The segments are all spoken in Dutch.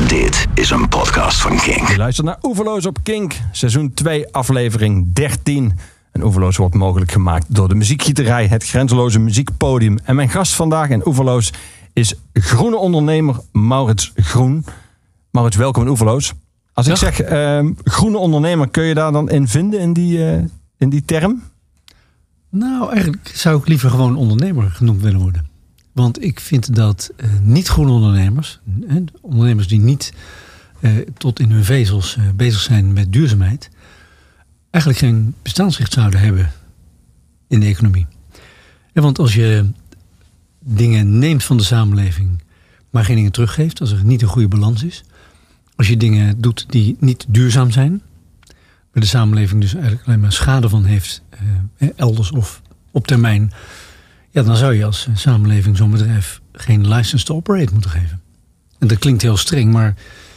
Dit is een podcast van Kink. Je luistert naar Oeverloos op Kink, seizoen 2, aflevering 13. En Oeverloos wordt mogelijk gemaakt door de Muziekgieterij, het grenzeloze muziekpodium. En mijn gast vandaag in Oeverloos is groene ondernemer Maurits Groen. Maurits, welkom in Oeverloos. Als ik zeg groene ondernemer, kun je daar dan in vinden in die term? Nou, eigenlijk zou ik liever gewoon ondernemer genoemd willen worden. Want ik vind dat niet-groene ondernemers die niet tot in hun vezels bezig zijn met duurzaamheid, eigenlijk geen bestaansrecht zouden hebben in de economie. Ja, want als je dingen neemt van de samenleving, maar geen dingen teruggeeft, als er niet een goede balans is, als je dingen doet die niet duurzaam zijn, waar de samenleving dus eigenlijk alleen maar schade van heeft, elders of op termijn, ja, dan zou je als samenleving zo'n bedrijf geen license to operate moeten geven. En dat klinkt heel streng, maar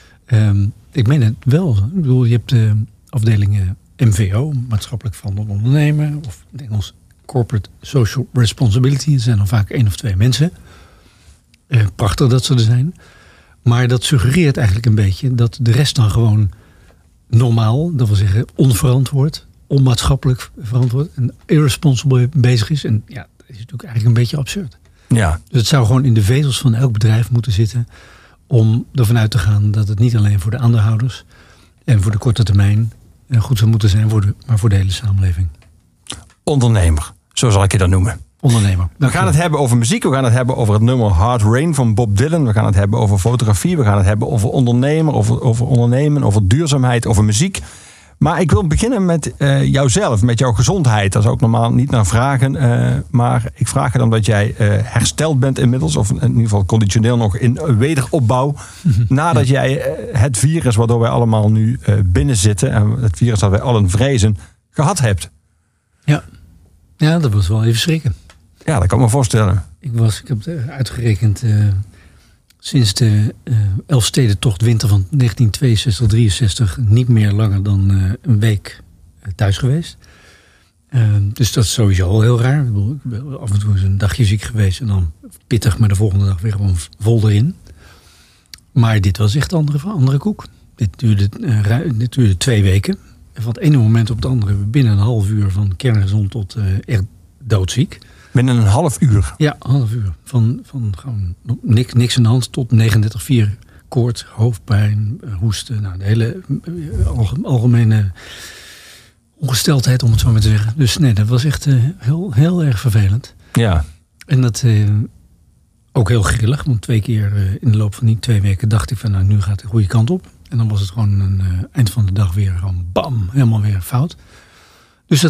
ik meen het wel. Ik bedoel, je hebt de afdelingen MVO, maatschappelijk verantwoord ondernemen, of in het Engels corporate social responsibility. Er zijn dan vaak 1 of 2 mensen. Prachtig dat ze er zijn. Maar dat suggereert eigenlijk een beetje dat de rest dan gewoon normaal, dat wil zeggen onverantwoord, onmaatschappelijk verantwoord en irresponsible bezig is. En ja, dat is natuurlijk eigenlijk een beetje absurd. Ja. Dus het zou gewoon in de vezels van elk bedrijf moeten zitten om ervan uit te gaan dat het niet alleen voor de aandeelhouders en voor de korte termijn goed zou moeten zijn, maar voor de hele samenleving. Ondernemer, zo zal ik je dat noemen. Ondernemer. We gaan het hebben over muziek, we gaan het hebben over het nummer Hard Rain van Bob Dylan. We gaan het hebben over fotografie, we gaan het hebben over ondernemer, over ondernemen, over duurzaamheid, over muziek. Maar ik wil beginnen met jouzelf, met jouw gezondheid. Daar zou ik normaal niet naar vragen. Maar ik vraag het omdat jij hersteld bent inmiddels. Of in ieder geval conditioneel nog in wederopbouw. Nadat jij het virus waardoor wij allemaal nu binnen zitten. En het virus dat wij allen vrezen, gehad hebt. Ja, dat was wel even schrikken. Ja, dat kan ik me voorstellen. Ik heb het uitgerekend sinds de Elfstedentocht winter van 1962-63 niet meer langer dan een week thuis geweest. Dus dat is sowieso al heel raar. Ik ben af en toe eens een dagje ziek geweest en dan pittig, maar de volgende dag weer gewoon vol erin. Maar dit was echt andere koek. Dit duurde 2 weken. En van het ene moment op het andere binnen een half uur van kerngezond tot echt doodziek. Binnen een half uur? Ja, een half uur. Van gewoon niks aan de hand tot 39,4 koorts, hoofdpijn, hoesten. Nou, de hele algemene ongesteldheid, om het zo maar te zeggen. Dus nee, dat was echt heel, heel erg vervelend. Ja. En dat ook heel grillig. Want 2 keer in de loop van die 2 weken dacht ik van nou, nu gaat het de goede kant op. En dan was het gewoon een eind van de dag weer gewoon bam, helemaal weer fout. Dus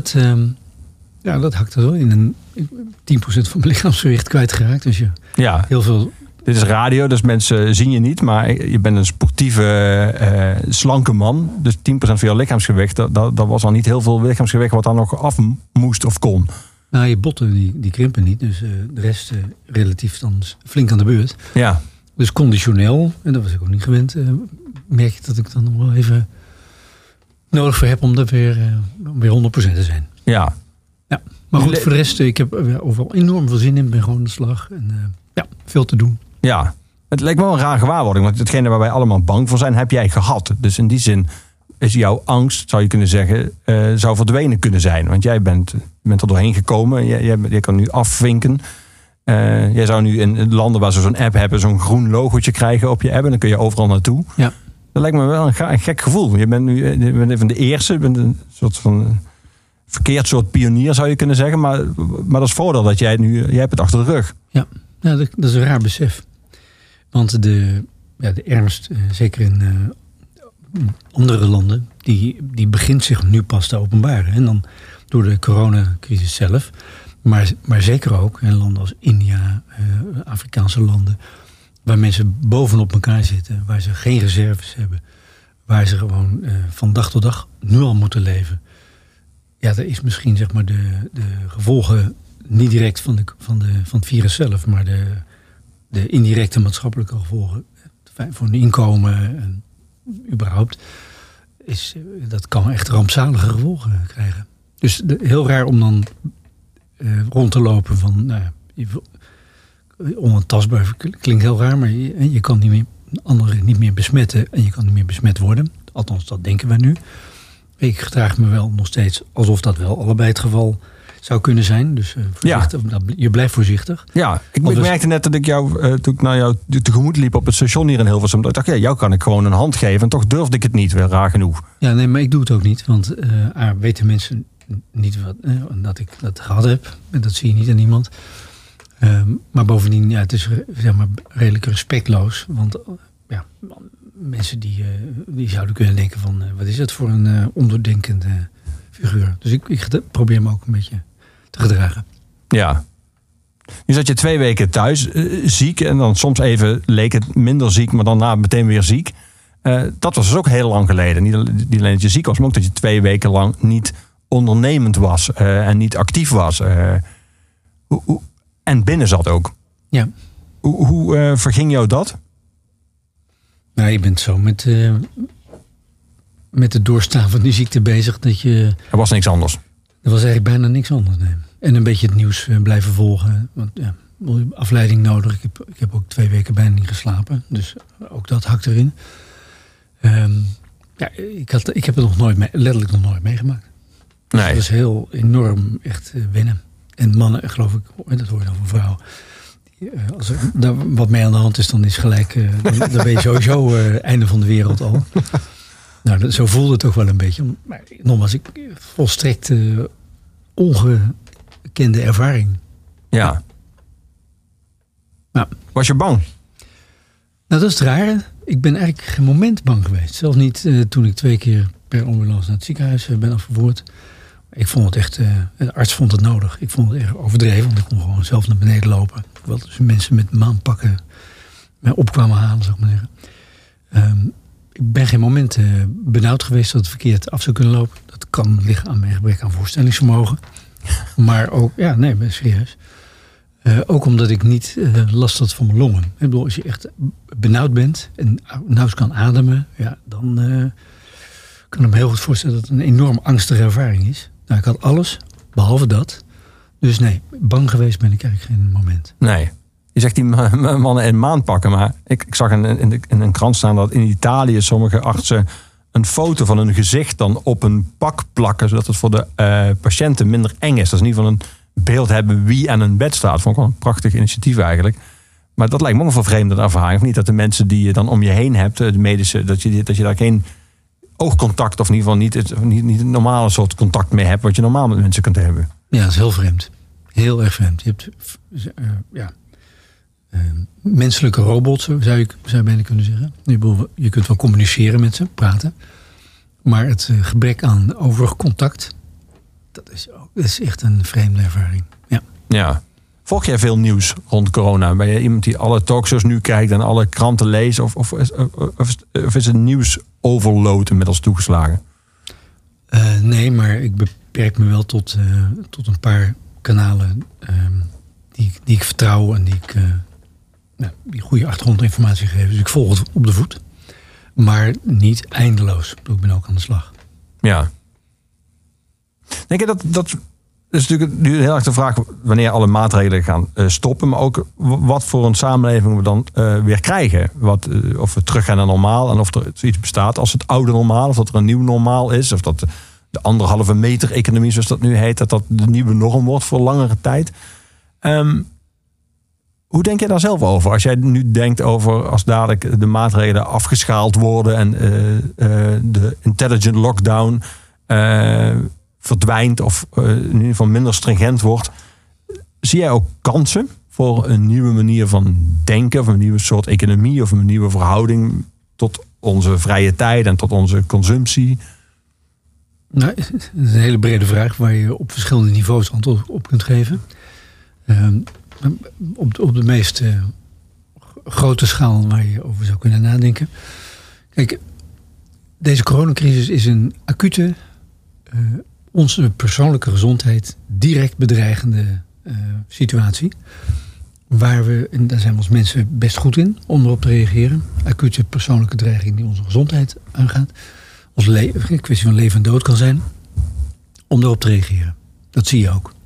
dat hakte zo in 10% van mijn lichaamsgewicht kwijtgeraakt. Dus ja, heel veel. Dit is radio, dus mensen zien je niet. Maar je bent een sportieve, slanke man. Dus 10% van je lichaamsgewicht, dat was al niet heel veel lichaamsgewicht wat dan nog af moest of kon. Nou, je botten die krimpen niet. Dus de rest relatief dan flink aan de beurt. Ja. Dus conditioneel, en dat was ik ook niet gewend, merk je dat ik dan nog wel even nodig voor heb om er weer 100% te zijn. Ja. Ja, maar goed, voor de rest, ik heb overal enorm veel zin in. Ik ben gewoon aan de slag en veel te doen. Ja, het lijkt me wel een raar gewaarwording. Want hetgene waar wij allemaal bang voor zijn, heb jij gehad. Dus in die zin is jouw angst, zou je kunnen zeggen, zou verdwenen kunnen zijn. Want jij bent er doorheen gekomen. Je kan nu afvinken. Jij zou nu in landen waar ze zo'n app hebben, zo'n groen logootje krijgen op je app. En dan kun je overal naartoe. Ja. Dat lijkt me wel een gek gevoel. Je bent nu een van de eerste. Je bent een soort van verkeerd soort pionier, zou je kunnen zeggen. Maar dat is voordeel dat jij hebt het achter de rug. Ja, dat is een raar besef. Want de ernst, zeker in andere landen, die begint zich nu pas te openbaren. En dan door de coronacrisis zelf. Maar zeker ook in landen als India, Afrikaanse landen, waar mensen bovenop elkaar zitten, waar ze geen reserves hebben, waar ze gewoon van dag tot dag nu al moeten leven. Ja, dat is misschien zeg maar de gevolgen niet direct van het virus zelf, maar de indirecte maatschappelijke gevolgen voor een inkomen en überhaupt dat kan echt rampzalige gevolgen krijgen. Dus heel raar om dan rond te lopen van onaantastbaar klinkt heel raar, maar je kan anderen niet meer besmetten en je kan niet meer besmet worden. Althans, dat denken wij nu. Ik gedraag me wel nog steeds alsof dat wel allebei het geval zou kunnen zijn. Dus voorzichtig, je blijft voorzichtig. Ja, ik merkte net dat ik toen ik naar jou tegemoet liep op het station hier in Hilversum. Dat ik dacht, jou kan ik gewoon een hand geven. En toch durfde ik het niet, weer raar genoeg. Ja, nee, maar ik doe het ook niet. Want weten mensen niet dat ik dat gehad heb. En dat zie je niet aan iemand. Maar bovendien, het is zeg maar redelijk respectloos. Want mensen die zouden kunnen denken van... wat is het voor een ondoordenkende figuur. Dus ik probeer me ook een beetje te gedragen. Ja. Nu zat je 2 weken thuis ziek. En dan soms even leek het minder ziek, maar daarna meteen weer ziek. Dat was dus ook heel lang geleden. Niet alleen dat je ziek was, maar ook dat je 2 weken lang niet ondernemend was. En niet actief was. En binnen zat ook. Ja. Hoe verging jou dat? Nou, je bent zo met het doorstaan van die ziekte bezig dat je... Er was niks anders. Er was eigenlijk bijna niks anders, nee. En een beetje het nieuws blijven volgen. Want afleiding nodig. Ik heb ook 2 weken bijna niet geslapen. Dus ook dat hakt erin. Ik heb het letterlijk nog nooit meegemaakt. Dus het was heel enorm echt wennen. En mannen, geloof ik, dat hoor je dan van vrouwen. Als er wat mee aan de hand is, dan is gelijk... dan ben je sowieso einde van de wereld al. Nou, zo voelde het toch wel een beetje. Maar nogmaals, ik volstrekt ongekende ervaring. Ja. Nou, was je bang? Nou, dat is het rare. Ik ben eigenlijk geen moment bang geweest. Zelfs niet toen ik 2 keer per ambulance naar het ziekenhuis ben afgevoerd. Ik vond het echt... de arts vond het nodig. Ik vond het echt overdreven, want ik kon gewoon zelf naar beneden lopen. Terwijl dus mensen met maanpakken mij opkwamen halen, zou ik maar zeggen. Ik ben geen moment benauwd geweest dat het verkeerd af zou kunnen lopen. Dat kan liggen aan mijn gebrek aan voorstellingsvermogen. Maar ook, serieus. Ook omdat ik niet last had van mijn longen. Ik bedoel, als je echt benauwd bent en nauwelijks kan ademen, dan kan ik me heel goed voorstellen dat het een enorm angstige ervaring is. Nou, ik had alles, behalve dat. Dus nee, bang geweest ben ik eigenlijk geen moment. Nee. Je zegt die mannen in maandpakken, maar ik zag in een krant staan dat in Italië sommige artsen een foto van hun gezicht dan op een pak plakken, zodat het voor de patiënten minder eng is. Dat is in ieder geval een beeld hebben wie aan een bed staat. Vond ik wel een prachtig initiatief eigenlijk. Maar dat lijkt me ook wel vreemd ervaring. Of niet dat de mensen die je dan om je heen hebt, de medische, dat je daar geen oogcontact of in ieder geval niet een normale soort contact mee hebt wat je normaal met mensen kunt hebben. Ja, dat is heel vreemd. Heel erg vreemd. Je hebt menselijke robots, zou je bijna kunnen zeggen. Je kunt wel communiceren met ze, praten. Maar het gebrek aan overig contact, dat is echt een vreemde ervaring. Ja. Volg jij veel nieuws rond corona? Ben je iemand die alle talkshows nu kijkt en alle kranten leest? Of is het nieuwsoverload inmiddels toegeslagen? Nee, maar ik beperk me wel tot een paar kanalen die ik vertrouw en die goede achtergrondinformatie geven. Dus ik volg het op de voet. Maar niet eindeloos. Ik ben ook aan de slag. Ja. Denk je dat is natuurlijk nu heel erg de vraag wanneer alle maatregelen gaan stoppen. Maar ook wat voor een samenleving we dan weer krijgen. Of we terug gaan naar normaal. En of er iets bestaat als het oude normaal. Of dat er een nieuw normaal is. Of dat de 1,5 meter economie, zoals dat nu heet. Dat de nieuwe norm wordt voor langere tijd. Hoe denk jij daar zelf over? Als jij nu denkt over als dadelijk de maatregelen afgeschaald worden. En de intelligent lockdown verdwijnt of in ieder geval minder stringent wordt. Zie jij ook kansen voor een nieuwe manier van denken, of een nieuwe soort economie, of een nieuwe verhouding tot onze vrije tijd en tot onze consumptie? Nou, dat is een hele brede vraag waar je op verschillende niveaus antwoord op kunt geven. Op de meest grote schaal waar je over zou kunnen nadenken. Kijk, deze coronacrisis is een acute, onze persoonlijke gezondheid direct bedreigende situatie. Waar en daar zijn we als mensen best goed in om erop te reageren. Acute persoonlijke dreiging die onze gezondheid aangaat. Een kwestie van leven en dood kan zijn. Om erop te reageren. Dat zie je ook.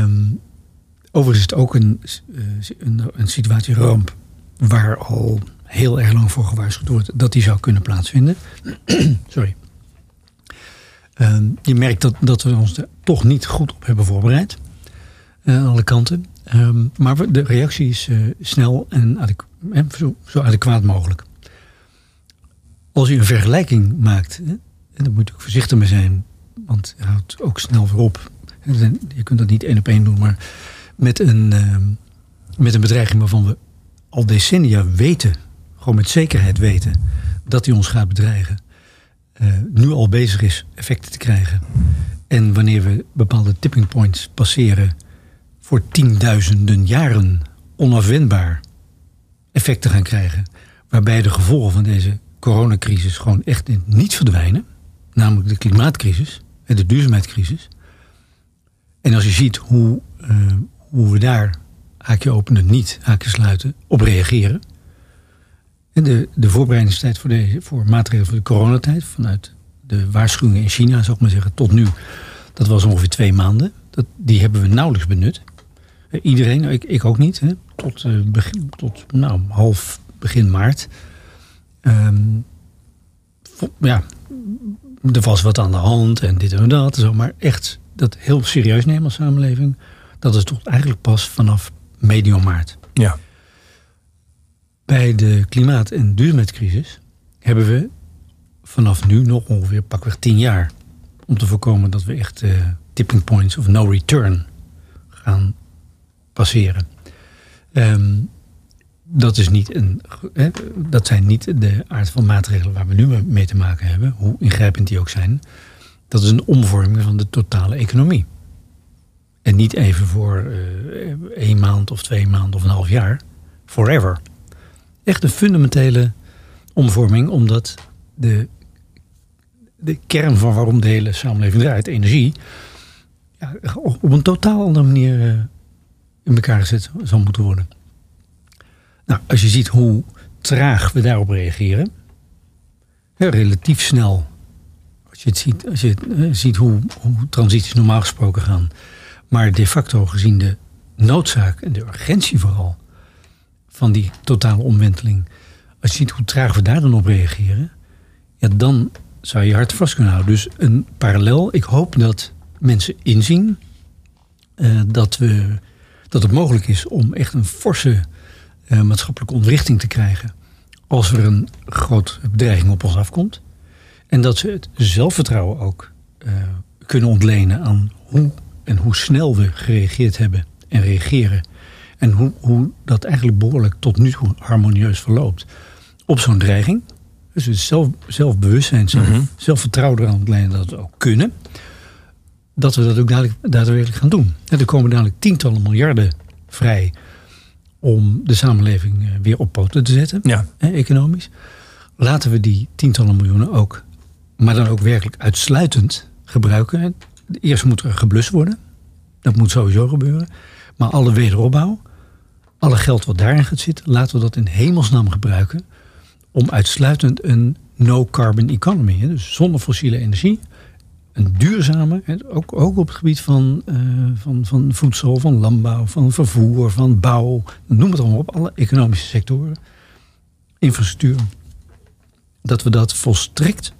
Overigens is het ook een situatie ramp waar al heel erg lang voor gewaarschuwd wordt dat die zou kunnen plaatsvinden. Sorry. Je merkt dat we ons er toch niet goed op hebben voorbereid. Aan alle kanten. Maar de reactie is snel en zo adequaat mogelijk. Als je een vergelijking maakt, en daar moet je ook voorzichtig mee zijn, want je houdt ook snel weer op. Je kunt dat niet 1 op 1 doen, maar met een bedreiging waarvan we al decennia weten, gewoon met zekerheid weten, dat die ons gaat bedreigen. Nu al bezig is effecten te krijgen. En wanneer we bepaalde tipping points passeren, voor 10.000 jaren onafwendbaar effecten gaan krijgen. Waarbij de gevolgen van deze coronacrisis gewoon echt niet verdwijnen. Namelijk de klimaatcrisis en de duurzaamheidscrisis. En als je ziet hoe we daar, haakje openen, niet haakje sluiten, op reageren. En de voorbereidingstijd voor maatregelen voor de coronatijd, vanuit de waarschuwingen in China, zou ik maar zeggen, tot nu, dat was ongeveer 2 maanden. Die hebben we nauwelijks benut. Iedereen, ik ook niet, hè, tot half begin maart. Er was wat aan de hand en dit en dat. Zo, maar echt dat heel serieus nemen als samenleving, dat is toch eigenlijk pas vanaf medio maart. Ja. Bij de klimaat- en duurzaamheidscrisis hebben we vanaf nu nog ongeveer pakweg 10 jaar om te voorkomen dat we echt tipping points of no return gaan passeren. Dat zijn niet de aard van maatregelen waar we nu mee te maken hebben, hoe ingrijpend die ook zijn. Dat is een omvorming van de totale economie. En niet even voor 1 maand of 2 maanden of een half jaar. Forever. Echt een fundamentele omvorming, omdat de kern van waarom de hele samenleving draait, energie, op een totaal andere manier in elkaar gezet zal moeten worden. Nou, als je ziet hoe traag we daarop reageren, relatief snel, als je ziet hoe transities normaal gesproken gaan, maar de facto gezien de noodzaak en de urgentie vooral van die totale omwenteling, als je ziet hoe traag we daar dan op reageren, dan zou je hard vast kunnen houden. Dus een parallel. Ik hoop dat mensen inzien dat het mogelijk is om echt een forse maatschappelijke ontwrichting te krijgen als er een grote bedreiging op ons afkomt. En dat ze het zelfvertrouwen ook kunnen ontlenen aan hoe snel we gereageerd hebben en reageren. En hoe dat eigenlijk behoorlijk tot nu toe harmonieus verloopt op zo'n dreiging. Dus het zelfbewustzijn, zelfvertrouwen eraan ontlenen dat we ook kunnen. Dat we dat ook daadwerkelijk gaan doen. En er komen dadelijk tientallen miljarden vrij om de samenleving weer op poten te zetten, economisch. Laten we die tientallen miljoenen ook, maar dan ook werkelijk uitsluitend gebruiken. Eerst moet er geblust worden. Dat moet sowieso gebeuren. Maar alle wederopbouw, alle geld wat daarin gaat zitten, laten we dat in hemelsnaam gebruiken om uitsluitend een no-carbon economy, dus zonder fossiele energie, een duurzame, ook op het gebied van voedsel, van landbouw, van vervoer, van bouw, noem het allemaal op, alle economische sectoren, infrastructuur, dat we dat volstrekt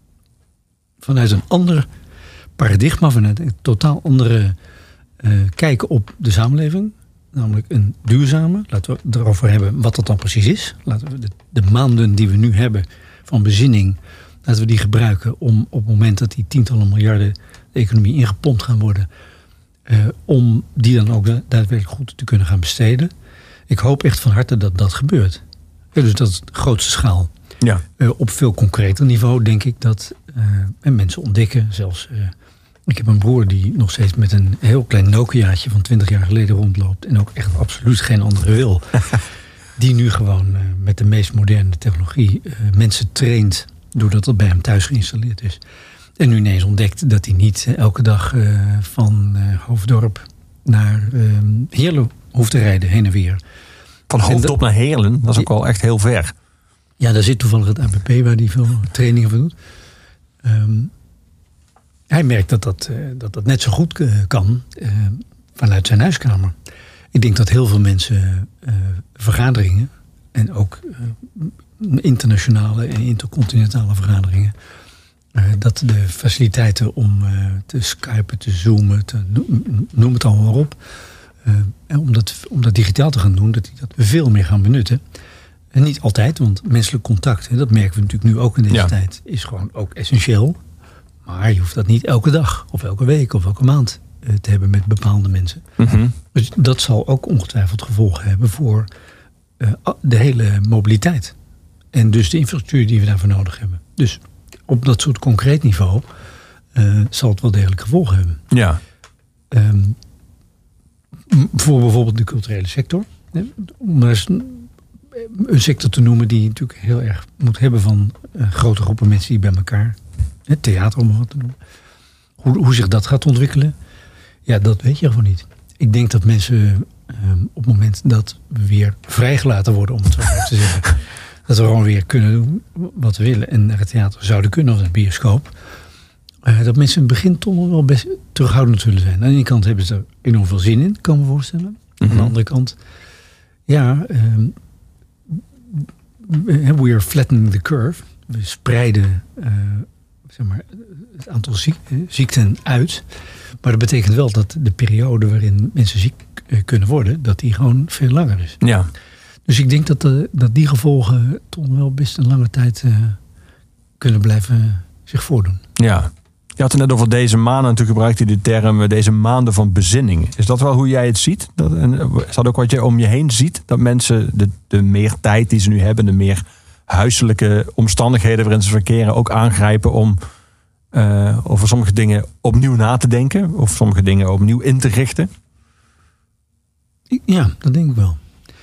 vanuit een ander paradigma, vanuit een totaal andere kijken op de samenleving, namelijk een duurzame, laten we het erover hebben wat dat dan precies is. Laten we de maanden die we nu hebben van bezinning, laten we die gebruiken om op het moment dat die tientallen miljarden de economie ingepompt gaan worden, om die dan ook daadwerkelijk goed te kunnen gaan besteden. Ik hoop echt van harte dat dat gebeurt. Dus dat is de grootste schaal. Ja. Op veel concreter niveau denk ik dat mensen ontdekken, zelfs ik heb een broer die nog steeds met een heel klein Nokiaatje van 20 jaar geleden rondloopt en ook echt absoluut geen andere wil. Die nu gewoon met de meest moderne technologie mensen traint doordat dat bij hem thuis geïnstalleerd is. En nu ineens ontdekt dat hij niet elke dag van Hoofddorp naar Heerlen hoeft te rijden, heen en weer. Van Hoofddorp naar Heerlen, dat is ook wel echt heel ver. Ja, daar zit toevallig het ABP waar hij veel trainingen van doet. Hij merkt dat net zo goed kan vanuit zijn huiskamer. Ik denk dat heel veel mensen vergaderingen en ook internationale en intercontinentale vergaderingen, dat de faciliteiten om te skypen, te zoomen, noem het allemaal maar op, om dat digitaal te gaan doen, dat die dat veel meer gaan benutten. En niet altijd, want menselijk contact, dat merken we natuurlijk nu ook in deze tijd, is gewoon ook essentieel. Maar je hoeft dat niet elke dag of elke week of elke maand te hebben met bepaalde mensen. Mm-hmm. Dus dat zal ook ongetwijfeld gevolgen hebben voor de hele mobiliteit. En dus de infrastructuur die we daarvoor nodig hebben. Dus op dat soort concreet niveau zal het wel degelijk gevolgen hebben. Ja. Voor bijvoorbeeld de culturele sector. Om maar eens een sector te noemen die natuurlijk heel erg moet hebben van grote groepen mensen die bij elkaar, theater om wat te noemen. Hoe zich dat gaat ontwikkelen, ja, dat weet je gewoon niet. Ik denk dat mensen op het moment dat we weer vrijgelaten worden, om het zo maar te zeggen, dat we gewoon weer kunnen doen wat we willen en naar het theater zouden kunnen of naar de bioscoop, dat mensen in het begin toch nog wel best terughoudend zullen zijn. Aan de ene kant hebben ze er enorm veel zin in, kan ik me voorstellen. Mm-hmm. Aan de andere kant, we are flattening the curve. We spreiden het aantal ziekten uit. Maar dat betekent wel dat de periode waarin mensen ziek kunnen worden, dat die gewoon veel langer is. Ja. Dus ik denk dat die gevolgen toch wel best een lange tijd kunnen blijven zich voordoen. Ja. Je had het net over deze maanden, natuurlijk gebruikte je de term deze maanden van bezinning. Is dat wel hoe jij het ziet? Is dat ook wat je om je heen ziet? Dat mensen de meer tijd die ze nu hebben, de meer huiselijke omstandigheden waarin ze verkeren, ook aangrijpen om over sommige dingen opnieuw na te denken? Of sommige dingen opnieuw in te richten? Ja, dat denk ik wel.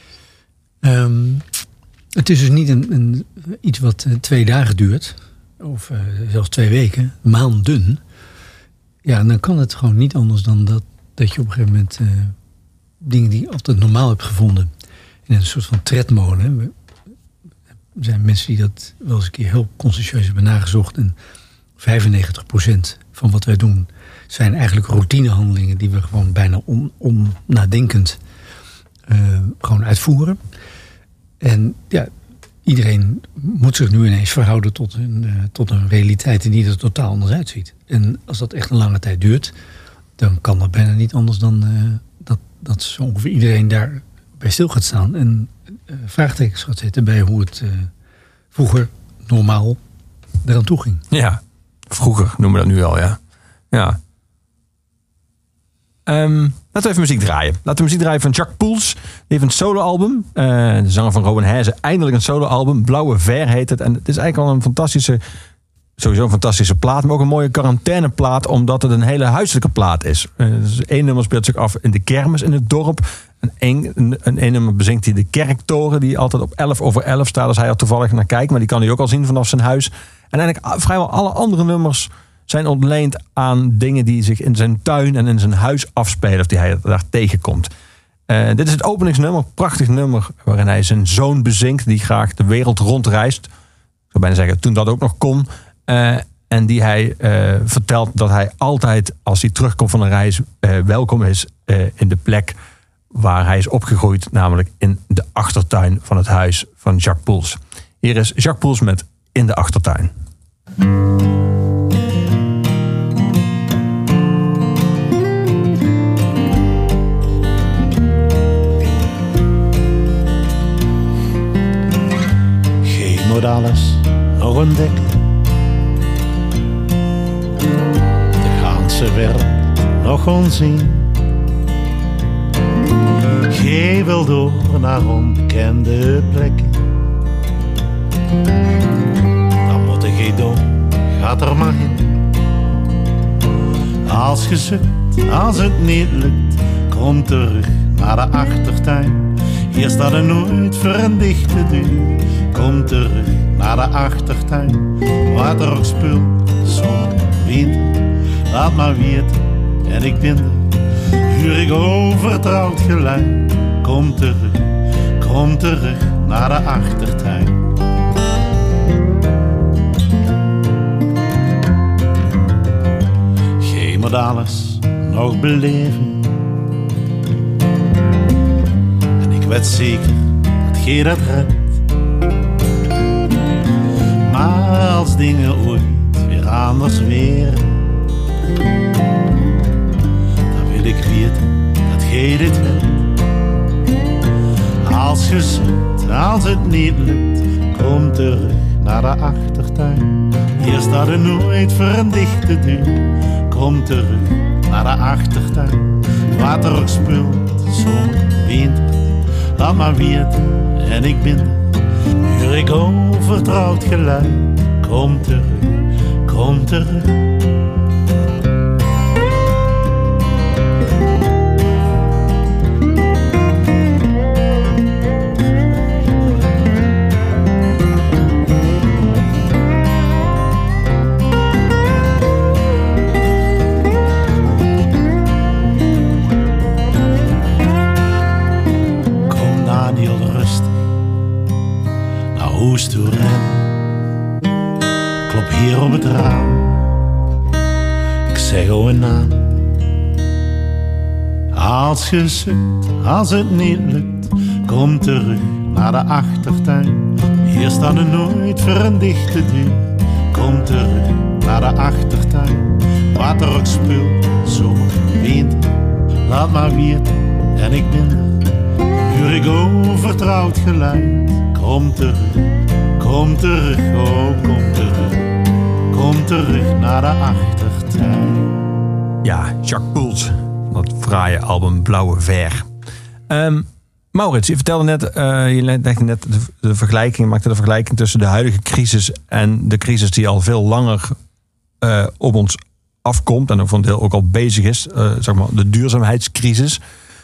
Het is dus niet iets wat 2 dagen duurt. Of zelfs 2 weken, maanden. Ja, en dan kan het gewoon niet anders dan dat je op een gegeven moment dingen die je altijd normaal hebt gevonden in een soort van tredmolen. Er zijn mensen die dat wel eens een keer heel conscientieus hebben nagezocht. En 95% van wat wij doen zijn eigenlijk routinehandelingen die we gewoon bijna onnadenkend gewoon uitvoeren. En ja, iedereen moet zich nu ineens verhouden tot een realiteit die er totaal anders uitziet. En als dat echt een lange tijd duurt, dan kan dat bijna niet anders dan dat zo ongeveer iedereen daar bij stil gaat staan en vraagtekens gaat zetten bij hoe het vroeger normaal eraan toe ging. Ja, vroeger noemen we dat nu al, ja. Ja. Laten we even muziek draaien. Laten we muziek draaien van Jacques Pouls. Die heeft een soloalbum. De zanger van Rowan Hezen. Eindelijk een soloalbum. Blauwe Ver heet het. En het is eigenlijk al sowieso een fantastische plaat. Maar ook een mooie quarantaineplaat. Omdat het een hele huiselijke plaat is. Dus 1 nummer speelt zich af in de kermis in het dorp. En één nummer bezingt hij de kerktoren. Die altijd op 11:11 staat. Als hij er toevallig naar kijkt. Maar die kan hij ook al zien vanaf zijn huis. En eigenlijk vrijwel alle andere nummers zijn ontleend aan dingen die zich in zijn tuin en in zijn huis afspelen. Of die hij daar tegenkomt. Dit is het openingsnummer. Prachtig nummer waarin hij zijn zoon bezinkt. Die graag de wereld rondreist. Ik zou bijna zeggen toen dat ook nog kon. En die hij vertelt dat hij altijd als hij terugkomt van een reis welkom is in de plek waar hij is opgegroeid. Namelijk in de achtertuin van het huis van Jacques Pouls. Hier is Jacques Pouls met In de Achtertuin. Geen moet alles nog ontdekken. De ganse wereld nog onzien. Gij wil door naar onbekende plekken. Dan moet gij door, gaat er maar in. Als je zoekt, als het niet lukt, kom terug naar de achtertuin. Hier staat er nooit voor een dichte deur. Kom terug naar de achtertuin. Wat er ook speelt, zon, wind, laat maar weten. En ik ben er, huur ik overtrouwd geluid. Kom terug naar de achtertuin. Gij moet alles nog beleven. En ik weet zeker dat gij dat redt. dingen ooit weer anders weer. Dan wil ik weten dat gij dit wilt. Als je zit, als het niet lukt, kom terug naar de achtertuin. Hier staat er nooit voor een dichte deur. Kom terug naar de achtertuin. Wat er ook speelt, zomer, winter, laat maar weten en ik ben er. Huur ik overtrouwd geluid. Kom terug, kom terug. Hoest toe rennen, klop hier op het raam. Ik zeg een naam. Als je zucht, als het niet lukt, kom terug naar de achtertuin. Hier staat er nooit voor een dichte deur. Kom terug naar de achtertuin. Wat er ook speelt, zomer, winter, laat maar weten en ik ben er. Huur ik overtrouwd geluid. Kom terug, kom terug, oh kom terug. Kom terug naar de achtertuin. Ja, Jacques Poels. Dat fraaie album Blauwe Ver. Maurits, je vertelde net, je legde net de vergelijking, maakte de vergelijking tussen de huidige crisis en de crisis die al veel langer op ons afkomt en voor een deel ook al bezig is, zeg maar de duurzaamheidscrisis.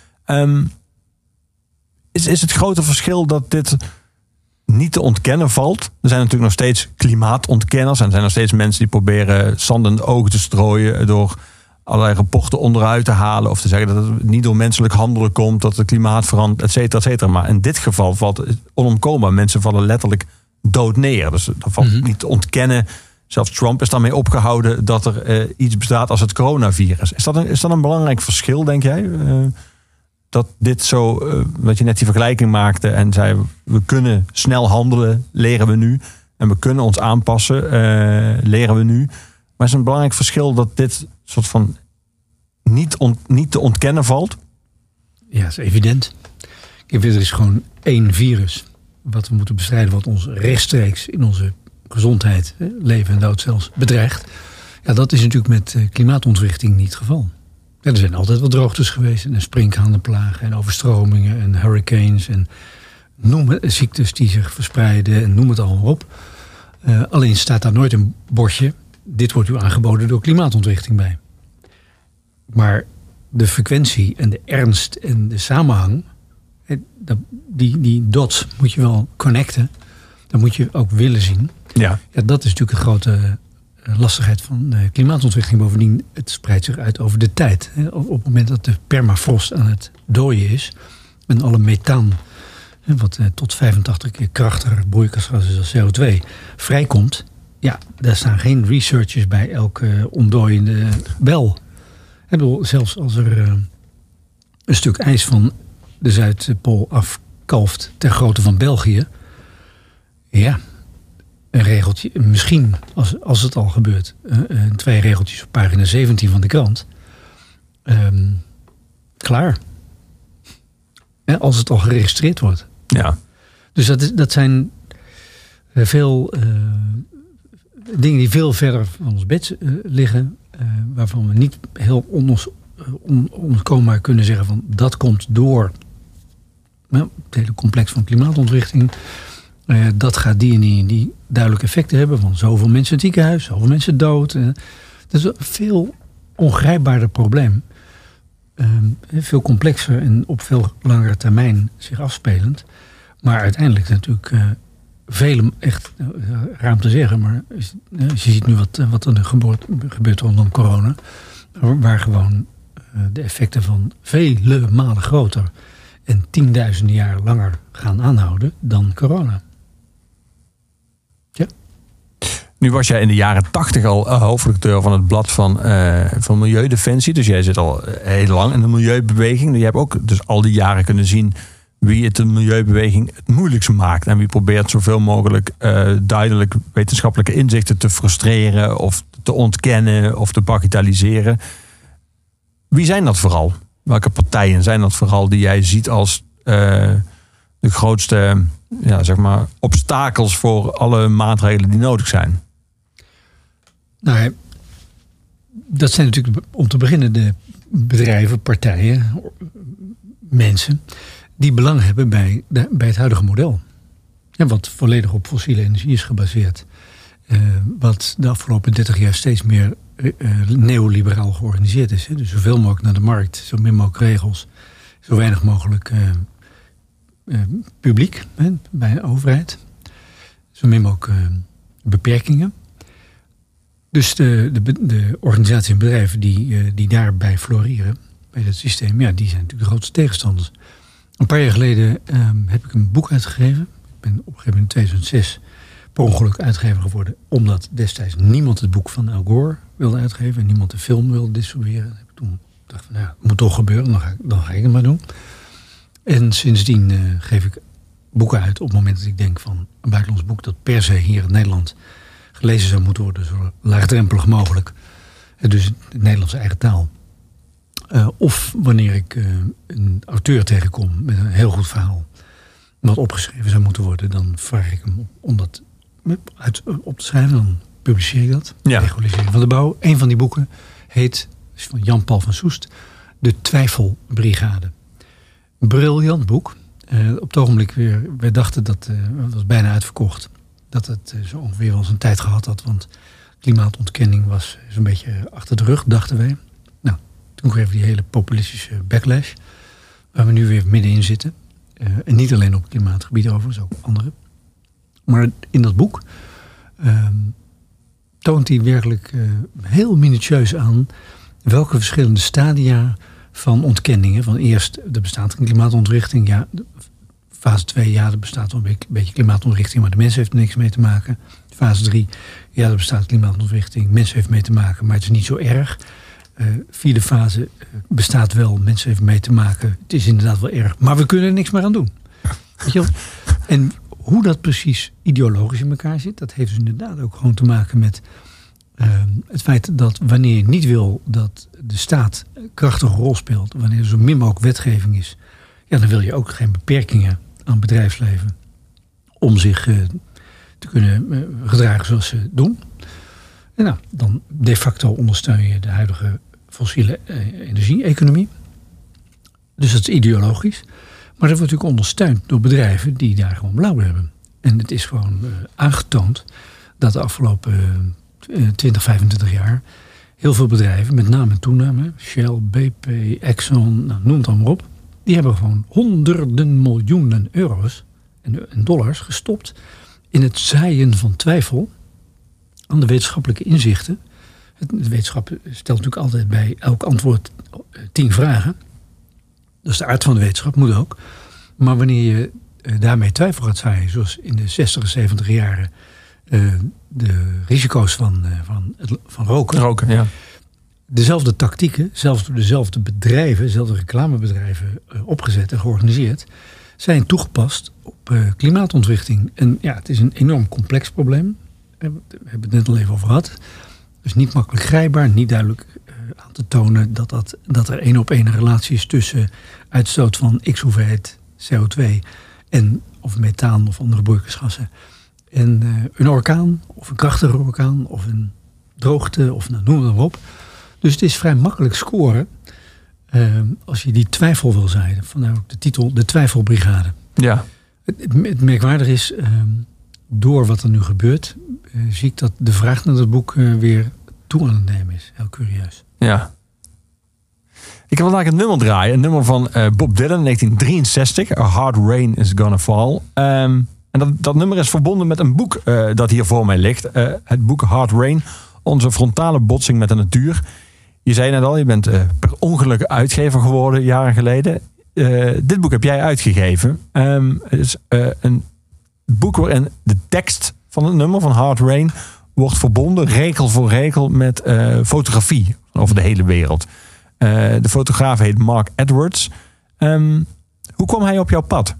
Is het grote verschil dat dit niet te ontkennen valt? Er zijn natuurlijk nog steeds klimaatontkenners en er zijn nog steeds mensen die proberen zand in de ogen te strooien door allerlei rapporten onderuit te halen of te zeggen dat het niet door menselijk handelen komt, dat het klimaat verandert, et cetera, et cetera. Maar in dit geval valt het onontkoombaar. Mensen vallen letterlijk dood neer. Dus dat valt niet te ontkennen. Zelfs Trump is daarmee opgehouden dat er iets bestaat als het coronavirus. Is dat een belangrijk verschil, denk jij? Dat dit zo, wat je net die vergelijking maakte en zei, we kunnen snel handelen, leren we nu. En we kunnen ons aanpassen, leren we nu. Maar is een belangrijk verschil dat dit soort van niet te ontkennen valt? Ja, dat is evident. Er is gewoon één virus wat we moeten bestrijden, wat ons rechtstreeks in onze gezondheid, leven en dood zelfs, bedreigt. Ja, dat is natuurlijk met klimaatontwrichting niet het geval. Ja, er zijn altijd wat droogtes geweest en sprinkhanenplagen en overstromingen en hurricanes en noem het, ziektes die zich verspreiden en noem het allemaal op. Alleen staat daar nooit een bordje, dit wordt u aangeboden door klimaatontwrichting bij. Maar de frequentie en de ernst en de samenhang, die dots moet je wel connecten. Dat moet je ook willen zien. Ja, dat is natuurlijk een grote lastigheid van de klimaatontwrichting. Bovendien, het spreidt zich uit over de tijd. Op het moment dat de permafrost aan het dooien is en alle methaan, wat tot 85 keer krachtiger broeikasgas is als CO2, vrijkomt, ja, daar staan geen researchers bij elke ontdooiende bel. Ik bedoel, zelfs als er een stuk ijs van de Zuidpool afkalft ter grootte van België, ja, een regeltje, misschien als het al gebeurt, 2 regeltjes op pagina 17 van de krant. Klaar. Als het al geregistreerd wordt. Ja. Dus dat zijn veel dingen die veel verder van ons bed liggen, waarvan we niet heel onontkoombaar kunnen zeggen van dat komt door het hele complex van klimaatontwrichting. Dat gaat die en die duidelijke effecten hebben van zoveel mensen in het ziekenhuis, zoveel mensen dood. Dat is een veel ongrijpbaarder probleem. Veel complexer en op veel langere termijn zich afspelend. Maar uiteindelijk natuurlijk vele, echt raar te zeggen, maar als je ziet nu wat er gebeurt rondom corona, waar gewoon de effecten van vele malen groter en 10.000 jaar langer gaan aanhouden dan corona. Ja. Nu was jij in de jaren 80 al hoofdredacteur van het blad van Milieudefensie. Dus jij zit al heel lang in de milieubeweging. Je hebt ook dus al die jaren kunnen zien wie het de milieubeweging het moeilijkst maakt. En wie probeert zoveel mogelijk duidelijk wetenschappelijke inzichten te frustreren of te ontkennen of te bagatelliseren. Wie zijn dat vooral? Welke partijen zijn dat vooral die jij ziet als de grootste obstakels voor alle maatregelen die nodig zijn? Nou, dat zijn natuurlijk om te beginnen de bedrijven, partijen, mensen die belang hebben bij het huidige model. Ja, wat volledig op fossiele energie is gebaseerd. Wat de afgelopen 30 jaar steeds meer neoliberaal georganiseerd is. Hè. Dus zoveel mogelijk naar de markt, zo min mogelijk regels, zo weinig mogelijk publiek bij de overheid. Zo min mogelijk beperkingen. Dus de organisaties en bedrijven die daarbij floreren, bij dat systeem, ja, die zijn natuurlijk de grootste tegenstanders. Een paar jaar geleden heb ik een boek uitgegeven. Ik ben op een gegeven moment in 2006 per ongeluk uitgever geworden, omdat destijds niemand het boek van Al Gore wilde uitgeven en niemand de film wilde distribueren. Heb ik toen dacht van, het moet toch gebeuren, dan ga ik het maar doen. En sindsdien geef ik boeken uit op het moment dat ik denk van een buitenlands boek dat per se hier in Nederland gelezen zou moeten worden, zo laagdrempelig mogelijk. Dus in de Nederlandse eigen taal. Of wanneer ik een auteur tegenkom met een heel goed verhaal wat opgeschreven zou moeten worden, dan vraag ik hem om dat op te schrijven. Dan publiceer ik dat. Ja. Regulisering van de bouw. Een van die boeken heet, is van Jan-Paul van Soest, De Twijfelbrigade. Briljant boek. Op het ogenblik weer, wij dachten dat het was bijna uitverkocht. Dat het zo ongeveer wel zijn tijd gehad had. Want klimaatontkenning was zo'n beetje achter de rug, dachten wij. Nou, toen kregen we die hele populistische backlash. Waar we nu weer middenin zitten. En niet alleen op klimaatgebied overigens, ook andere. Maar in dat boek toont hij werkelijk heel minutieus aan welke verschillende stadia van ontkenningen. Van eerst, er bestaat een klimaatontwrichting. Ja, fase 2, ja, er bestaat wel een beetje klimaatontwrichting, maar de mens heeft er niks mee te maken. Fase 3, ja, er bestaat klimaatontwrichting, mens heeft mee te maken, maar het is niet zo erg. Vierde fase bestaat wel, mensen heeft mee te maken. Het is inderdaad wel erg, maar we kunnen er niks meer aan doen. Weet je wel? En hoe dat precies ideologisch in elkaar zit, dat heeft dus inderdaad ook gewoon te maken met het feit dat wanneer je niet wil dat de staat een krachtige rol speelt, wanneer er zo min mogelijk wetgeving is, ja, dan wil je ook geen beperkingen aan bedrijfsleven om zich te kunnen gedragen zoals ze doen. En nou, dan de facto ondersteun je de huidige fossiele energie-economie. Dus dat is ideologisch. Maar dat wordt natuurlijk ondersteund door bedrijven die daar gewoon belang bij hebben. En het is gewoon aangetoond dat de afgelopen 20, 25 jaar heel veel bedrijven, met name en toename, Shell, BP, Exxon, nou, noem het allemaal op, die hebben gewoon honderden miljoenen euro's en dollars gestopt in het zaaien van twijfel aan de wetenschappelijke inzichten. De wetenschap stelt natuurlijk altijd bij elk antwoord 10 vragen. Dat is de aard van de wetenschap, moet ook. Maar wanneer je daarmee twijfel gaat zaaien, zoals in de 60, 70 jaren de risico's van roken. Roken, ja. Dezelfde tactieken, zelfs door dezelfde bedrijven, dezelfde reclamebedrijven opgezet en georganiseerd, zijn toegepast op klimaatontwrichting. En ja, het is een enorm complex probleem. We hebben het net al even over gehad. Dus niet makkelijk grijpbaar, niet duidelijk aan te tonen dat er 1-op-1 relatie is tussen uitstoot van x hoeveelheid CO2 en of methaan of andere broeikasgassen. En een orkaan, of een krachtige orkaan, of een droogte, of nou, noem het maar op. Dus het is vrij makkelijk scoren als je die twijfel wil zaaien. Vandaar ook de titel, de Twijfelbrigade. Ja. Het merkwaardig is, door wat er nu gebeurt, zie ik dat de vraag naar het boek weer toe aan het nemen is. Heel curieus. Ja. Ik wil vandaag een nummer draaien. Een nummer van Bob Dylan, 1963. A Hard Rain is Gonna Fall. En dat nummer is verbonden met een boek dat hier voor mij ligt. Het boek Hard Rain. Onze frontale botsing met de natuur. Je zei net al, je bent per ongeluk uitgever geworden jaren geleden. Dit boek heb jij uitgegeven. Het is een boek waarin de tekst van het nummer van Hard Rain wordt verbonden, regel voor regel, met fotografie over de hele wereld. De fotograaf heet Mark Edwards. Hoe kwam hij op jouw pad?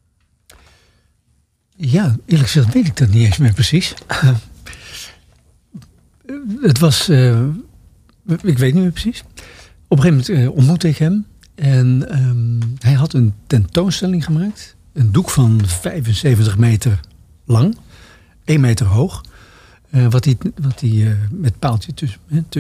Ja, eerlijk gezegd weet ik dat niet eens meer precies. Het was... ik weet niet meer precies. Op een gegeven moment ontmoette ik hem. En hij had een tentoonstelling gemaakt. Een doek van 75 meter lang. 1 meter hoog. Wat hij met paaltjes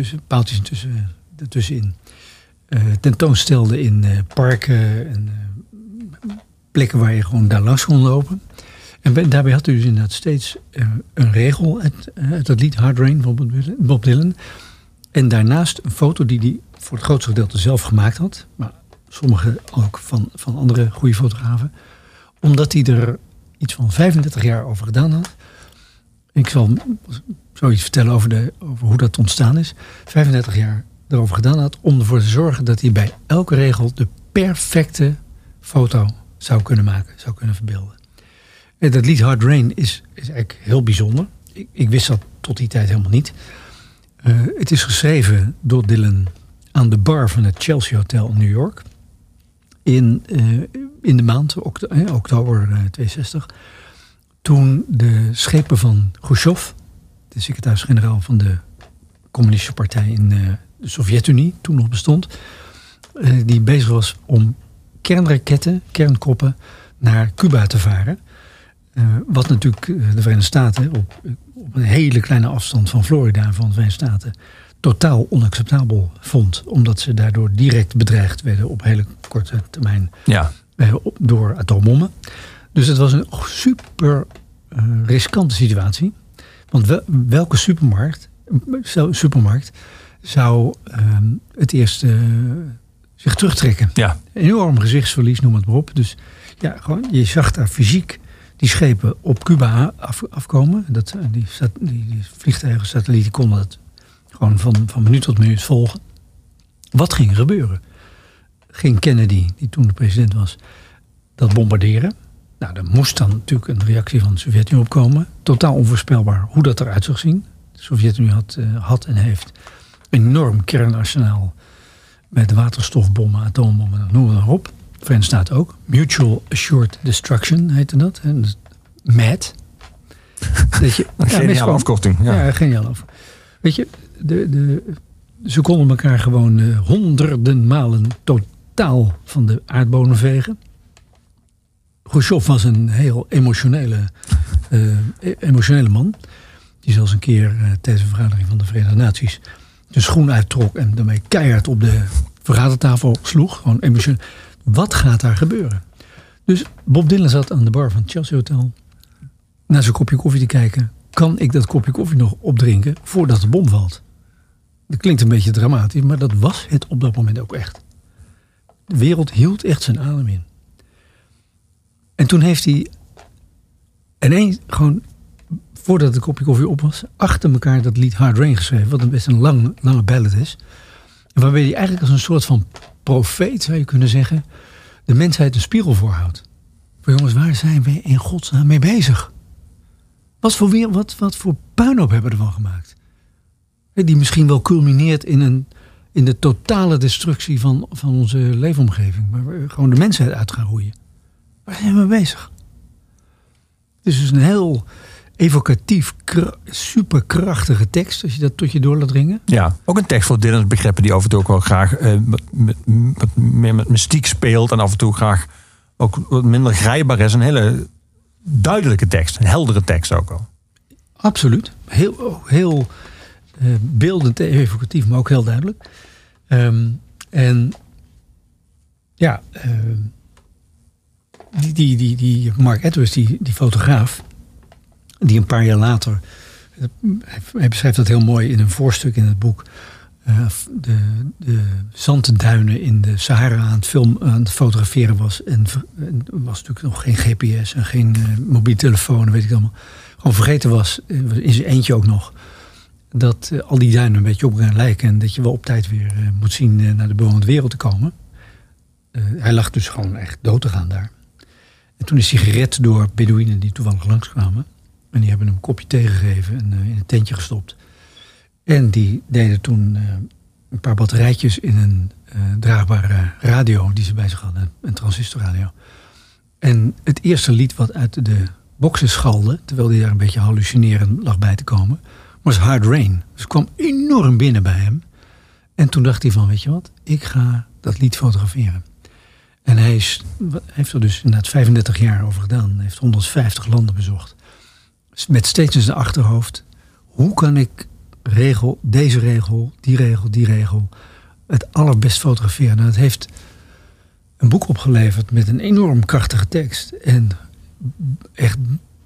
ertussenin tentoonstelde in parken en plekken waar je gewoon daar langs kon lopen. En daarbij had hij dus inderdaad steeds een regel uit dat lied Hard Rain van Bob Dylan. En daarnaast een foto die hij voor het grootste gedeelte zelf gemaakt had. Maar sommige ook van andere goede fotografen. Omdat hij er iets van 35 jaar over gedaan had. Ik zal zoiets vertellen over hoe dat ontstaan is. 35 jaar erover gedaan had om ervoor te zorgen dat hij bij elke regel de perfecte foto zou kunnen maken, zou kunnen verbeelden. En dat lied Hard Rain is eigenlijk heel bijzonder. Ik wist dat tot die tijd helemaal niet. Het is geschreven door Dylan aan de bar van het Chelsea Hotel in New York. In de maand oktober 62. Toen de schepen van Khrushchev, de secretaris-generaal van de communistische partij in de Sovjet-Unie, toen nog bestond, die bezig was om kernkoppen naar Cuba te varen. Wat natuurlijk de Verenigde Staten op een hele kleine afstand van Florida van de Verenigde Staten totaal onacceptabel vond. Omdat ze daardoor direct bedreigd werden op hele korte termijn door atoombommen. Dus het was een super riskante situatie. Want welke supermarkt zou het eerst zich terugtrekken? Ja. Een enorm gezichtsverlies, noem het maar op. Dus ja, gewoon, je zag daar fysiek die schepen op Cuba afkomen. Die vliegtuigen, satellieten konden dat gewoon van minuut tot minuut volgen. Wat ging er gebeuren? Ging Kennedy, die toen de president was, dat bombarderen? Nou, daar moest dan natuurlijk een reactie van de Sovjet-Unie opkomen. Totaal onvoorspelbaar hoe dat eruit zou zien. De Sovjet-Unie had en heeft een enorm kernarsenaal met waterstofbommen, atoombommen, noem maar op. De Verenigde Staten ook. Mutual Assured Destruction heette dat. Hè? Dus MAD. Geniale afkorting. Ja, geniale afkorting. Weet je, ze konden elkaar gewoon honderden malen totaal van de aardbodem vegen. Khrushchev was een heel emotionele man. Die zelfs een keer tijdens een vergadering van de Verenigde Naties de schoen uittrok en daarmee keihard op de vergadertafel sloeg. Gewoon emotioneel. Wat gaat daar gebeuren? Dus Bob Dylan zat aan de bar van het Chelsea Hotel naar zijn kopje koffie te kijken. Kan ik dat kopje koffie nog opdrinken voordat de bom valt? Dat klinkt een beetje dramatisch, maar dat was het op dat moment ook echt. De wereld hield echt zijn adem in. En toen heeft hij ineens gewoon, voordat het kopje koffie op was, achter elkaar dat lied Hard Rain geschreven, wat best een lange ballad is. En waarbij hij eigenlijk als een soort van profeet, zou je kunnen zeggen, de mensheid een spiegel voorhoudt. Voor jongens, waar zijn wij in godsnaam mee bezig? Wat voor puinhoop hebben we ervan gemaakt? Die misschien wel culmineert in de totale destructie van onze leefomgeving. Waar we gewoon de mensheid uit gaan roeien. Waar zijn we mee bezig? Het is dus een heel evocatief, superkrachtige tekst, als je dat tot je door laat dringen. Ja, ook een tekst voor Dylan's begrippen die af en toe ook wel graag wat meer met mystiek speelt en af en toe graag ook wat minder grijpbaar is. Een hele duidelijke tekst, een heldere tekst ook al. Absoluut. Heel beeldend, evocatief, maar ook heel duidelijk. Die Mark Edwards, die fotograaf, die een paar jaar later, hij beschrijft dat heel mooi in een voorstuk in het boek, de zandduinen in de Sahara aan het fotograferen was. En er was natuurlijk nog geen GPS en geen mobiele telefoon, weet ik allemaal. Gewoon vergeten was, in zijn eentje ook nog, dat al die duinen een beetje op elkaar lijken en dat je wel op tijd weer moet zien naar de bewoonde wereld te komen. Hij lag dus gewoon echt dood te gaan daar. En toen is hij gered door Bedouinen die toevallig langskwamen. En die hebben hem een kopje thee gegeven en in een tentje gestopt. En die deden toen een paar batterijtjes in een draagbare radio die ze bij zich hadden. Een transistorradio. En het eerste lied wat uit de boxen schalde, terwijl hij daar een beetje hallucinerend lag bij te komen, was Hard Rain. Dus het kwam enorm binnen bij hem. En toen dacht hij van, weet je wat, ik ga dat lied fotograferen. En hij heeft er dus inderdaad 35 jaar over gedaan. Hij heeft 150 landen bezocht. Met steeds in zijn achterhoofd, hoe kan ik deze regel, die regel, het allerbest fotograferen? En het heeft een boek opgeleverd met een enorm krachtige tekst. En echt,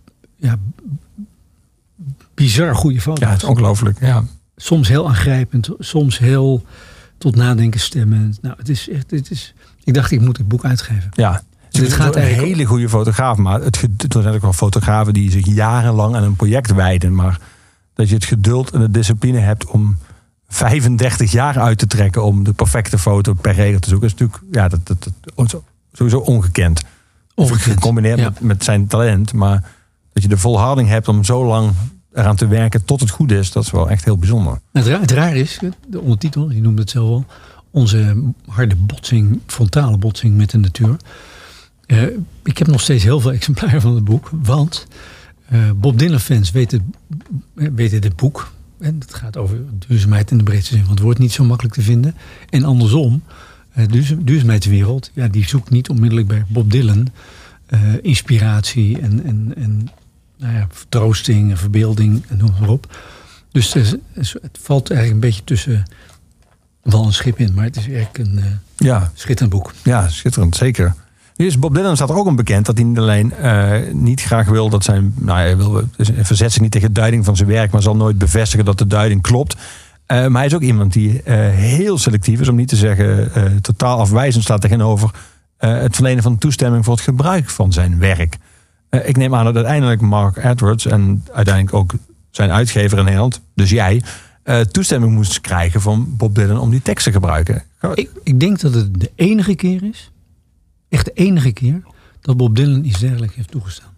bizar goede foto's. Ja, het is ongelooflijk, ja. Soms heel aangrijpend, soms heel tot nadenken stemmend. Nou, het is. Ik dacht, ik moet het boek uitgeven. Ja. Het gaat een hele goede fotograaf, maar er zijn ook wel fotografen die zich jarenlang aan een project wijden. Maar dat je het geduld en de discipline hebt om 35 jaar uit te trekken om de perfecte foto per regel te zoeken, is natuurlijk sowieso ongekend. Gecombineerd met zijn talent, maar dat je de volharding hebt om zo lang eraan te werken tot het goed is, dat is wel echt heel bijzonder. Het raar is, de ondertitel, je noemde het zelf al, onze harde botsing, frontale botsing met de natuur. Ik heb nog steeds heel veel exemplaren van het boek, want Bob Dylan fans weten dit boek. En het gaat over duurzaamheid in de breedste zin van het woord, niet zo makkelijk te vinden. En andersom, de duurzaamheidswereld, die zoekt niet onmiddellijk bij Bob Dylan inspiratie en vertroosting en verbeelding en noem maar op. Dus het valt eigenlijk een beetje tussen wal en schip in, maar het is eigenlijk een schitterend boek. Ja, schitterend, zeker. Nu is Bob Dylan staat er ook een bekend dat hij niet alleen niet graag wil dat zijn, hij verzet zich niet tegen de duiding van zijn werk, maar zal nooit bevestigen dat de duiding klopt. Maar hij is ook iemand die heel selectief is, om niet te zeggen totaal afwijzend staat tegenover het verlenen van toestemming voor het gebruik van zijn werk. Ik neem aan dat uiteindelijk Mark Edwards en uiteindelijk ook zijn uitgever in Nederland, dus jij, toestemming moest krijgen van Bob Dylan om die tekst te gebruiken. Ik denk dat het de enige keer is, echt de enige keer, dat Bob Dylan iets dergelijks heeft toegestaan.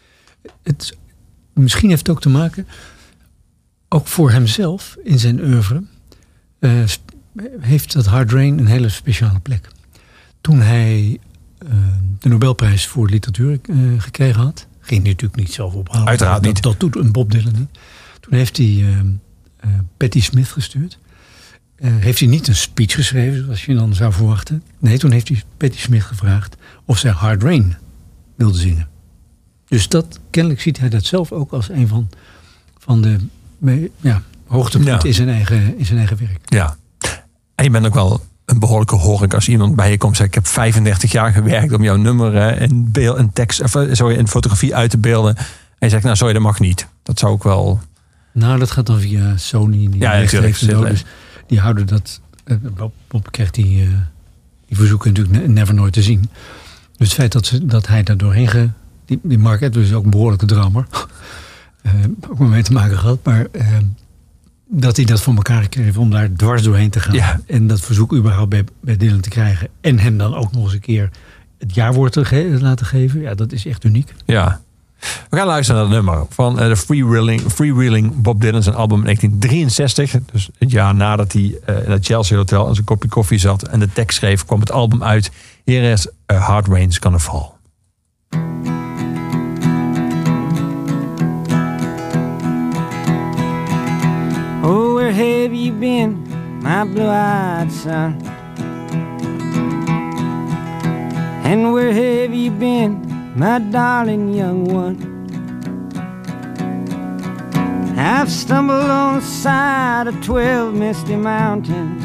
Misschien heeft het ook te maken, ook voor hemzelf in zijn oeuvre, heeft dat Hard Rain een hele speciale plek. Toen hij de Nobelprijs voor literatuur gekregen had, ging hij natuurlijk niet zelf ophalen. Uiteraard niet. Dat doet een Bob Dylan niet. Toen heeft hij Patti Smith gestuurd. Heeft hij niet een speech geschreven, zoals je dan zou verwachten. Nee, toen heeft hij Patti Smith gevraagd of zij Hard Rain wilde zingen. Dus kennelijk ziet hij dat zelf ook als een van de hoogtepunten in zijn eigen werk. Ja, en je bent ook wel een behoorlijke hork als iemand bij je komt en zegt, ik heb 35 jaar gewerkt om jouw nummer in fotografie uit te beelden. En je zegt, nou sorry, dat mag niet. Dat zou ook wel... Nou, dat gaat dan via Sony. Natuurlijk. Dus die houden dat... Bob krijgt die verzoeken natuurlijk never nooit te zien. Dus het feit dat hij daar doorheen... Die Mark Edwards is ook een behoorlijke drammer. Ook mee te maken gehad. Maar dat hij dat voor elkaar kreeg om daar dwars doorheen te gaan. Ja. En dat verzoek überhaupt bij Dylan te krijgen. En hem dan ook nog eens een keer het jaarwoord te laten geven. Ja, dat is echt uniek. Ja. We gaan luisteren naar het nummer van de Freewheeling Bob Dylan, zijn album 1963. Dus het jaar nadat hij in het Chelsea Hotel aan zijn kopje koffie zat en de tekst schreef, kwam het album uit. Hier is A Hard Rain's Gonna Fall. Oh, where have you been, my blue-eyed son? And where have you been, my darling young one? I've stumbled on the side of 12 misty mountains.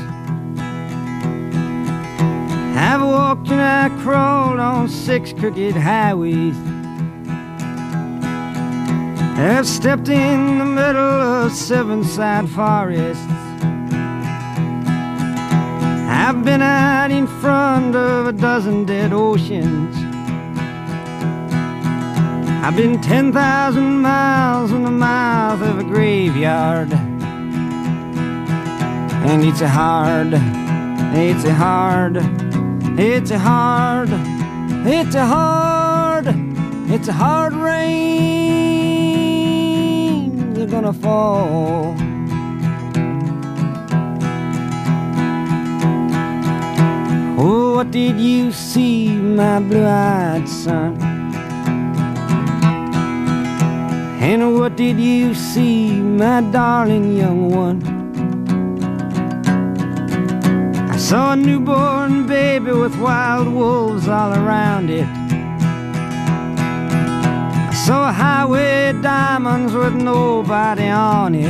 I've walked and I crawled on 6 crooked highways. I've stepped in the middle of 7 sad forests. I've been out in front of a dozen dead oceans. I've been 10,000 miles in the mouth of a graveyard. And it's a hard rain is gonna fall. Oh, what did you see, my blue-eyed son? And what did you see, my darling young one? I saw a newborn baby with wild wolves all around it. I saw a highway of diamonds with nobody on it.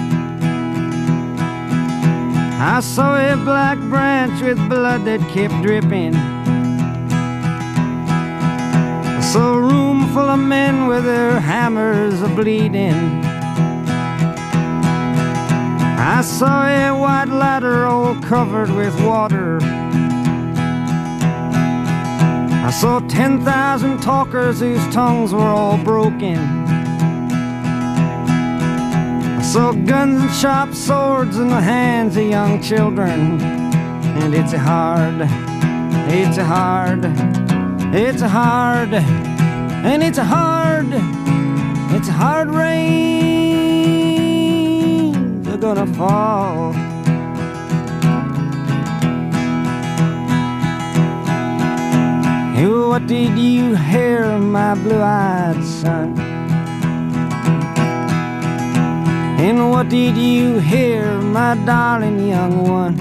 I saw a black branch with blood that kept dripping. I saw a room full of men with their hammers a-bleeding. I saw a white ladder all covered with water. I saw 10,000 talkers whose tongues were all broken. I saw guns and sharp swords in the hands of young children. And it's a hard, it's a hard, it's a hard, and it's a hard, it's a hard rain they're gonna fall. What did you hear, my blue-eyed son? And what did you hear, my darling young one?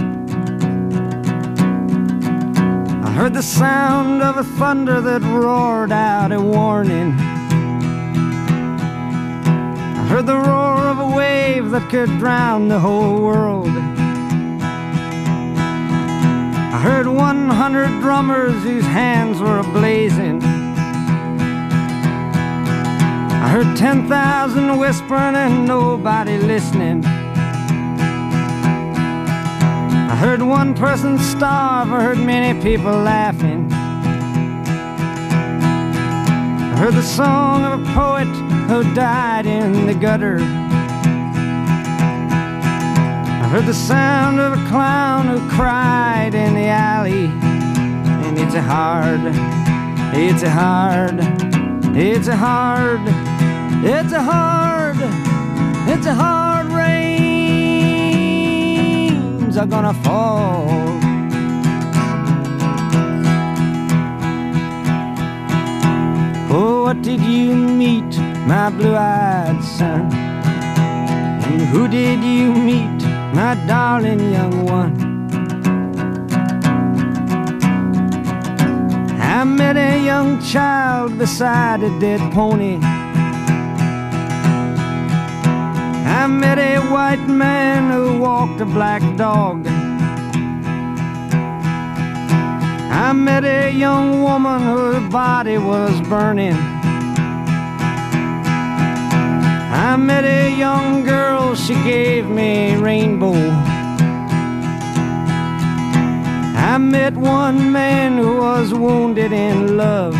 I heard the sound of a thunder that roared out a warning. I heard the roar of a wave that could drown the whole world. I heard 100 drummers whose hands were ablazing. I heard 10,000 whispering and nobody listening. I heard one person starve, I heard many people laughing. I heard the song of a poet who died in the gutter. I heard the sound of a clown who cried in the alley. And it's a hard, it's a hard, it's a hard, it's a hard, it's a hard rains are gonna fall. Oh, what did you meet, my blue-eyed son? And who did you meet, my darling young one? I met a young child beside a dead pony. I met a white man who walked a black dog. I met a young woman whose body was burning. I met a young girl, she gave me a rainbow. I met one man who was wounded in love.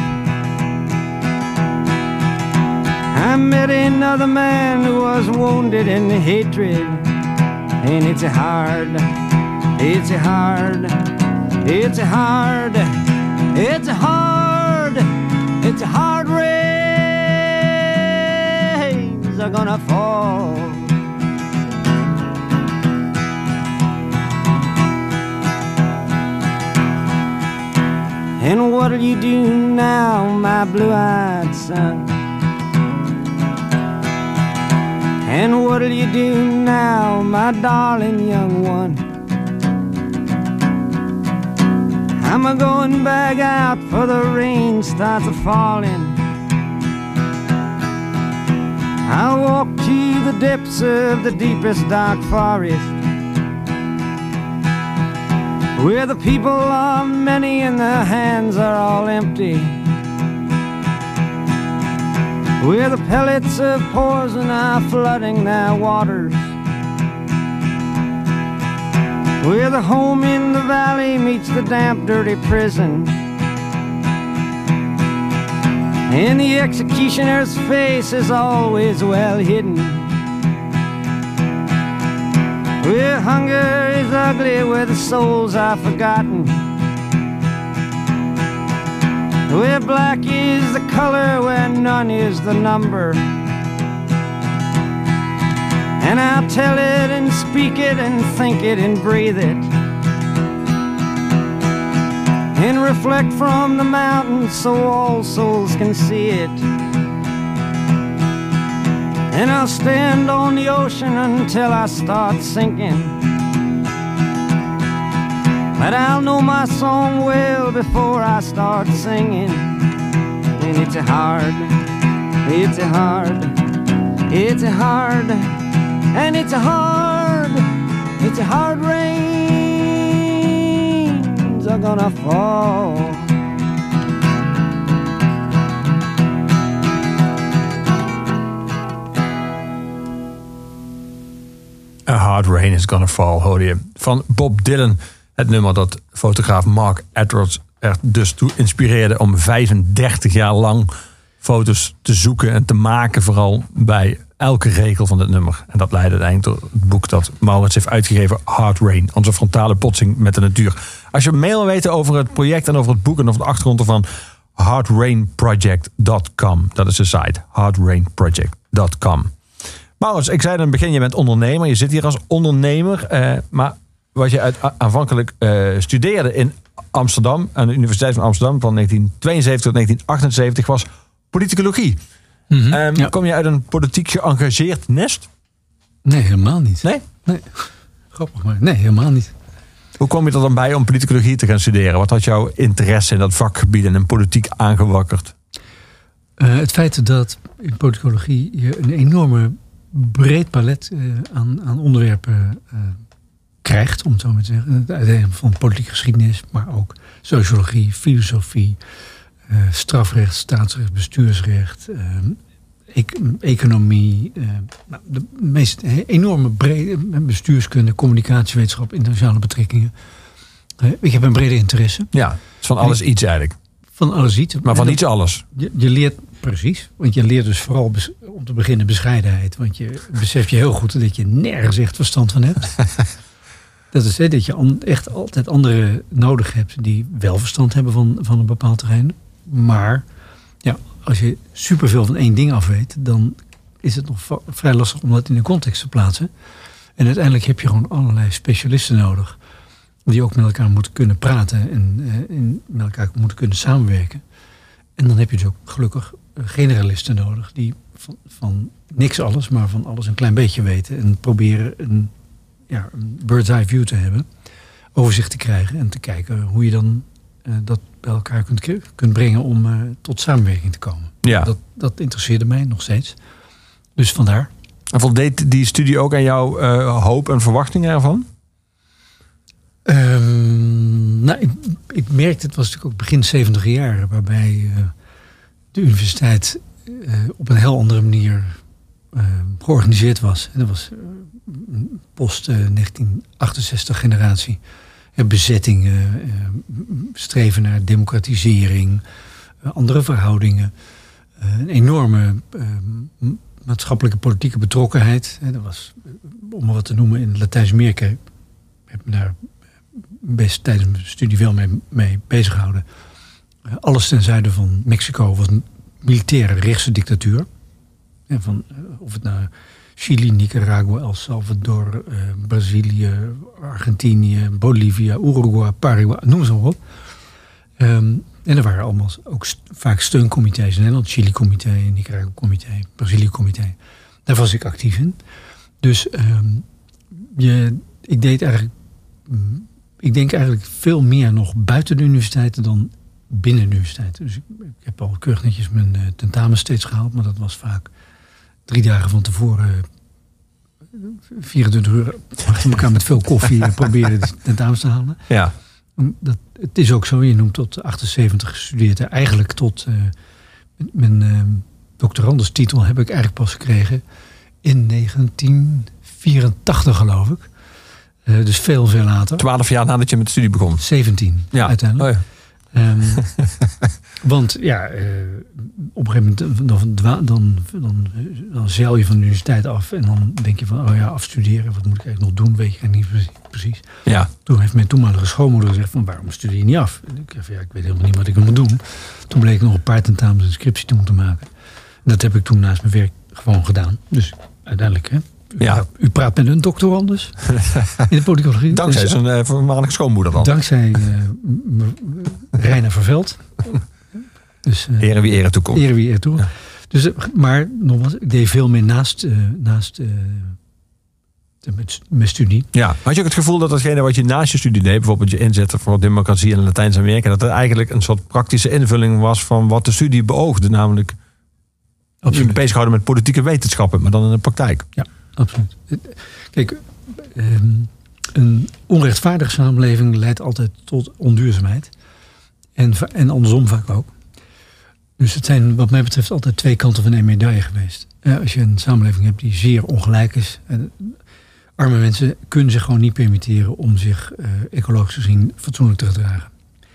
I met another man who was wounded in hatred. And it's a hard, it's a hard, it's a hard, it's a hard, it's a hard rains are gonna fall. And what'll you do now, my blue-eyed son? And what'll you do now, my darling young one? I'm a-going back out for the rain starts a-falling. I'll walk to the depths of the deepest dark forest, where the people are many and their hands are all empty, where the pellets of poison are flooding their waters, where the home in the valley meets the damp, dirty prison, and the executioner's face is always well hidden, where hunger is ugly, where the souls are forgotten, where black is the color, where none is the number. And I'll tell it and speak it and think it and breathe it. and reflect from the mountains so all souls can see it. And I'll stand on the ocean until I start sinking. But I'll know my song well before I start singing. And it's a hard, it's a hard, it's a hard, and it's a hard, it's a hard rains are gonna fall. A Hard Rain is Gonna Fall, hoorde je. Van Bob Dylan, het nummer dat fotograaf Mark Edwards er dus toe inspireerde om 35 jaar lang foto's te zoeken en te maken, vooral bij elke regel van het nummer. En dat leidde uiteindelijk tot het boek dat Maurits heeft uitgegeven, Hard Rain, onze frontale botsing met de natuur. Als je meer wil weten over het project en over het boek en over de achtergrond ervan, hardrainproject.com. Dat is de site, hardrainproject.com. Maurits, ik zei in het begin, je bent ondernemer. Je zit hier als ondernemer. Maar wat je aanvankelijk studeerde in Amsterdam, aan de Universiteit van Amsterdam van 1972 tot 1978, was politicologie. Ja. Kom je uit een politiek geëngageerd nest? Nee, helemaal niet. Nee? Nee. Grappig, maar nee, helemaal niet. Hoe kwam je er dan bij om politicologie te gaan studeren? Wat had jouw interesse in dat vakgebied en in politiek aangewakkerd? Het feit dat in politicologie je een enorme breed palet aan onderwerpen krijgt, om het zo maar te zeggen. Van politieke geschiedenis, maar ook sociologie, filosofie, strafrecht, staatsrecht, bestuursrecht, economie. De meest enorme brede bestuurskunde, communicatiewetenschap, internationale betrekkingen. Ik heb een brede interesse. Ja, het is van alles iets eigenlijk. Van alles iets. Maar van niets alles. Je leert, precies. Want je leert dus vooral om te beginnen bescheidenheid. Want je beseft je heel goed dat je nergens echt verstand van hebt. Dat is dat je echt altijd anderen nodig hebt die wel verstand hebben van een bepaald terrein. Maar ja, als je superveel van één ding af weet, dan is het nog vrij lastig om dat in een context te plaatsen. En uiteindelijk heb je gewoon allerlei specialisten nodig die ook met elkaar moeten kunnen praten en met elkaar moeten kunnen samenwerken. En dan heb je dus ook gelukkig generalisten nodig die van niks alles, maar van alles een klein beetje weten. En proberen een bird's eye view te hebben, overzicht te krijgen en te kijken hoe je dan dat bij elkaar kunt brengen om tot samenwerking te komen. Ja. Dat interesseerde mij nog steeds. Dus vandaar. En voldeed die studie ook aan jouw hoop en verwachtingen ervan? Ik merkte, het was natuurlijk ook begin 70 jaar, waarbij de universiteit op een heel andere manier georganiseerd was. En dat was post 1968 generatie. Bezettingen, streven naar democratisering, andere verhoudingen. Een enorme maatschappelijke politieke betrokkenheid. Dat was, om maar wat te noemen, in Latijns-Amerika. Ik heb me daar best tijdens mijn studie wel mee bezig gehouden. Alles ten zuiden van Mexico was een militaire rechtse dictatuur. Of het nou Chili, Nicaragua, El Salvador, Brazilië, Argentinië, Bolivia, Uruguay, Paraguay, noem ze maar op. En er waren allemaal ook vaak steuncomité's in Nederland. Chili-comité, Nicaragua-comité, Brazilië-comité. Daar was ik actief in. Dus ik denk eigenlijk veel meer nog buiten de universiteiten dan binnen de universiteiten. Dus ik heb al keurig netjes mijn tentamen steeds gehaald, maar dat was vaak 3 dagen van tevoren 24 uur achter elkaar met veel koffie proberen de tentamens te halen. Ja. Het is ook zo, je noemt tot 78 gestudeerd. Eigenlijk tot mijn doctorandustitel heb ik eigenlijk pas gekregen in 1984, geloof ik. Dus veel later. 12 jaar nadat je met de studie begon. 17 uiteindelijk. Oh ja. Want ja, op een gegeven moment dan zeil je van de universiteit af en dan denk je van, oh ja, afstuderen, wat moet ik eigenlijk nog doen, weet je niet precies. Ja. Toen heeft mijn toenmalige schoonmoeder gezegd van, waarom studeer je niet af? En ik zei, ik weet helemaal niet wat ik moet doen. Toen bleek ik nog een paar tentamens en scriptie te moeten maken. En dat heb ik toen naast mijn werk gewoon gedaan. Dus uiteindelijk U praat met een doctorandus in de politicologie. Dankzij zijn voormalige schoonmoeder dan. Dankzij Reiner Verveld. Dus, ere wie ere toekomt. Ere wie ere toe. Ja. Dus, maar nogmaals, ik deed veel meer naast mijn studie. Ja, had je ook het gevoel dat datgene wat je naast je studie deed, bijvoorbeeld je inzetten voor democratie in Latijns-Amerika, dat het eigenlijk een soort praktische invulling was van wat de studie beoogde, namelijk je bezighouden met politieke wetenschappen, maar dan in de praktijk. Ja, absoluut. Kijk, een onrechtvaardige samenleving leidt altijd tot onduurzaamheid. En andersom vaak ook. Dus het zijn wat mij betreft altijd twee kanten van één medaille geweest. Als je een samenleving hebt die zeer ongelijk is. Arme mensen kunnen zich gewoon niet permitteren om zich ecologisch gezien fatsoenlijk te gedragen.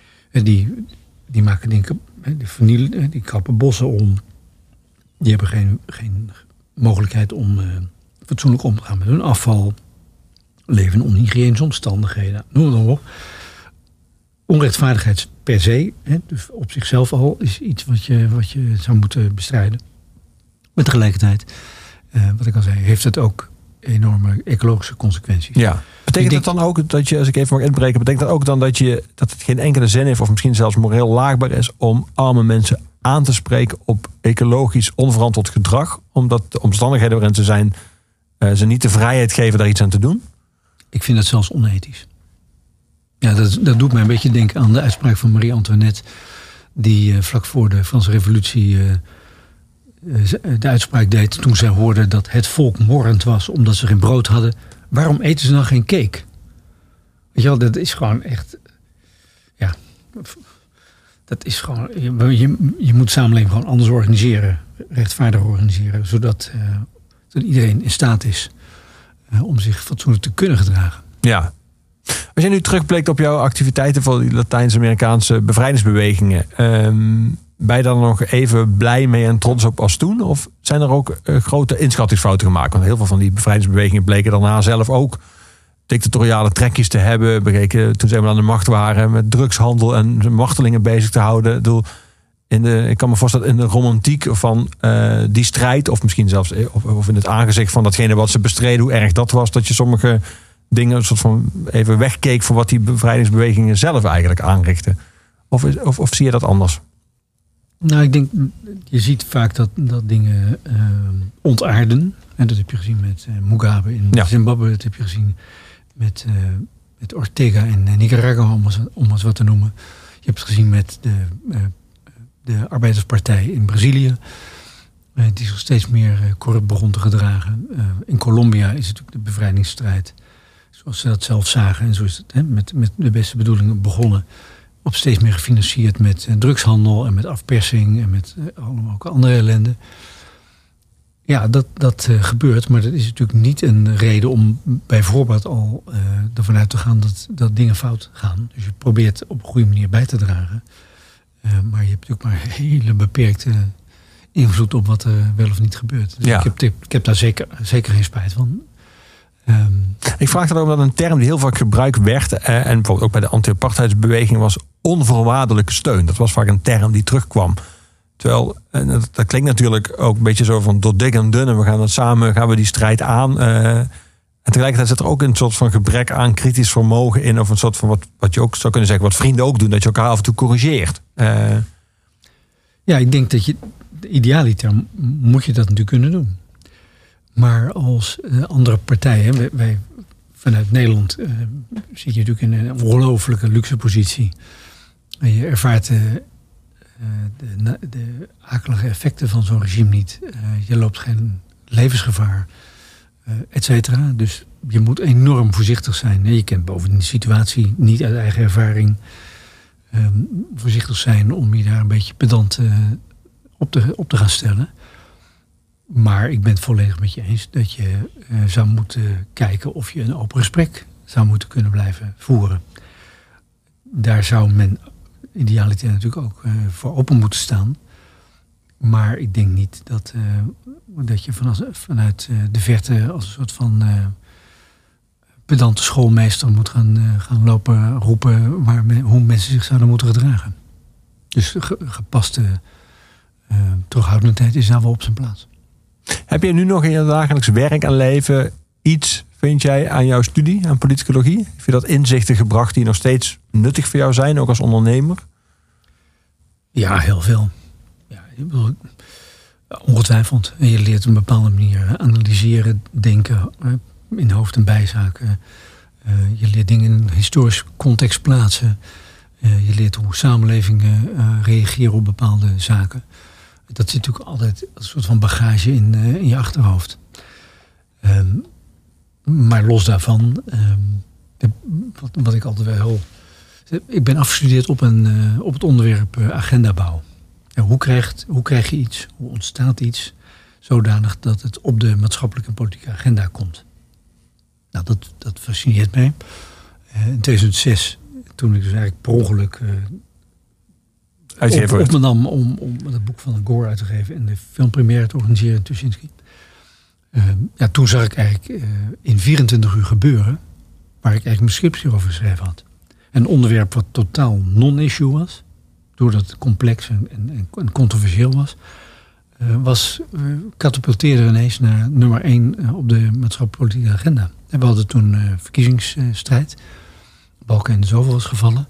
Die maken dingen, die kappen bossen om. Die hebben geen mogelijkheid om fatsoenlijk om te gaan met hun afval. Leven in onhygiënische omstandigheden. Noem het maar op. Onrechtvaardigheid per se, dus op zichzelf al, is iets wat je zou moeten bestrijden. Maar tegelijkertijd, wat ik al zei, heeft het ook enorme ecologische consequenties. Ja. Betekent dat dan ook dat je, als ik even mag inbreken, betekent dat ook dan dat het geen enkele zin heeft of misschien zelfs moreel laagbaar is om arme mensen aan te spreken op ecologisch onverantwoord gedrag, omdat de omstandigheden waarin ze zijn ze niet de vrijheid geven daar iets aan te doen? Ik vind dat zelfs onethisch. Ja, dat doet mij een beetje denken aan de uitspraak van Marie-Antoinette, die vlak voor de Franse Revolutie de uitspraak deed toen zij hoorde dat het volk morrend was omdat ze geen brood hadden. Waarom eten ze dan geen cake? Weet je wel, dat is gewoon echt. Ja, dat is gewoon. Je moet samenleving gewoon anders organiseren, rechtvaardig organiseren, zodat iedereen in staat is om zich fatsoenlijk te kunnen gedragen. Ja. Als jij nu terugblikt op jouw activiteiten voor die Latijns-Amerikaanse bevrijdingsbewegingen, ben je daar nog even blij mee en trots op als toen? Of zijn er ook grote inschattingsfouten gemaakt? Want heel veel van die bevrijdingsbewegingen bleken daarna zelf ook dictatoriale trekjes te hebben. Bleken toen ze eenmaal aan de macht waren met drugshandel en martelingen bezig te houden. Ik kan me voorstellen in de romantiek van die strijd, of misschien zelfs of in het aangezicht van datgene wat ze bestreden, hoe erg dat was, dat je sommige dingen een soort van even wegkeek voor wat die bevrijdingsbewegingen zelf eigenlijk aanrichten. Of zie je dat anders? Nou, ik denk, je ziet vaak dat dingen ontaarden. En dat heb je gezien met Mugabe in Zimbabwe. Dat heb je gezien met Ortega in Nicaragua, om eens wat te noemen. Je hebt het gezien met de Arbeiderspartij in Brazilië. Die zich steeds meer corrupt begon te gedragen. In Colombia is het natuurlijk de bevrijdingsstrijd, zoals ze dat zelf zagen. En zo is het met de beste bedoelingen begonnen. Op steeds meer gefinancierd met drugshandel en met afpersing en met allemaal ook andere ellende. Ja, dat gebeurt, maar dat is natuurlijk niet een reden om bijvoorbeeld al ervan uit te gaan dat dingen fout gaan. Dus je probeert op een goede manier bij te dragen. Maar je hebt natuurlijk maar hele beperkte invloed op wat er wel of niet gebeurt. Dus ja. Ik heb daar zeker geen spijt van. Ik vraag dat ook omdat een term die heel vaak gebruikt werd en bijvoorbeeld ook bij de anti-apartheidsbeweging was onvoorwaardelijke steun. Dat was vaak een term die terugkwam. Terwijl, dat klinkt natuurlijk ook een beetje zo van door dik en dun en we gaan dat samen, gaan we die strijd aan. En tegelijkertijd zit er ook een soort van gebrek aan kritisch vermogen in, of een soort van wat je ook zou kunnen zeggen, wat vrienden ook doen, dat je elkaar af en toe corrigeert. Ja, ik denk dat idealiter moet je dat natuurlijk kunnen doen. Maar als andere partijen, wij vanuit Nederland zit je natuurlijk in een ongelooflijke luxe positie. En je ervaart de akelige effecten van zo'n regime niet. Je loopt geen levensgevaar, et cetera. Dus je moet enorm voorzichtig zijn. Je kent bovendien de situatie niet uit eigen ervaring. Voorzichtig zijn om je daar een beetje pedant op te gaan stellen. Maar ik ben het volledig met je eens dat je zou moeten kijken of je een open gesprek zou moeten kunnen blijven voeren. Daar zou men idealiter natuurlijk ook voor open moeten staan. Maar ik denk niet dat je vanuit de verte als een soort van pedante schoolmeester moet gaan lopen roepen hoe mensen zich zouden moeten gedragen. Dus gepaste terughoudendheid is daar wel op zijn plaats. Heb je nu nog in je dagelijks werk en leven iets, vind jij, aan jouw studie, aan politicologie? Heb je dat inzichten gebracht die nog steeds nuttig voor jou zijn, ook als ondernemer? Ja, heel veel. Ja, ongetwijfeld. En je leert op een bepaalde manier analyseren, denken in hoofd- en bijzaken. Je leert dingen in een historisch context plaatsen. Je leert hoe samenlevingen reageren op bepaalde zaken. Dat zit natuurlijk altijd een soort van bagage in je achterhoofd. Maar los daarvan, wat ik altijd wel heel... Ik ben afgestudeerd op het onderwerp agendabouw. En hoe krijg je iets, hoe ontstaat iets zodanig dat het op de maatschappelijke en politieke agenda komt? Nou, dat fascineert mij. In 2006, toen ik dus eigenlijk per ongeluk op me nam om het boek van Gore uit te geven en de filmpremière te organiseren in Tuschinski. Toen zag ik eigenlijk in 24 uur gebeuren waar ik eigenlijk mijn scriptie over geschreven had. Een onderwerp wat totaal non-issue was, doordat het complex en controversieel was, catapulteerde ineens naar nummer 1 op de maatschappelijk-politieke agenda. En we hadden toen verkiezingsstrijd. Balken en zoveel was gevallen.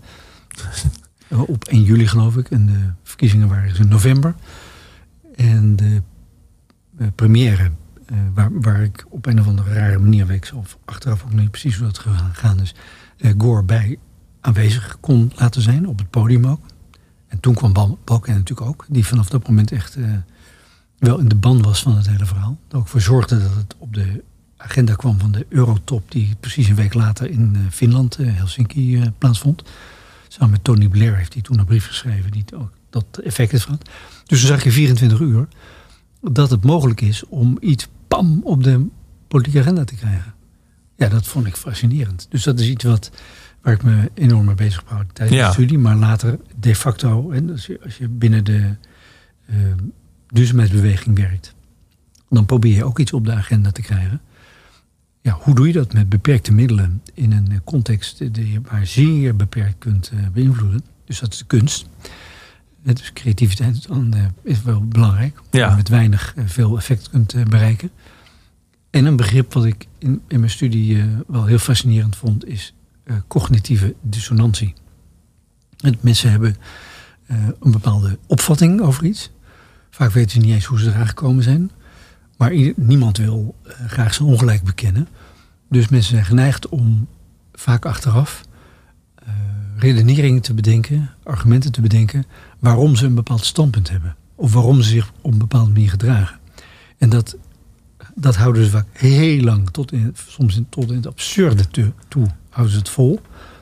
Op 1 juli geloof ik. En de verkiezingen waren in november. En de première, waar ik op een of andere rare manier, weet ik zelf achteraf ook niet precies hoe dat gegaan is, Gore bij aanwezig kon laten zijn, op het podium ook. En toen kwam Balken natuurlijk ook, die vanaf dat moment echt wel in de ban was van het hele verhaal. Er ook voor zorgde dat het op de agenda kwam van de Eurotop, die precies een week later in Finland, Helsinki, plaatsvond. Samen met Tony Blair heeft hij toen een brief geschreven die ook dat effect heeft gehad. Dus toen zag je 24 uur dat het mogelijk is om iets op de politieke agenda te krijgen. Ja, dat vond ik fascinerend. Dus dat is iets waar ik me enorm mee bezig heb tijdens de studie. Maar later de facto, en als je binnen de duurzaamheidsbeweging werkt, dan probeer je ook iets op de agenda te krijgen. Ja, hoe doe je dat met beperkte middelen in een context die je maar zeer beperkt kunt beïnvloeden? Dus dat is de kunst. Dus creativiteit is wel belangrijk. Ja. Om met weinig veel effect kunt bereiken. En een begrip wat ik in mijn studie wel heel fascinerend vond, is cognitieve dissonantie. En mensen hebben een bepaalde opvatting over iets. Vaak weten ze niet eens hoe ze eraan gekomen zijn. Maar niemand wil graag zijn ongelijk bekennen. Dus mensen zijn geneigd om vaak achteraf redeneringen te bedenken, argumenten te bedenken, waarom ze een bepaald standpunt hebben. Of waarom ze zich op een bepaalde manier gedragen. En dat houden ze vaak heel lang, soms tot in het absurde toe, houden ze het vol.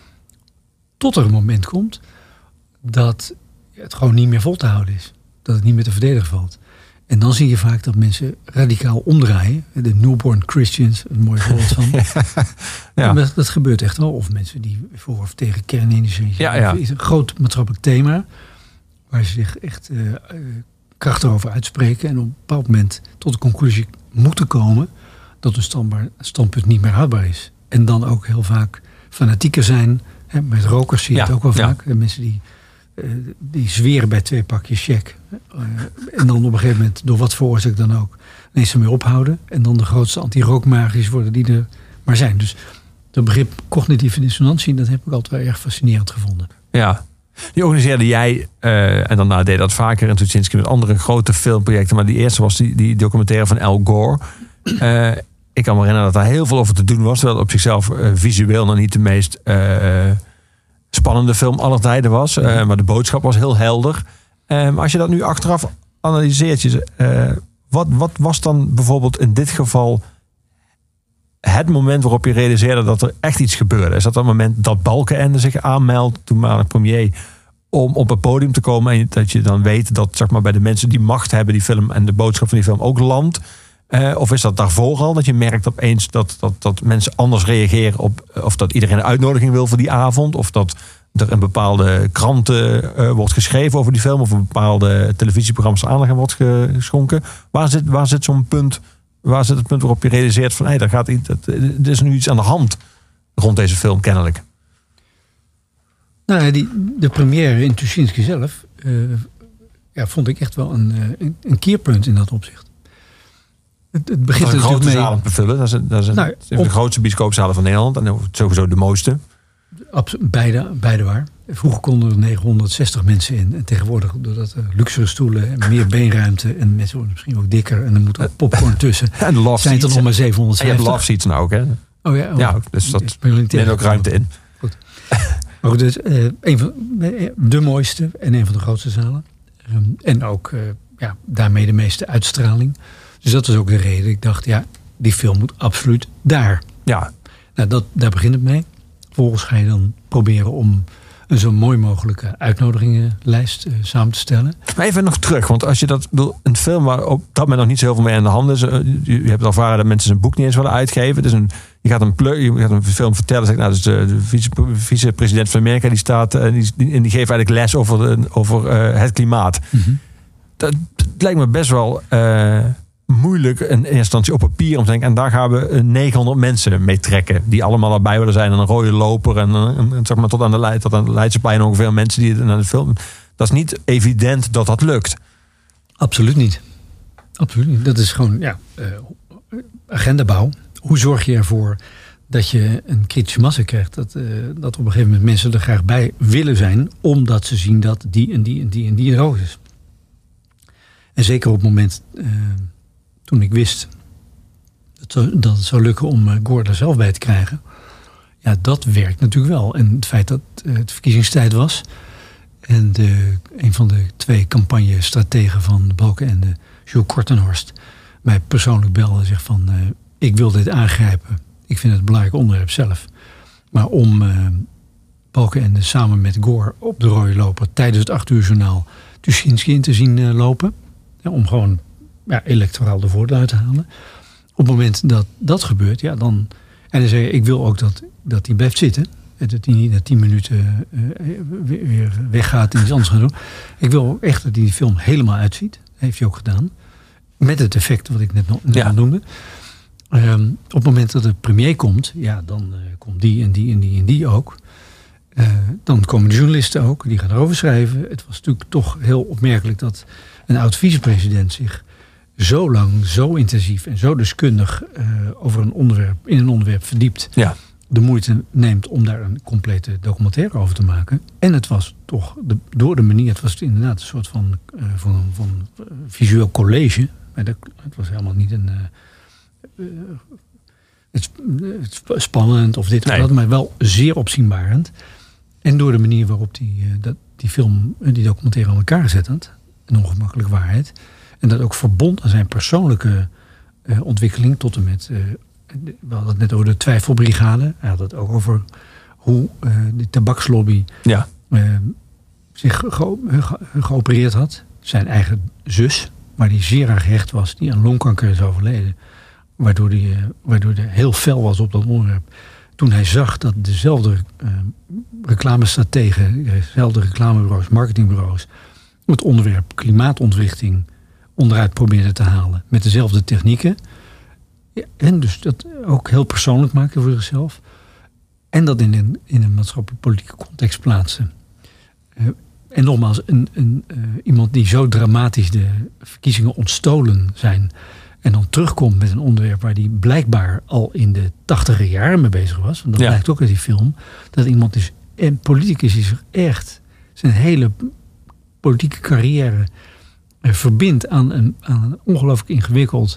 Tot er een moment komt dat het gewoon niet meer vol te houden is. Dat het niet meer te verdedigen valt. En dan zie je vaak dat mensen radicaal omdraaien. De newborn Christians, een mooi voorbeeld van. Ja. Dat gebeurt echt wel. Of mensen die voor of tegen kernenergie. Ja. Het is een groot maatschappelijk thema waar ze zich echt krachtig over uitspreken. En op een bepaald moment tot de conclusie moeten komen dat een standpunt niet meer houdbaar is. En dan ook heel vaak fanatieker zijn. Hè, met rokers zie je het ook wel vaak. Mensen die zweren bij 2 pakjes check. En dan op een gegeven moment, door wat voor oorzaak dan ook, ineens ermee ophouden. En dan de grootste anti-rookmagisch worden die er maar zijn. Dus het begrip cognitieve dissonantie, dat heb ik altijd wel erg fascinerend gevonden. Ja. Die organiseerde jij, en daarna deed dat vaker in Tuschinski met andere grote filmprojecten. Maar die eerste was die documentaire van Al Gore. Ik kan me herinneren dat daar heel veel over te doen was. Terwijl het op zichzelf visueel nog niet de meest spannende film aller tijden was. Maar de boodschap was heel helder. Als je dat nu achteraf analyseert, wat was dan bijvoorbeeld in dit geval het moment waarop je realiseerde dat er echt iets gebeurde? Is dat het moment dat Balkenende zich aanmeldt, toenmalig premier, om op het podium te komen en dat je dan weet dat, zeg maar, bij de mensen die macht hebben die film en de boodschap van die film ook landt? Of is dat daarvoor al dat je merkt opeens dat mensen anders reageren op, of dat iedereen een uitnodiging wil voor die avond, of dat er in bepaalde kranten wordt geschreven over die film, of in bepaalde televisieprogramma's aandacht aan wordt geschonken? Waar zit zo'n punt? Waar zit het punt waarop je realiseert van er is nu iets aan de hand rond deze film kennelijk? Nou, de première in Tuschinski zelf vond ik echt wel een keerpunt in dat opzicht. Het begint een natuurlijk grote mee. zalen bevullen. Dat is de grootste bioscoopzalen van Nederland. En sowieso de mooiste. Beide waar. Vroeger konden er 960 mensen in. En tegenwoordig, doordat er luxere stoelen en meer beenruimte. En mensen worden misschien ook dikker. En er moet ook popcorn tussen. En de love zijn het er nog maar 750. En je hebt love seats nou ook, hè? Oh ja. Ja, dus dat neemt ook ruimte in. Goed. Maar goed, dus een van de mooiste en een van de grootste zalen. En ook daarmee de meeste uitstraling. Dus dat was ook de reden. Ik dacht, die film moet absoluut daar. Ja. Nou, daar begint het mee. Vervolgens ga je dan proberen om een zo mooi mogelijke uitnodigingenlijst samen te stellen. Maar even nog terug, want als je dat bedoelt, een film waar op dat moment nog niet zo heel veel mee aan de hand is. Je hebt al ervaren dat mensen zijn boek niet eens willen uitgeven. Dus je gaat een film vertellen. Zeg, dus de vicepresident van Amerika die staat en die geeft eigenlijk les over het klimaat. Mm-hmm. Dat lijkt me best wel moeilijk in eerste instantie op papier om te denken. En daar gaan we 900 mensen mee trekken. Die allemaal erbij willen zijn. En een rode loper. En zeg maar tot aan de Leidseplein ongeveer mensen die naar de film. Dat is niet evident dat dat lukt. Absoluut niet. Dat is gewoon agendabouw. Hoe zorg je ervoor dat je een kritische massa krijgt? Dat op een gegeven moment mensen er graag bij willen zijn. Omdat ze zien dat die en die en die en die rood is. En zeker op het moment toen ik wist dat het zou lukken om Gore er zelf bij te krijgen. Ja, dat werkt natuurlijk wel. En het feit dat het verkiezingstijd was. En een van de 2 campagnestrategen van Balkenende, Jules Kortenhorst, mij persoonlijk belde en zegt van ik wil dit aangrijpen. Ik vind het een belangrijk onderwerp zelf. Maar om Balkenende samen met Gore op de rode loper tijdens het 8 uur journaal Tuschinski in te zien lopen. Om gewoon electoraal de voordeel uit te halen. Op het moment dat dat gebeurt, dan... En dan zei je, ik wil ook dat hij blijft zitten. Dat hij niet na 10 minuten weer weggaat en iets anders gaat doen. Ik wil ook echt dat hij die film helemaal uitziet. Dat heeft hij ook gedaan. Met het effect wat ik net nog noemde. Op het moment dat de premier komt, dan komt die en die en die en die ook. Dan komen de journalisten ook, die gaan erover schrijven. Het was natuurlijk toch heel opmerkelijk dat een oud vicepresident zich zo lang, zo intensief en zo deskundig over in een onderwerp verdiept. Ja. De moeite neemt om daar een complete documentaire over te maken. En het was toch, door de manier, het was inderdaad een soort van visueel college. Maar het was helemaal niet het spannend of dit of dat, maar wel zeer opzienbarend. En door de manier waarop die film, die documentaire aan elkaar gezet had, een ongemakkelijke waarheid. En dat ook verbond aan zijn persoonlijke ontwikkeling tot en met... we hadden het net over de twijfelbrigade. Hij had het ook over hoe de tabakslobby zich geopereerd had. Zijn eigen zus, maar die zeer aan gehecht was, die aan longkanker is overleden. Waardoor hij heel fel was op dat onderwerp. Toen hij zag dat dezelfde reclamestrategen, dezelfde reclamebureaus, marketingbureaus, het onderwerp klimaatontwrichting onderuit probeerden te halen. Met dezelfde technieken. Ja, en dus dat ook heel persoonlijk maakte voor zichzelf. En dat in een maatschappelijk-politieke context plaatsen. En nogmaals, iemand die zo dramatisch de verkiezingen ontstolen zijn. En dan terugkomt met een onderwerp waar die blijkbaar al in de 80e jaren mee bezig was. Want dat blijkt ook uit die film. Dat iemand is, en politicus is zich zijn hele politieke carrière verbindt aan een ongelooflijk ingewikkeld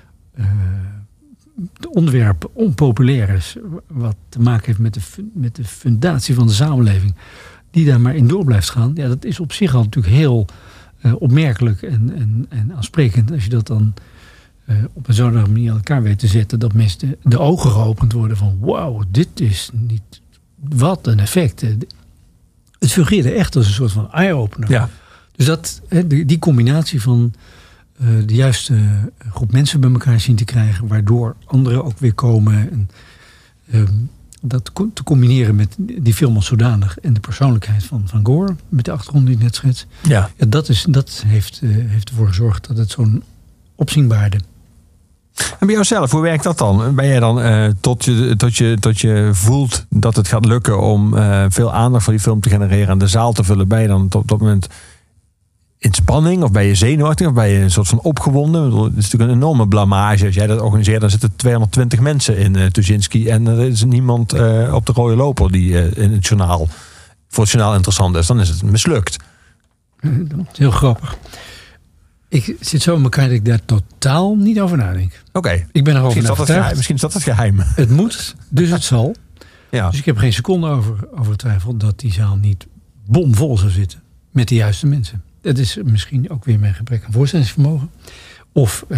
onderwerp, onpopulair is, wat te maken heeft met de fundatie van de samenleving, die daar maar in door blijft gaan. Ja, dat is op zich al natuurlijk heel opmerkelijk en aansprekend als je dat dan op een zodanige manier aan elkaar weet te zetten, dat mensen de ogen geopend worden van wauw, dit is niet, wat een effect. Het fungeerde echt als een soort van eye-opener. Ja. Dus die combinatie van de juiste groep mensen bij elkaar zien te krijgen, waardoor anderen ook weer komen. En dat te combineren met die film als zodanig en de persoonlijkheid van Gore, met de achtergrond die ik net schets. Ja, dat heeft ervoor gezorgd dat het zo'n opzienbaarde. En bij jouzelf, hoe werkt dat dan? Ben jij dan tot je voelt dat het gaat lukken om veel aandacht voor die film te genereren en de zaal te vullen? Ben je dan op dat moment in spanning? Of ben je zenuwachtig? Of ben je een soort van opgewonden? Ik bedoel, het is natuurlijk een enorme blamage. Als jij dat organiseert, dan zitten 220 mensen in Tuschinski. En er is niemand op de rode loper die in het journaal, voor het journaal interessant is. Dan is het mislukt. Dat is heel grappig. Ik zit zo in elkaar dat ik daar totaal niet over nadenk. Oké. Ik ben erover overtuigd. Misschien is dat het geheim. Het moet, dus het zal. Ja. Dus ik heb geen seconde over twijfel dat die zaal niet bomvol zou zitten. Met de juiste mensen. Dat is misschien ook weer mijn gebrek aan voorstellingsvermogen. Of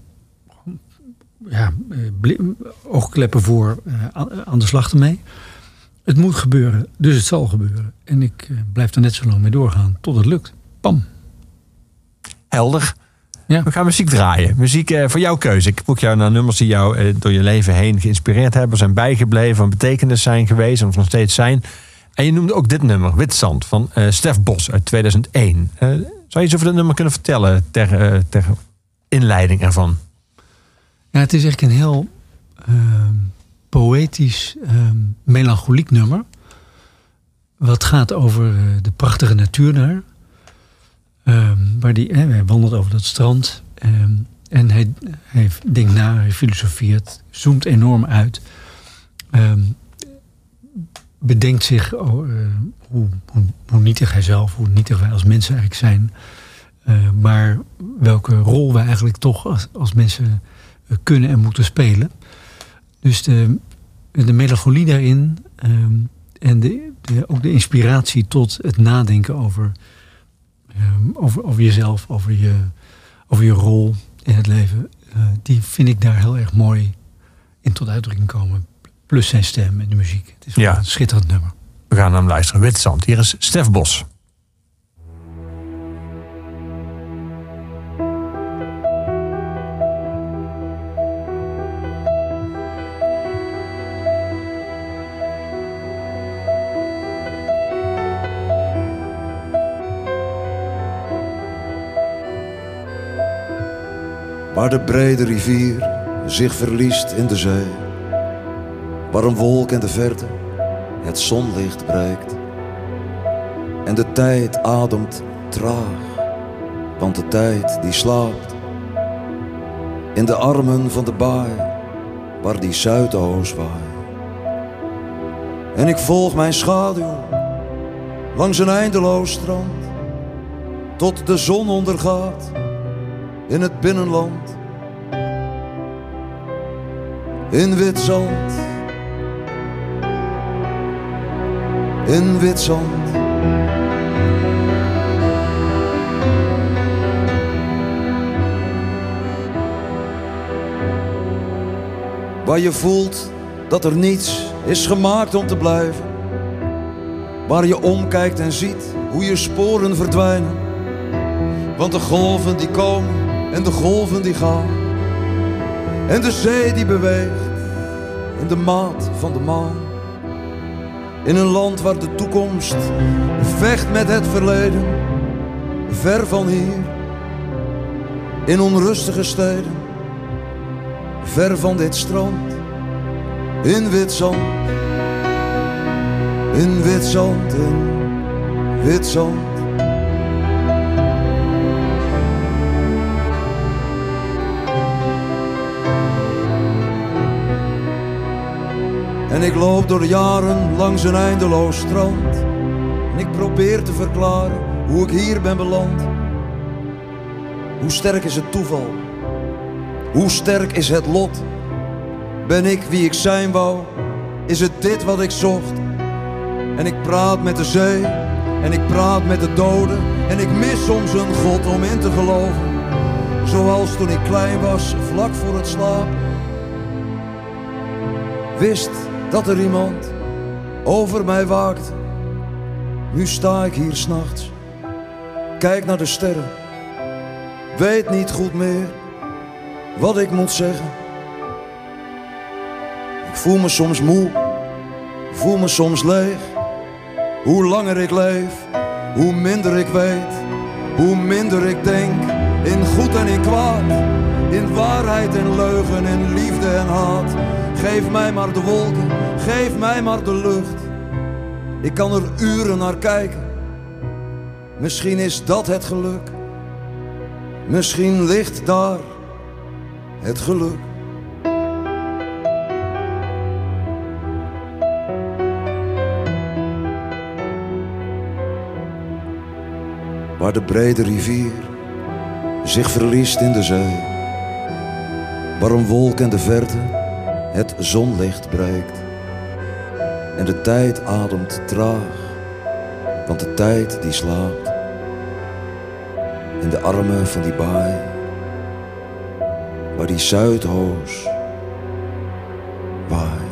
oogkleppen voor aan de slag ermee. Het moet gebeuren, dus het zal gebeuren. En ik blijf er net zo lang mee doorgaan tot het lukt. Pam. Helder. Ja. We gaan muziek draaien. Muziek voor jouw keuze. Ik vroeg jou naar nummers die jou door je leven heen geïnspireerd hebben, zijn bijgebleven, van betekenis zijn geweest of nog steeds zijn. En je noemde ook dit nummer, Witzand, van Stef Bos uit 2001. Zou je iets over dit nummer kunnen vertellen ter inleiding ervan? Ja, het is echt een heel poëtisch, melancholiek nummer. Wat gaat over de prachtige natuur daar. Waar hij wandelt over dat strand. En hij denkt na, hij filosofeert, zoomt enorm uit. Bedenkt zich hoe nietig hij zelf, hoe nietig wij als mensen eigenlijk zijn. Maar welke rol wij eigenlijk toch als mensen kunnen en moeten spelen. Dus de melancholie daarin en ook de inspiratie tot het nadenken over jezelf, over je rol in het leven. Die vind ik daar heel erg mooi in tot uitdrukking komen. Plus zijn stem en de muziek. Het is een schitterend nummer. We gaan naar hem luisteren. Witzand. Hier is Stef Bos. Waar de brede rivier zich verliest in de zee, waar een wolk in de verte het zonlicht breekt. En de tijd ademt traag, want de tijd die slaapt. In de armen van de baai, waar die zuidoost waait. En ik volg mijn schaduw langs een eindeloos strand, tot de zon ondergaat in het binnenland. In wit zand, in wit zand. Waar je voelt dat er niets is gemaakt om te blijven. Waar je omkijkt en ziet hoe je sporen verdwijnen. Want de golven die komen en de golven die gaan. En de zee die beweegt in de maat van de maan. In een land waar de toekomst vecht met het verleden. Ver van hier, in onrustige steden. Ver van dit strand, in wit zand. In wit zand, in wit zand. En ik loop door de jaren langs een eindeloos strand. En ik probeer te verklaren hoe ik hier ben beland. Hoe sterk is het toeval? Hoe sterk is het lot? Ben ik wie ik zijn wou? Is het dit wat ik zocht? En ik praat met de zee en ik praat met de doden. En ik mis soms een God om in te geloven. Zoals toen ik klein was, vlak voor het slapen. Wist dat er iemand over mij waakte. Nu sta ik hier 's nachts, kijk naar de sterren. Weet niet goed meer wat ik moet zeggen. Ik voel me soms moe, voel me soms leeg. Hoe langer ik leef, hoe minder ik weet. Hoe minder ik denk, in goed en in kwaad. In waarheid en leugen, in liefde en haat. Geef mij maar de wolken, geef mij maar de lucht. Ik kan er uren naar kijken. Misschien is dat het geluk. Misschien ligt daar het geluk. Waar de brede rivier zich verliest in de zee. Waar een wolk in de verte het zonlicht breekt. En de tijd ademt traag, want de tijd die slaapt. In de armen van die baai, waar die Zuidhoos waai.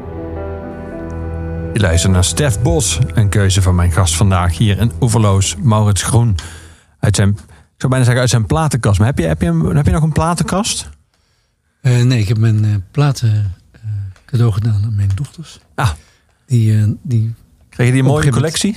Je luistert naar Stef Bos, een keuze van mijn gast vandaag hier in Oeverloos, Maurits Groen. Uit zijn, ik zou bijna zeggen uit zijn platenkast. Maar heb je nog een platenkast? Nee, ik heb mijn platen cadeau gedaan aan mijn dochters. Ah. Die Kreeg je die een mooie collectie?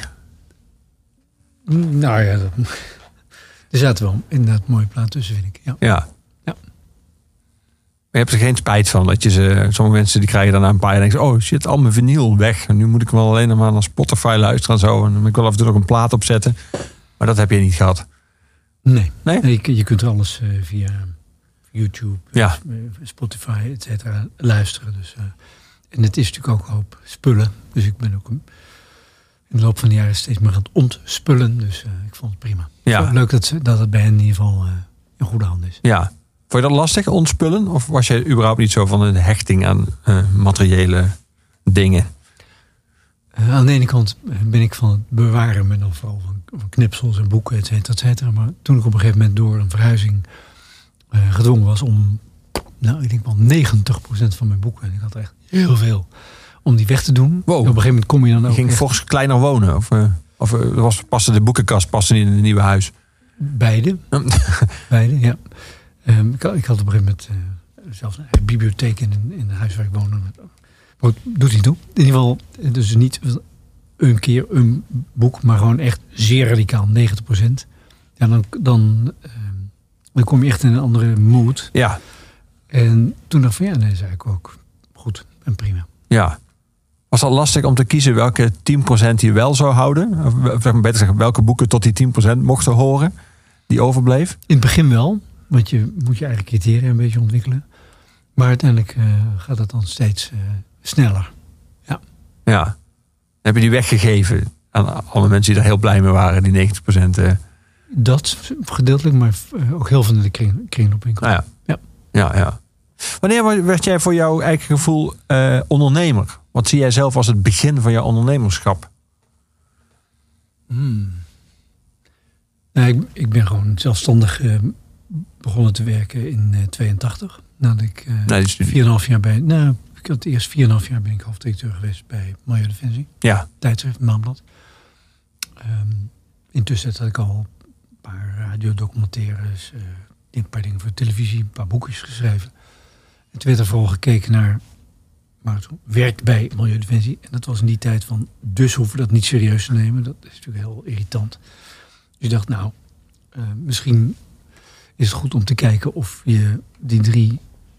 Nou ja, er zaten wel inderdaad mooie platen tussen, vind ik. Ja. Maar je hebt er geen spijt van. Dat je sommige mensen die krijgen daarna een paar jaar en denken: oh shit, al mijn vinyl weg. En nu moet ik wel alleen nog maar naar Spotify luisteren en zo. En dan moet ik wel af en toe nog een plaat opzetten. Maar dat heb je niet gehad. Nee? Je kunt er alles via YouTube, Spotify, et cetera, luisteren. Dus, en het is natuurlijk ook een hoop spullen. Dus ik ben ook in de loop van de jaren steeds meer aan het ontspullen. Dus ik vond het prima. Ja. Leuk dat het bij hen in ieder geval in goede handen is. Ja. Vond je dat lastig, ontspullen? Of was je überhaupt niet zo van een hechting aan materiële dingen? Aan de ene kant ben ik van het bewaren met dan vooral van knipsels en boeken, et cetera. Maar toen ik op een gegeven moment door een verhuizing gedwongen was om, ik denk wel 90% van mijn boeken, en ik had er echt heel veel, om die weg te doen. Wow. Op een gegeven moment kom je dan ook. Je ging fors kleiner wonen? Of paste de boekenkast niet in het nieuwe huis? Beide. Beide, ja. Ik had op een gegeven moment zelfs een bibliotheek in het huis waar ik woonde. Maar doet niet toe. In ieder geval, dus niet een keer een boek, maar gewoon echt zeer radicaal, 90%. Ja, dan kom je echt in een andere mood. Ja. En toen dacht ik van nee, zei ik ook goed en prima. Ja. Was dat lastig om te kiezen welke 10% je wel zou houden? Of beter zeggen, welke boeken tot die 10% mochten horen, die overbleef? In het begin wel. Want je moet je eigen criteria een beetje ontwikkelen. Maar uiteindelijk gaat het dan steeds sneller. Ja. Ja. Heb je die weggegeven aan alle mensen die er heel blij mee waren, die 90%? Dat gedeeltelijk, maar ook heel veel in de kringloopwinkel. Nou ja. Wanneer werd jij voor jouw eigen gevoel ondernemer? Wat zie jij zelf als het begin van jouw ondernemerschap? Nou, ik ben gewoon zelfstandig begonnen te werken in 82. Nadat ik 4,5 jaar bij... Nou, ik had eerst 4,5 jaar ben ik hoofddirecteur geweest bij Milieudefensie. Ja. Tijdschrift, Maanblad. Intussen had ik al een paar radiodocumentaires, een paar dingen voor televisie, een paar boekjes geschreven. En toen werd er vooral gekeken naar werk bij Milieudefensie. En dat was in die tijd van, dus hoeven we dat niet serieus te nemen. Dat is natuurlijk heel irritant. Dus ik dacht, misschien is het goed om te kijken of je die 3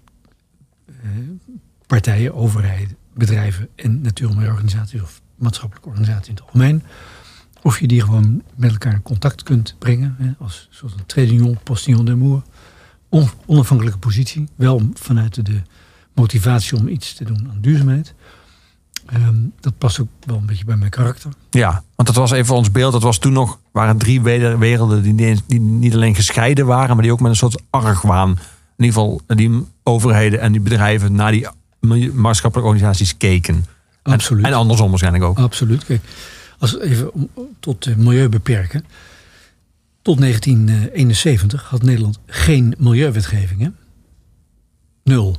partijen, overheid, bedrijven en natuurmilieuorganisaties of maatschappelijke organisaties in het algemeen, of je die gewoon met elkaar in contact kunt brengen. Als een soort van trait d'union, postillon d'amour. Onafhankelijke positie. Wel vanuit de motivatie om iets te doen aan duurzaamheid. Dat past ook wel een beetje bij mijn karakter. Ja, want dat was even ons beeld. Dat was toen nog, waren 3 werelden die niet alleen gescheiden waren, maar die ook met een soort argwaan, in ieder geval die overheden en die bedrijven naar die maatschappelijke organisaties keken. Absoluut. En andersom waarschijnlijk ook. Absoluut. Kijk, als we even tot milieu beperken. Tot 1971 had Nederland geen milieuwetgeving. Hè? 0.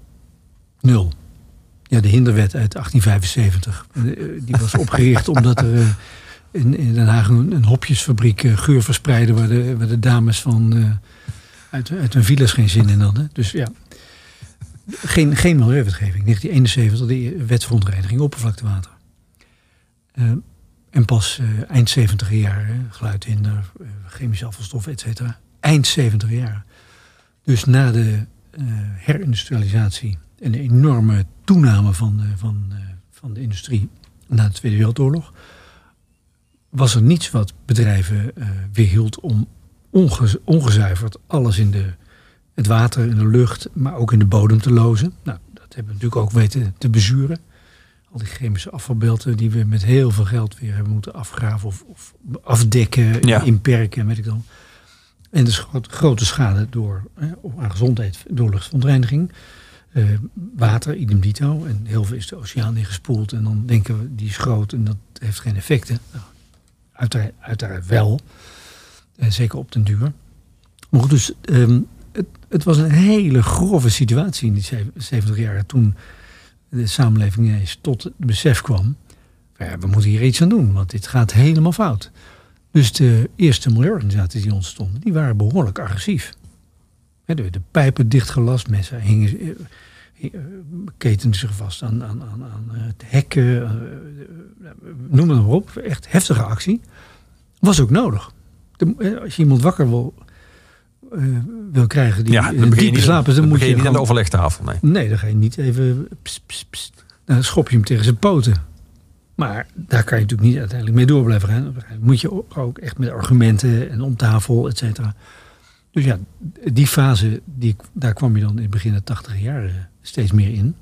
Ja, de Hinderwet uit 1875. Die was opgericht omdat er in Den Haag een hopjesfabriek geur verspreidde waar de dames uit hun villas geen zin in hadden. Dus ja, geen milieuwetgeving. 1971 de wet verontreiniging oppervlaktewater. En pas eind 70 jaar, geluidhinder, chemische afvalstoffen, et cetera. Eind 70 jaar. Dus na de herindustrialisatie en de enorme toename van de industrie na de Tweede Wereldoorlog, was er niets wat bedrijven weerhield om ongezuiverd alles in het water, in de lucht, maar ook in de bodem te lozen. Nou, dat hebben we natuurlijk ook weten te bezuren. Al die chemische afvalbelten die we met heel veel geld weer hebben moeten afgraven of afdekken, inperken, weet ik dan. En dus grote schade aan gezondheid door luchtverontreiniging. Water, idem dito. En heel veel is de oceaan ingespoeld. En dan denken we, die is groot en dat heeft geen effecten. Nou, uiteraard wel. Zeker op den duur. Maar goed, dus het was een hele grove situatie in die 70 jaar. Toen de samenleving ineens tot het besef kwam. Ja, we moeten hier iets aan doen, want dit gaat helemaal fout. Dus de eerste milieuorganisaties die ontstonden, die waren behoorlijk agressief. De pijpen dichtgelast, mensen ketenden zich vast aan het hekken. Noem het maar op. Echt heftige actie. Was ook nodig. Als je iemand wakker wil krijgen die diep slapen, dan moet je niet aan de overlegtafel. Nee, dan ga je niet even dan schop je hem tegen zijn poten. Maar daar kan je natuurlijk niet uiteindelijk mee door blijven gaan. Dan moet je ook echt met argumenten en om tafel, et cetera. Dus ja, die fase, daar kwam je dan in het begin de 80 jaar steeds meer in.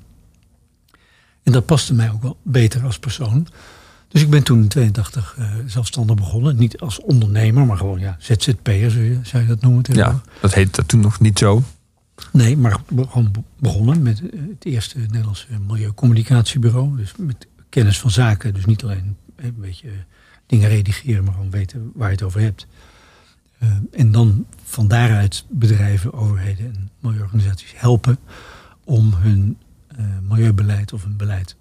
En dat paste mij ook wel beter als persoon. Dus ik ben toen in 82 zelfstandig begonnen. Niet als ondernemer, maar gewoon ZZP'er, zou je dat noemen. Ja, dat heette toen nog niet zo. Nee, maar gewoon begonnen met het eerste Nederlandse milieucommunicatiebureau. Dus met kennis van zaken. Dus niet alleen een beetje dingen redigeren, maar gewoon weten waar je het over hebt. En dan van daaruit bedrijven, overheden en milieuorganisaties helpen om hun milieubeleid of hun beleid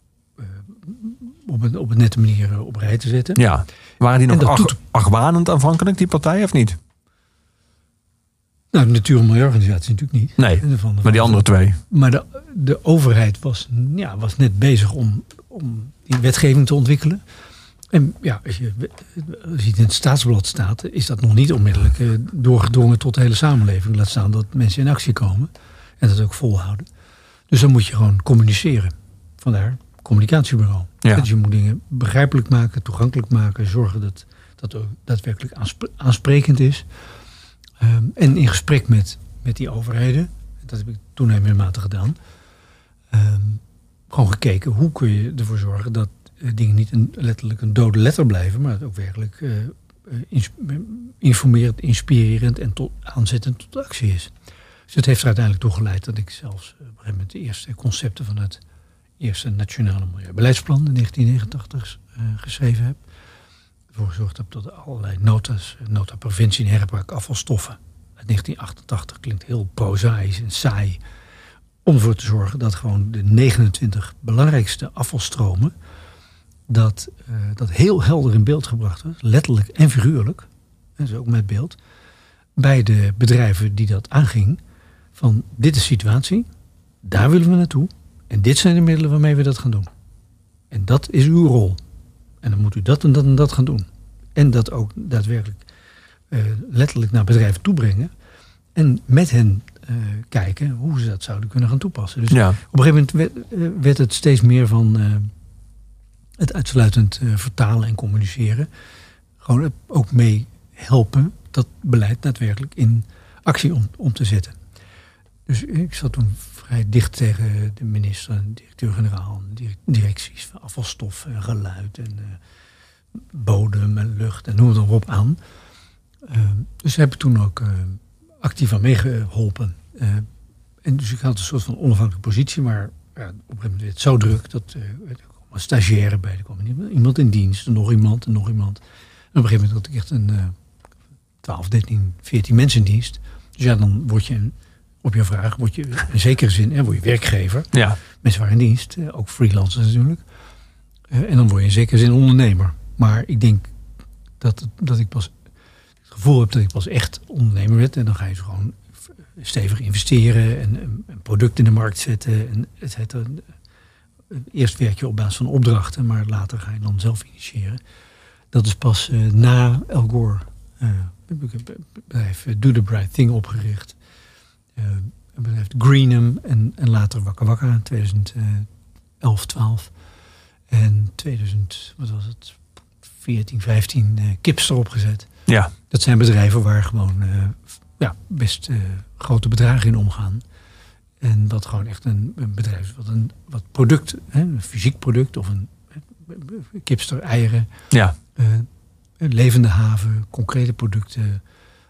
op een nette manier op rij te zetten. Ja, waren die nog argwanend aanvankelijk, die partijen, of niet? Nou, de natuur- en milieuorganisaties natuurlijk niet. Nee, maar die andere twee. Maar de overheid was net bezig om die wetgeving te ontwikkelen. En ja, als je ziet in het staatsblad staat, is dat nog niet onmiddellijk doorgedrongen tot de hele samenleving. Laat staan dat mensen in actie komen en dat ook volhouden. Dus dan moet je gewoon communiceren. Vandaar communicatiebureau. Ja. Dus je moet dingen begrijpelijk maken, toegankelijk maken, zorgen dat dat ook daadwerkelijk aansprekend is. En in gesprek met die overheden, dat heb ik toenemende mate gedaan, gewoon gekeken hoe kun je ervoor zorgen dat dingen niet letterlijk een dode letter blijven, maar dat ook werkelijk informerend, inspirerend en aanzettend tot actie is. Dus het heeft er uiteindelijk toe geleid dat ik zelfs op een gegeven moment de eerste concepten van het eerste nationale milieubeleidsplan in 1989 geschreven heb. Ervoor gezorgd heb dat allerlei nota preventie en herbruik afvalstoffen uit 1988 klinkt heel prozaïs en saai. Om ervoor te zorgen dat gewoon de 29 belangrijkste afvalstromen dat heel helder in beeld gebracht was, letterlijk en figuurlijk, dus ook met beeld, bij de bedrijven die dat aanging, van dit is de situatie, daar willen we naartoe en dit zijn de middelen waarmee we dat gaan doen. En dat is uw rol. En dan moet u dat en dat en dat gaan doen. En dat ook daadwerkelijk letterlijk naar bedrijven toebrengen. En met hen kijken hoe ze dat zouden kunnen gaan toepassen. Dus op een gegeven moment werd het steeds meer van het uitsluitend vertalen en communiceren. Gewoon ook mee helpen dat beleid daadwerkelijk in actie om te zetten. Dus ik zat toen vrij dicht tegen de minister, directeur-generaal, directies van afvalstof en geluid en bodem en lucht en noem het op aan. Dus heb ik toen ook actief aan meegeholpen. En dus ik had een soort van onafhankelijke positie, maar op een gegeven moment werd het zo druk dat er kwam een stagiaire bij, er kwam iemand in dienst, en nog iemand. En op een gegeven moment had ik echt een 12, 13, 14 mensen in dienst. Dus ja, dan word je op je vraag, word je in zekere zin word je werkgever. Ja. Mensen waren in dienst, ook freelancers natuurlijk. En dan word je in zekere zin ondernemer. Maar ik denk dat ik pas het gevoel heb dat ik pas echt ondernemer werd. En dan ga je zo gewoon stevig investeren en producten in de markt zetten. En et cetera. Eerst werk je op basis van opdrachten, maar later ga je dan zelf initiëren. Dat is pas na Al Gore het bedrijf Do the Bright Thing opgericht. Het bedrijf Greenham en later Wakka Wakka in 2011, 12. En 2014, 15 Kips erop gezet. Ja. Dat zijn bedrijven waar gewoon best grote bedragen in omgaan. En wat gewoon echt een bedrijf is, wat product, een fysiek product of een kipster, eieren, een levende haven, concrete producten.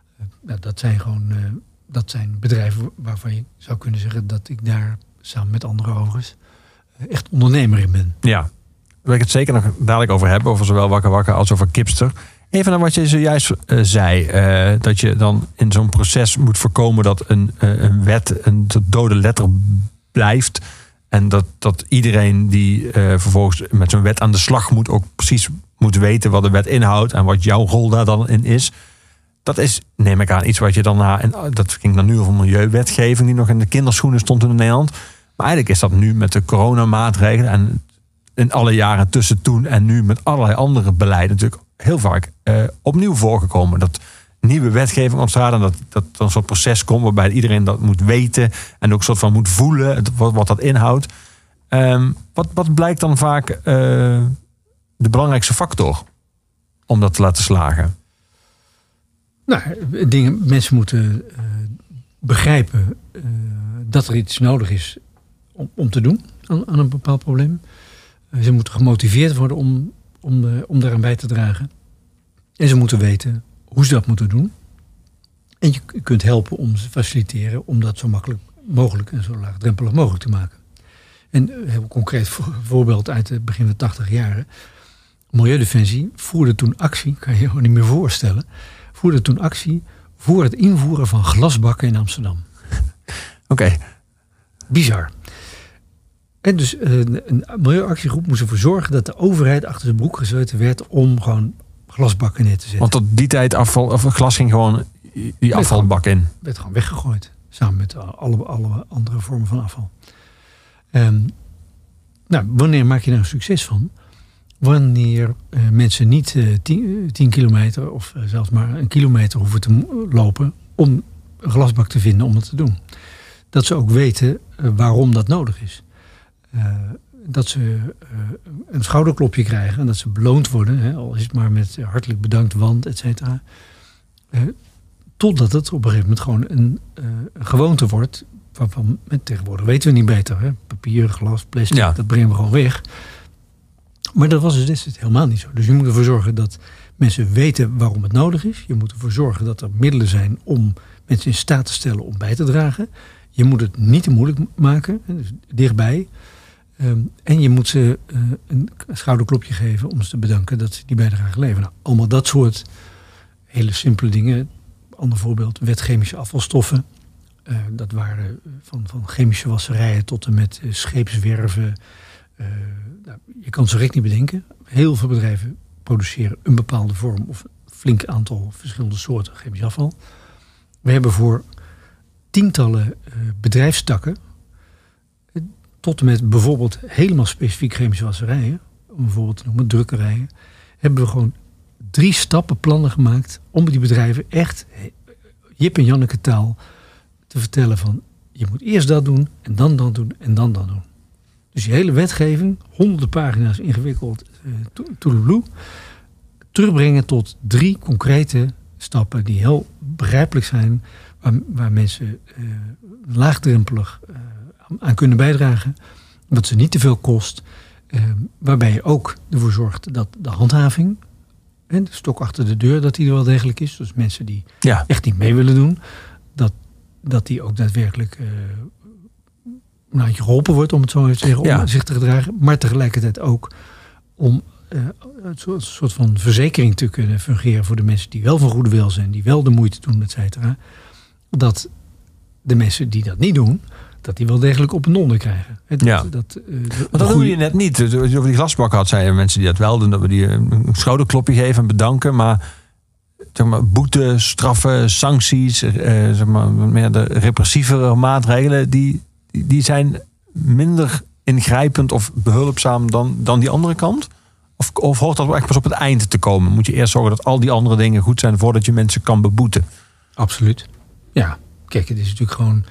Dat zijn bedrijven waarvan je zou kunnen zeggen dat ik daar samen met andere overigens echt ondernemer in ben. Ja, wil ik het zeker nog dadelijk over hebben, over zowel Wakka Wakka als over Kipster. Even naar wat je zojuist zei, dat je dan in zo'n proces moet voorkomen dat een wet een dode letter blijft. En dat iedereen die vervolgens met zo'n wet aan de slag moet, ook precies moet weten wat de wet inhoudt en wat jouw rol daar dan in is. Dat is, neem ik aan, iets wat je dan dat ging dan nu over milieuwetgeving die nog in de kinderschoenen stond in Nederland. Maar eigenlijk is dat nu met de coronamaatregelen en in alle jaren tussen toen en nu met allerlei andere beleiden natuurlijk heel vaak opnieuw voorgekomen. Dat nieuwe wetgeving ontstaat en dat er een soort proces komt waarbij iedereen dat moet weten en ook een soort van moet voelen wat dat inhoudt. Wat blijkt dan vaak de belangrijkste factor om dat te laten slagen? Nou, mensen moeten begrijpen dat er iets nodig is om te doen aan een bepaald probleem. Ze moeten gemotiveerd worden om daaraan bij te dragen. En ze moeten weten hoe ze dat moeten doen. En je kunt helpen om ze faciliteren om dat zo makkelijk mogelijk en zo laagdrempelig mogelijk te maken. En een heel concreet voorbeeld uit het begin van de 80 jaren. Milieudefensie voerde toen actie, kan je je niet meer voorstellen, voerde toen actie voor het invoeren van glasbakken in Amsterdam. Oké. Bizar. En dus een milieuactiegroep moest ervoor zorgen dat de overheid achter zijn broek gezeten werd om gewoon glasbakken neer te zetten. Want tot die tijd glas ging gewoon die afvalbak in. Werd gewoon weggegooid. Samen met alle andere vormen van afval. Wanneer maak je daar een succes van? Wanneer mensen niet 10 kilometer of zelfs maar een kilometer hoeven te lopen om een glasbak te vinden om het te doen. Dat ze ook weten waarom dat nodig is. Dat ze een schouderklopje krijgen en dat ze beloond worden, al is het maar met hartelijk bedankt, want et cetera. Totdat het op een gegeven moment gewoon een gewoonte wordt. Waarvan tegenwoordig weten we niet beter. Hè? Papier, glas, plastic, dat brengen we gewoon weg. Maar dat was dus destijds helemaal niet zo. Dus je moet ervoor zorgen dat mensen weten waarom het nodig is. Je moet ervoor zorgen dat er middelen zijn om mensen in staat te stellen om bij te dragen. Je moet het niet te moeilijk maken, dus dichtbij. En je moet ze een schouderklopje geven om ze te bedanken dat ze die bijdrage leveren. Nou, allemaal dat soort hele simpele dingen. Ander voorbeeld, wet chemische afvalstoffen. Dat waren van chemische wasserijen tot en met scheepswerven. Je kan het zo recht niet bedenken. Heel veel bedrijven produceren een bepaalde vorm of een flink aantal verschillende soorten chemisch afval. We hebben voor tientallen bedrijfstakken, tot en met bijvoorbeeld helemaal specifiek chemische wasserijen, om bijvoorbeeld te noemen drukkerijen, hebben we gewoon 3 stappenplannen gemaakt om die bedrijven echt Jip en Janneke taal te vertellen van je moet eerst dat doen en dan dat doen en dan dat doen. Dus die hele wetgeving, honderden pagina's ingewikkeld, toedeloe, terugbrengen tot 3 concrete stappen die heel begrijpelijk zijn, waar mensen laagdrempelig aan kunnen bijdragen, dat ze niet te veel kost, waarbij je ook ervoor zorgt dat de handhaving, de stok achter de deur, dat die er wel degelijk is. Dus mensen die echt niet mee willen doen, dat die ook daadwerkelijk geholpen wordt, om het zo even te zeggen, om zich te gedragen. Maar tegelijkertijd ook om een soort van verzekering te kunnen fungeren voor de mensen die wel van goede wil zijn, die wel de moeite doen, et cetera. Dat de mensen die dat niet doen, dat die wel degelijk op een donder krijgen. Maar dat doe je net niet. Als je over die glasbak had, zeiden mensen die dat wel doen, dat we die een schouderklopje geven en bedanken. Maar zeg maar, boete, straffen, sancties, zeg maar, meer de repressievere maatregelen, die zijn minder ingrijpend of behulpzaam dan die andere kant? Of hoort dat wel echt pas op het eind te komen? Moet je eerst zorgen dat al die andere dingen goed zijn voordat je mensen kan beboeten? Absoluut. Ja, kijk, het is natuurlijk gewoon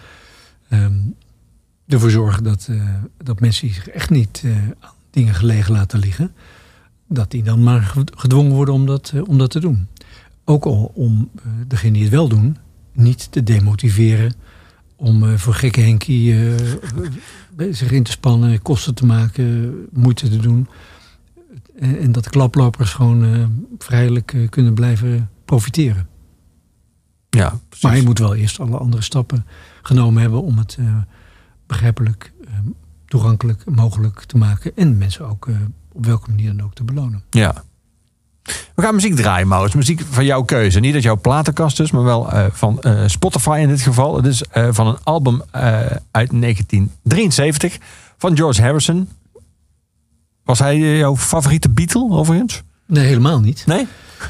ervoor zorgen dat mensen die zich echt niet aan dingen gelegen laten liggen, dat die dan maar gedwongen worden om dat te doen. ook al om degene die het wel doen niet te demotiveren. Om voor gekke Henkie zich in te spannen, kosten te maken, moeite te doen. En dat de klaplopers gewoon vrijelijk kunnen blijven profiteren. Ja, precies. Maar je moet wel eerst alle andere stappen genomen hebben om het begrijpelijk, toegankelijk mogelijk te maken. En mensen ook op welke manier dan ook te belonen. Ja. We gaan muziek draaien, Maurits. Muziek van jouw keuze. Niet uit jouw platenkast dus, maar wel van Spotify in dit geval. Het is van een album uit 1973 van George Harrison. Was hij jouw favoriete Beatle overigens? Nee, helemaal niet. Nee?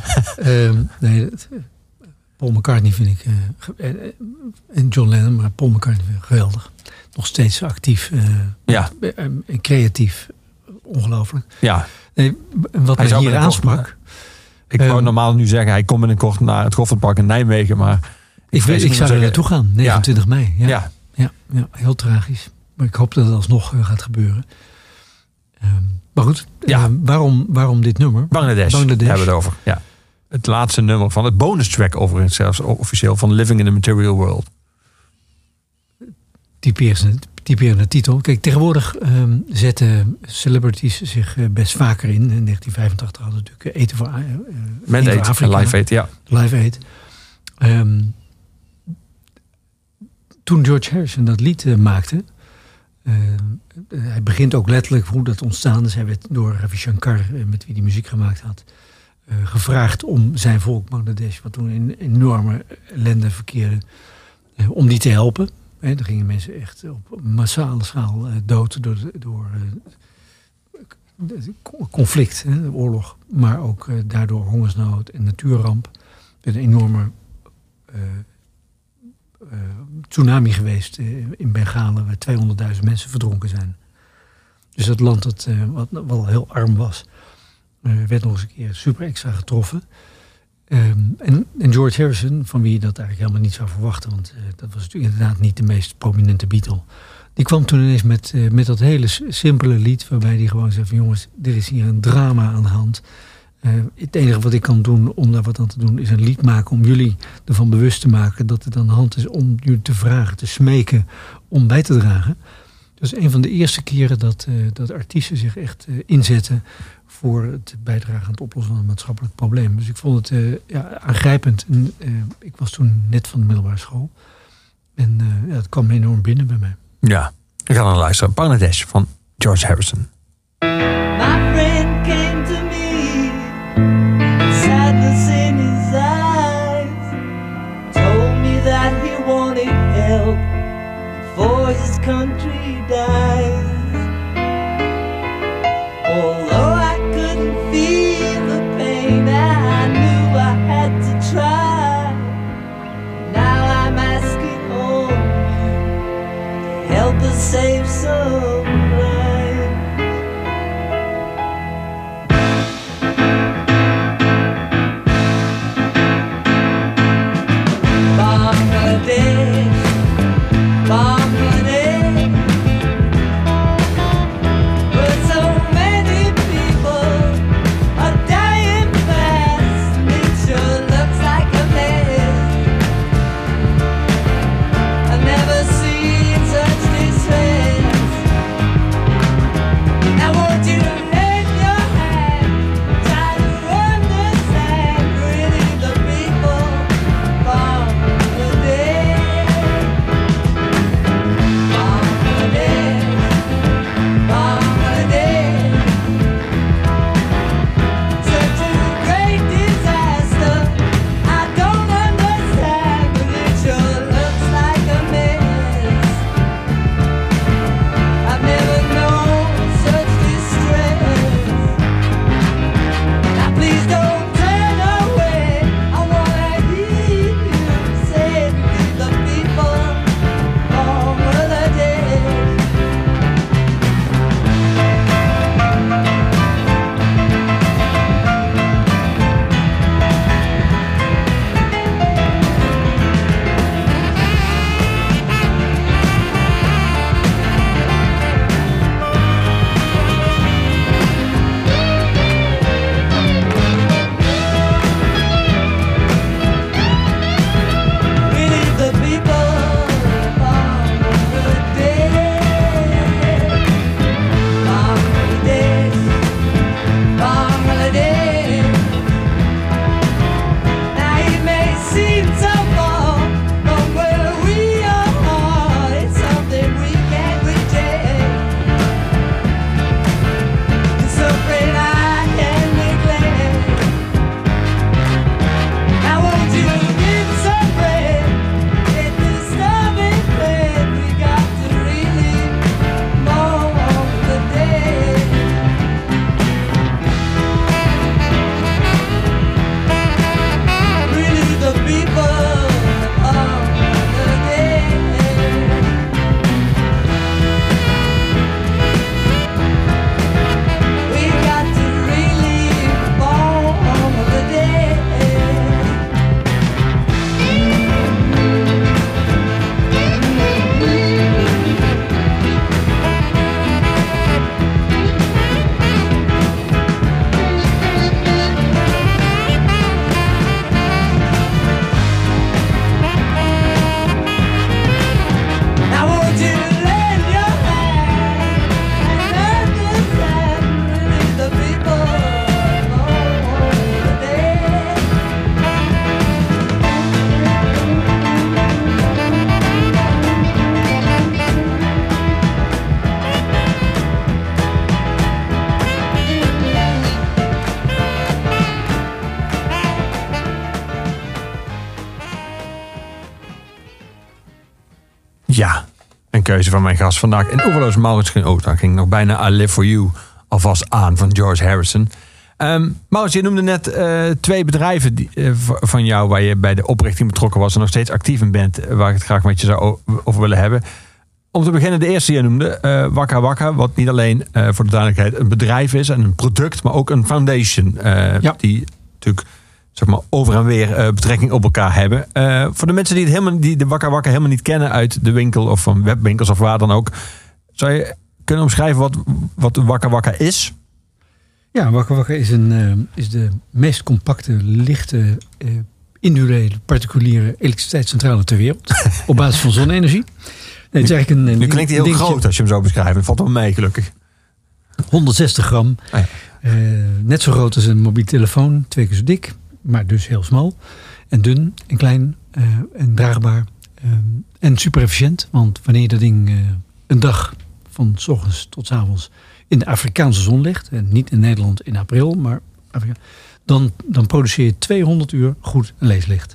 Paul McCartney vind ik... en John Lennon, maar Paul McCartney vind ik geweldig. Nog steeds actief. En creatief. Ongelooflijk. Ja. Nee, wat mij hier aansprak... Ik wou normaal nu zeggen, hij komt binnenkort naar het Goffertpark in Nijmegen, maar... Ik zou er naartoe gaan, 29 mei. Ja. Heel tragisch. Maar ik hoop dat het alsnog gaat gebeuren. Maar goed, waarom dit nummer? Bangladesh hebben we het over. Ja. Het laatste nummer van het bonus track overigens zelfs officieel van Living in the Material World. Typerende titel. Kijk, tegenwoordig zetten celebrities zich best vaker in. In 1985 hadden we natuurlijk Eten voor Afrika. Live Aid, ja. Live Aid. Toen George Harrison dat lied maakte... hij begint ook letterlijk hoe dat ontstaan is. Hij werd door Ravi Shankar, met wie hij muziek gemaakt had... gevraagd om zijn volk Bangladesh... wat toen in enorme ellende verkeerde... om die te helpen. Er gingen mensen echt op massale schaal dood door conflict, oorlog. Maar ook daardoor hongersnood en natuurramp. Er is een enorme tsunami geweest in Bengalen... waar 200.000 mensen verdronken zijn. Dus dat land dat wat wel heel arm was... werd nog eens een keer super extra getroffen... En George Harrison, van wie je dat eigenlijk helemaal niet zou verwachten... want dat was natuurlijk inderdaad niet de meest prominente Beatle... die kwam toen ineens met dat hele simpele lied... waarbij hij gewoon zei van jongens, er is hier een drama aan de hand. Het enige wat ik kan doen om daar wat aan te doen... is een lied maken om jullie ervan bewust te maken... dat het aan de hand is om jullie te vragen, te smeken om bij te dragen. Dat is een van de eerste keren dat artiesten zich echt inzetten... voor het bijdragen aan het oplossen van een maatschappelijk probleem. Dus ik vond het aangrijpend. En, ik was toen net van de middelbare school. En het kwam enorm binnen bij mij. Ja, we gaan naar luisteren. Bangladesh van George Harrison. My friend came to me, sadness in his eyes. Told me that he wanted help before his country dies. Although I couldn't feel the pain, I knew I had to try. Now I'm asking on you to help us save some lives. Ja, een keuze van mijn gast vandaag. En oeverloos Maurits ging nog bijna I Live For You alvast aan van George Harrison. Maurits, je noemde net 2 bedrijven van jou waar je bij de oprichting betrokken was en nog steeds actief in bent, waar ik het graag met je zou over willen hebben. Om te beginnen, de eerste die je noemde, Wakka Wakka, wat niet alleen voor de duidelijkheid een bedrijf is en een product, maar ook een foundation die natuurlijk zeg maar over en weer betrekking op elkaar hebben. Voor de mensen die de Wakka Wakka helemaal niet kennen uit de winkel of van webwinkels of waar dan ook, zou je kunnen omschrijven wat Wakka Wakka is? Ja, Wakka Wakka is de meest compacte, lichte, individuele, particuliere elektriciteitscentrale ter wereld. Op basis van zonne-energie. Nee, het is eigenlijk nu klinkt hij heel groot als je hem zo beschrijft. Het valt wel mee, gelukkig. 160 gram. Oh ja. Net zo groot als een mobiele telefoon. 2 keer zo dik. Maar dus heel smal. En dun en klein. En draagbaar. En super efficiënt. Want wanneer je dat ding een dag van 's ochtends tot 's avonds in de Afrikaanse zon ligt. En niet in Nederland in april. Maar Afrika, dan produceer je 200 uur goed leeslicht.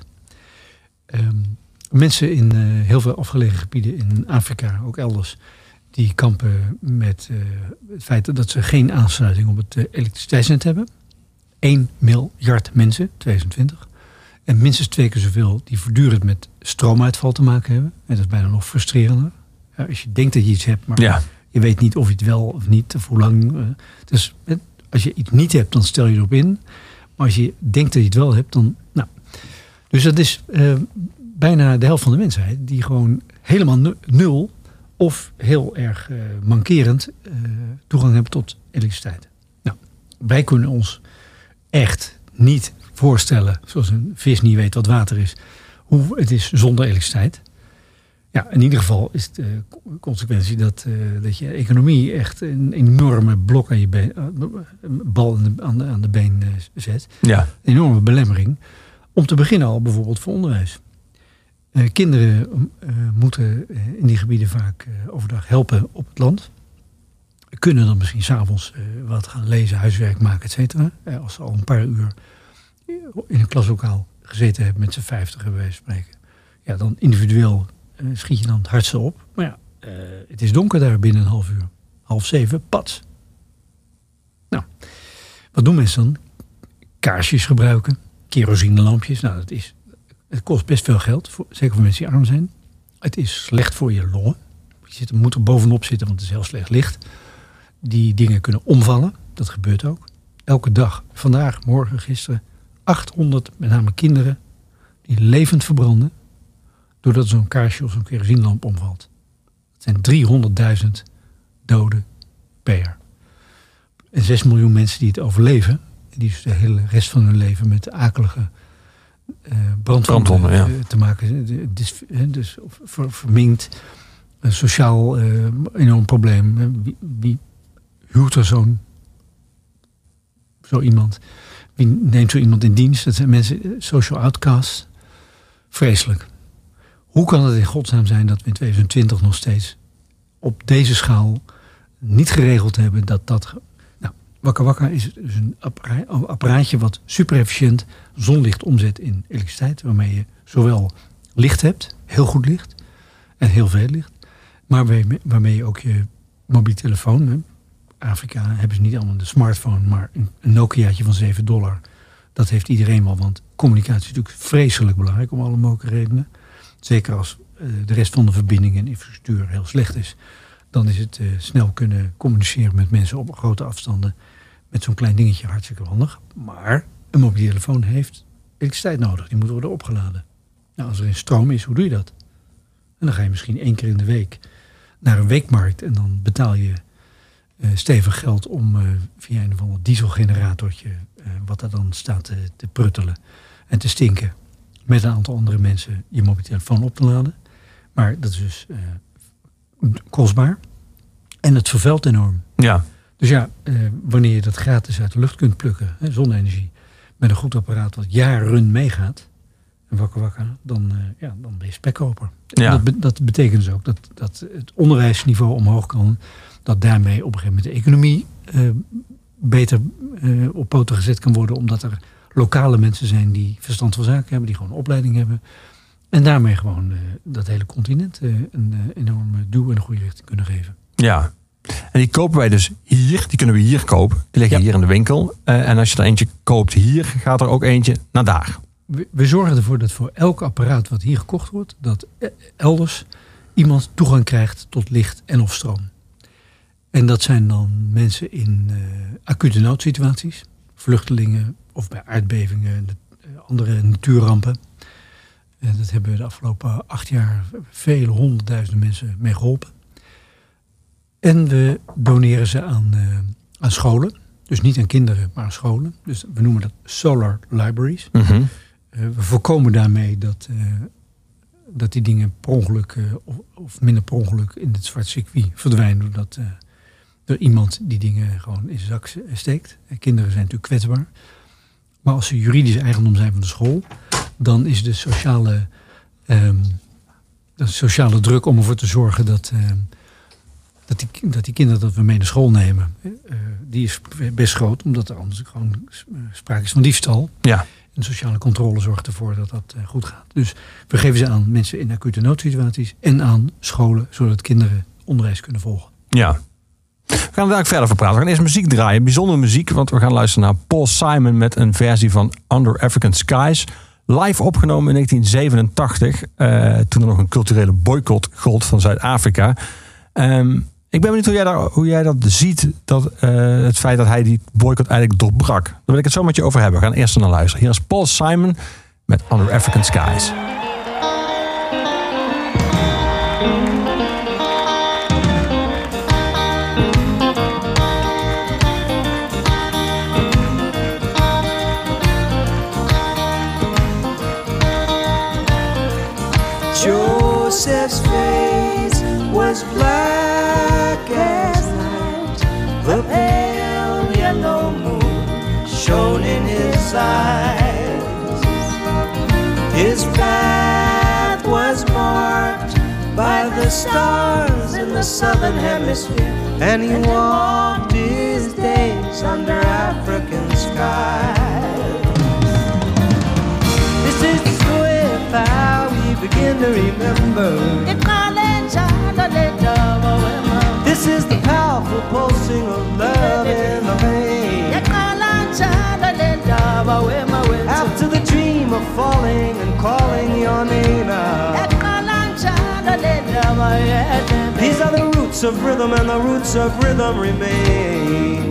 Mensen in heel veel afgelegen gebieden in Afrika, ook elders, die kampen met het feit dat ze geen aansluiting op het elektriciteitsnet hebben. 1 miljard mensen, 2020. En minstens 2 keer zoveel die voortdurend met stroomuitval te maken hebben. En dat is bijna nog frustrerender. Ja, als je denkt dat je iets hebt, maar je weet niet of je het wel of niet, of hoe lang. Dus als je iets niet hebt, dan stel je erop in. Maar als je denkt dat je het wel hebt, dan. Nou. Dus dat is bijna de helft van de mensheid die gewoon helemaal nul of heel erg mankerend toegang hebben tot elektriciteit. Nou, wij kunnen ons echt niet voorstellen, zoals een vis niet weet wat water is, hoe het is zonder elektriciteit. Ja, in ieder geval is de consequentie dat je economie echt een enorme blok aan je bal aan de been zet. Ja. Een enorme belemmering. Om te beginnen al bijvoorbeeld voor onderwijs. Kinderen moeten in die gebieden vaak overdag helpen op het land. Kunnen dan misschien 's avonds wat gaan lezen, huiswerk maken, et cetera. Als ze al een paar uur in een klaslokaal gezeten hebben met z'n 50, bij wijze van spreken. Ja, dan individueel schiet je dan het hardste op. Maar ja, het is donker daar binnen een half uur. 6:30, pats. Nou, wat doen mensen dan? Kaarsjes gebruiken. Kerosinelampjes. Nou, het kost best veel geld. Zeker voor mensen die arm zijn. Het is slecht voor je longen. Je moet er bovenop zitten, want het is heel slecht licht. Die dingen kunnen omvallen. Dat gebeurt ook. Elke dag. Vandaag, morgen, gisteren. 800, met name kinderen, die levend verbranden. Doordat zo'n kaarsje of zo'n kerosinelamp omvalt. Het zijn 300.000 doden per jaar. En 6 miljoen mensen die het overleven. Die dus de hele rest van hun leven met de akelige brandwonden te maken. Dus verminkt. Een sociaal enorm probleem. Wie huurt er zo iemand? Wie neemt zo iemand in dienst? Dat zijn mensen, social outcasts. Vreselijk. Hoe kan het in godsnaam zijn dat we in 2020 nog steeds op deze schaal niet geregeld hebben dat... Nou, Wakka Wakka is dus een apparaatje wat super efficiënt zonlicht omzet in elektriciteit. Waarmee je zowel licht hebt, heel goed licht en heel veel licht. Maar waarmee je ook je mobiele telefoon... Hè, Afrika hebben ze niet allemaal de smartphone, maar een Nokiaatje van $7. Dat heeft iedereen wel, want communicatie is natuurlijk vreselijk belangrijk om alle mogelijke redenen. Zeker als de rest van de verbinding en infrastructuur heel slecht is. Dan is het snel kunnen communiceren met mensen op grote afstanden. Met zo'n klein dingetje hartstikke handig. Maar een mobiele telefoon heeft elektriciteit nodig. Die moet worden opgeladen. Nou, als er geen stroom is, hoe doe je dat? En dan ga je misschien 1 keer in de week naar een weekmarkt. En dan betaal je stevig geld om via een of ander dieselgeneratortje... wat er dan staat te pruttelen en te stinken... met een aantal andere mensen je mobiele telefoon op te laden. Maar dat is dus kostbaar. En het vervuilt enorm. Ja. Dus ja, wanneer je dat gratis uit de lucht kunt plukken... zonne-energie, met een goed apparaat wat jaren meegaat... en Wakka Wakka, dan ben je spekkoper. Ja. Dat betekent dus ook dat het onderwijsniveau omhoog kan... dat daarmee op een gegeven moment de economie beter op poten gezet kan worden... omdat er lokale mensen zijn die verstand van zaken hebben... die gewoon een opleiding hebben. En daarmee gewoon dat hele continent een enorme duw in de goede richting kunnen geven. Ja. En die kopen wij dus hier. Die kunnen we hier kopen. Die liggen hier in de winkel. En als je er eentje koopt hier, gaat er ook eentje naar daar. We zorgen ervoor dat voor elk apparaat wat hier gekocht wordt, dat elders iemand toegang krijgt tot licht en of stroom. En dat zijn dan mensen in acute noodsituaties, vluchtelingen of bij aardbevingen, andere natuurrampen. Dat hebben we de afgelopen 8 jaar vele 100.000 mensen mee geholpen. En we doneren ze aan scholen. Dus niet aan kinderen, maar aan scholen. Dus we noemen dat solar libraries. Mm-hmm. We voorkomen daarmee dat die dingen per ongeluk of minder per ongeluk in het zwart circuit verdwijnen. Doordat er iemand die dingen gewoon in zijn zak steekt. Kinderen zijn natuurlijk kwetsbaar. Maar als ze juridisch eigendom zijn van de school, dan is de sociale druk om ervoor te zorgen dat die kinderen dat we mee naar school nemen, die is best groot, omdat er anders gewoon sprake is van diefstal. Ja. En de sociale controle zorgt ervoor dat dat goed gaat. Dus we geven ze aan mensen in acute noodsituaties en aan scholen, zodat kinderen onderwijs kunnen volgen. Ja. We gaan er eigenlijk verder over praten. We gaan eerst muziek draaien. Bijzondere muziek, want we gaan luisteren naar Paul Simon met een versie van Under African Skies. Live opgenomen in 1987, toen er nog een culturele boycott gold van Zuid-Afrika. Ik ben benieuwd hoe jij dat ziet, het feit dat hij die boycott eigenlijk doorbrak. Daar wil ik het zo met je over hebben. We gaan eerst naar luisteren. Hier is Paul Simon met Under African Skies. Joseph's face was black as night. The pale yellow moon shone in his eyes. His path was marked by the stars in the southern hemisphere, and he walked his days under African skies. This is the story of how we begin to remember. This is the powerful pulsing of love in the vein. After the dream of falling and calling your name out. These are the roots of rhythm, and the roots of rhythm remain.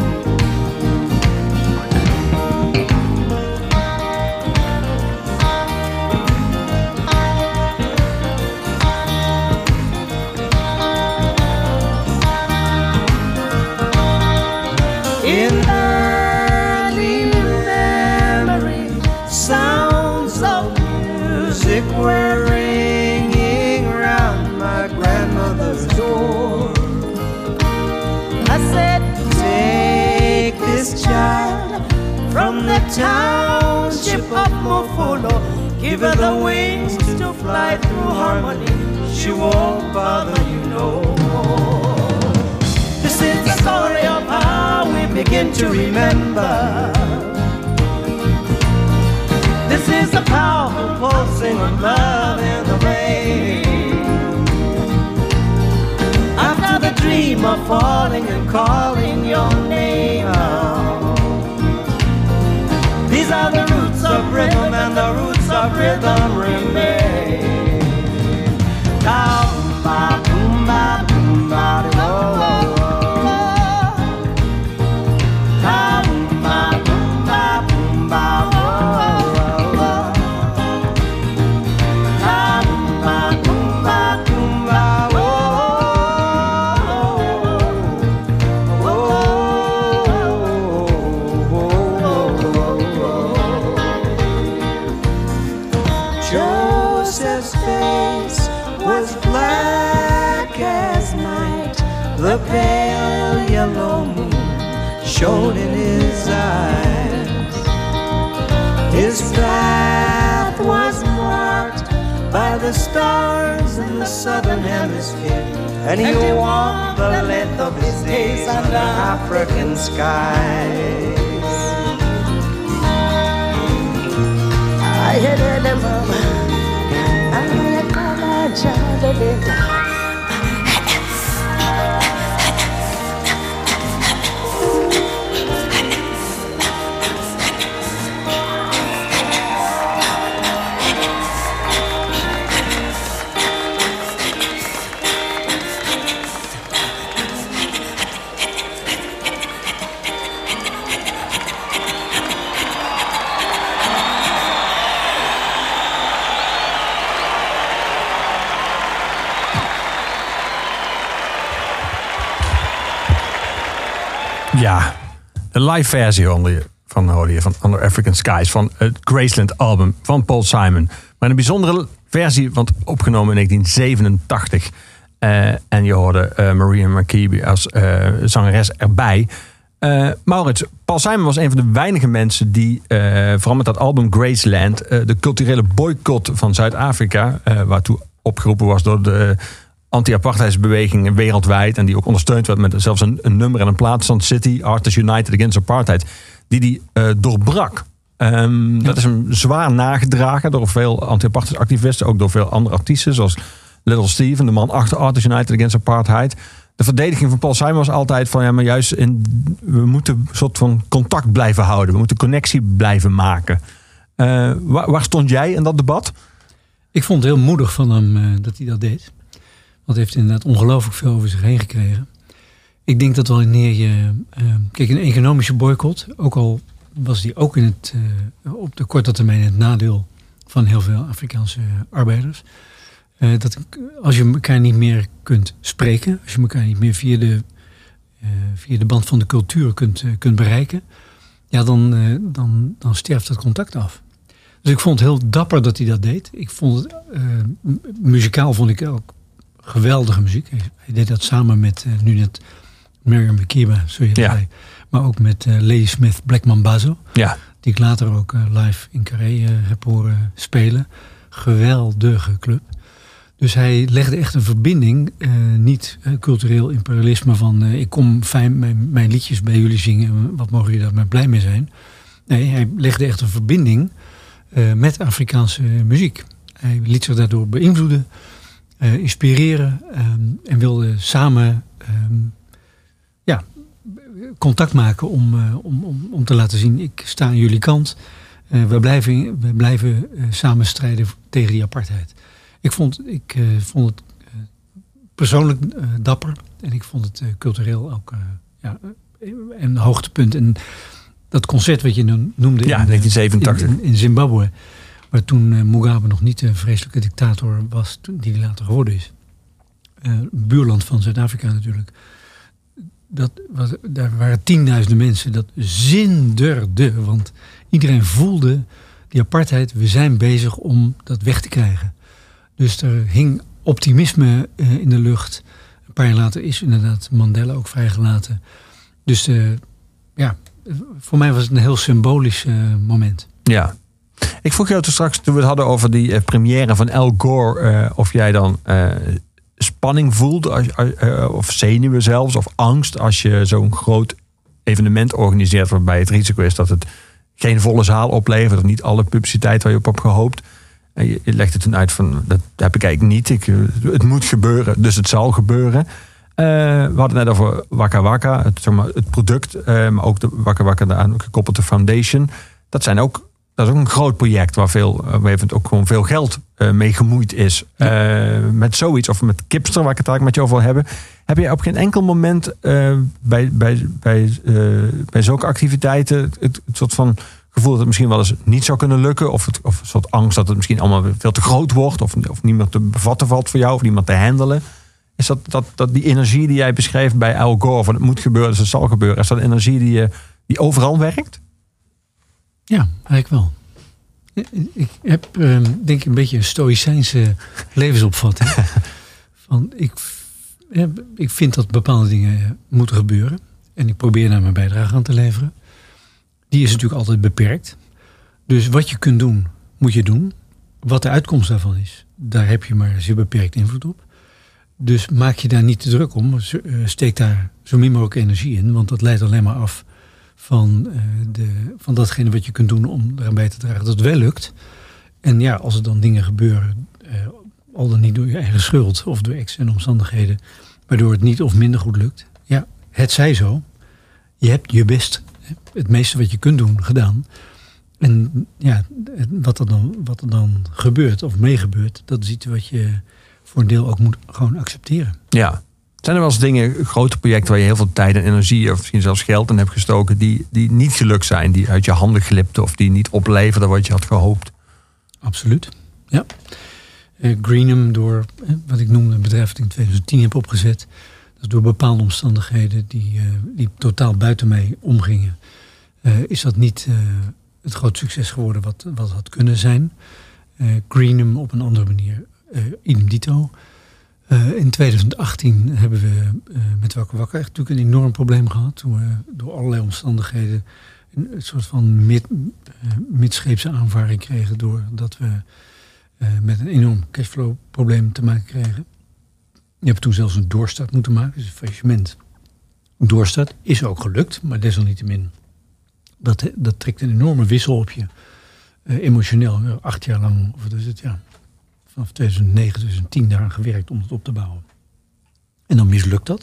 In early memory, sounds of music were ringing round my grandmother's door. I said, take this child from the township of Mofolo, give her the wings to fly through harmony, she won't bother you no more. This is the story of how we begin to remember. This is the powerful pulsing of love in the rain. After the dream of falling and calling your name out. These are the roots of rhythm, and the roots of rhythm remain. Ba boom ba boom ba oh. Joseph's face was black as night. The pale yellow moon shone in his eyes. His path was marked by the stars in the southern hemisphere, and he walked the length of his days under African skies. I hear them, Ja, de live versie hoorde je van Under African Skies van het Graceland album van Paul Simon. Maar een bijzondere versie, want opgenomen in 1987. En je hoorde Maria McKeeby als zangeres erbij. Maurits, Paul Simon was een van de weinige mensen die, vooral met dat album Graceland, de culturele boycott van Zuid-Afrika, waartoe opgeroepen was door de anti-apartheidsbeweging wereldwijd en die ook ondersteund werd met zelfs een nummer en een plaat, Sun City, Artists United Against Apartheid, die doorbrak. Dat is hem zwaar nagedragen door veel anti-apartheidsactivisten, ook door veel andere artiesten, zoals Little Steven, de man achter Artists United Against Apartheid. De verdediging van Paul Simon was altijd van, ja, maar juist we moeten een soort van contact blijven houden. We moeten connectie blijven maken. Waar stond jij in dat debat? Ik vond het heel moedig van hem dat hij dat deed. Want hij heeft inderdaad ongelooflijk veel over zich heen gekregen. Ik denk dat wanneer je... kijk, een economische boycott, ook al was die ook op de korte termijn het nadeel van heel veel Afrikaanse arbeiders. Dat als je elkaar niet meer kunt spreken, als je elkaar niet meer via de band van de cultuur kunt bereiken, ja, dan sterft het contact af. Dus ik vond het heel dapper dat hij dat deed. Ik vond het, muzikaal vond ik ook geweldige muziek. Hij deed dat samen met nu net Miriam Makeba, zei, maar ook met Lady Smith, Black Mambazo. Ja. Die ik later ook live in Carré heb horen spelen. Geweldige club. Dus hij legde echt een verbinding, niet cultureel imperialisme van ik kom fijn mijn liedjes bij jullie zingen, wat mogen jullie daar maar blij mee zijn. Nee, hij legde echt een verbinding met Afrikaanse muziek. Hij liet zich daardoor beïnvloeden, inspireren en wilde samen contact maken om te laten zien, ik sta aan jullie kant. We blijven samen strijden tegen die apartheid. Ik vond het persoonlijk dapper. En ik vond het cultureel ook een hoogtepunt. En dat concert wat je noemde 1987. In Zimbabwe. Waar toen Mugabe nog niet de vreselijke dictator was, die hij later geworden is. Buurland van Zuid-Afrika natuurlijk. Daar waren 10.000 mensen. Dat zinderde. Want iedereen voelde die apartheid. We zijn bezig om dat weg te krijgen. Dus er hing optimisme in de lucht. Een paar jaar later is inderdaad Mandela ook vrijgelaten. Dus voor mij was het een heel symbolisch moment. Ja. Ik vroeg jou toen we het hadden over die première van Al Gore, of jij dan spanning voelt, of zenuwen zelfs, of angst als je zo'n groot evenement organiseert waarbij het risico is dat het geen volle zaal oplevert, of niet alle publiciteit waar je op hebt gehoopt. En je legt het toen uit van, dat heb ik eigenlijk niet. Het moet gebeuren, dus het zal gebeuren. We hadden het net over Waka Waka, het product, maar ook de Waka Waka daaraan gekoppeld de foundation. Dat is ook een groot project waar ook gewoon veel geld mee gemoeid is. Met zoiets, of met Kipster, waar ik het eigenlijk met jou over wil hebben. Heb je op geen enkel moment bij zulke activiteiten het soort van gevoel dat het misschien wel eens niet zou kunnen lukken? Of een soort angst dat het misschien allemaal veel te groot wordt? Of niet meer te bevatten valt voor jou? Of niet meer te handelen? Is dat die energie die jij beschreef bij Al Gore, van het moet gebeuren, dus het zal gebeuren. Is dat een energie die overal werkt? Ja, eigenlijk wel. Ik heb denk ik een beetje een stoïcijnse levensopvatting. Van ik vind dat bepaalde dingen moeten gebeuren. En ik probeer daar mijn bijdrage aan te leveren. Die is natuurlijk altijd beperkt. Dus wat je kunt doen, moet je doen. Wat de uitkomst daarvan is, daar heb je maar zeer beperkt invloed op. Dus maak je daar niet te druk om. Steek daar zo min mogelijk energie in. Want dat leidt alleen maar af van datgene wat je kunt doen om eraan bij te dragen dat het wel lukt. En ja, als er dan dingen gebeuren al dan niet door je eigen schuld of door externe omstandigheden, waardoor het niet of minder goed lukt. Ja, het zij zo. Je hebt je best, het meeste wat je kunt doen, gedaan. En ja, wat er dan gebeurt of meegebeurt, dat is iets wat je voor een deel ook moet gewoon accepteren. Ja. Zijn er wel eens dingen, grote projecten waar je heel veel tijd en energie of misschien zelfs geld in hebt gestoken, die niet gelukt zijn, die uit je handen glipten of die niet opleverden wat je had gehoopt? Absoluut, ja. Greenham, door wat ik noemde een bedrijf dat ik in 2010 heb opgezet. Dat is door bepaalde omstandigheden die totaal buiten mij omgingen. Is dat niet het groot succes geworden wat had kunnen zijn. Greenham op een andere manier, idem dito. In 2018 hebben we met Wakker echt natuurlijk een enorm probleem gehad. Toen we door allerlei omstandigheden een soort van midscheepse aanvaring kregen. Doordat we met een enorm cashflow probleem te maken kregen. Je hebt toen zelfs een doorstart moeten maken. Dus een faillissement. Doorstart is ook gelukt. Maar desalniettemin, dat trekt een enorme wissel op je. Emotioneel, 8 jaar lang. Of wat is het, ja. Vanaf 2009, 2010 daaraan gewerkt om het op te bouwen. En dan mislukt dat.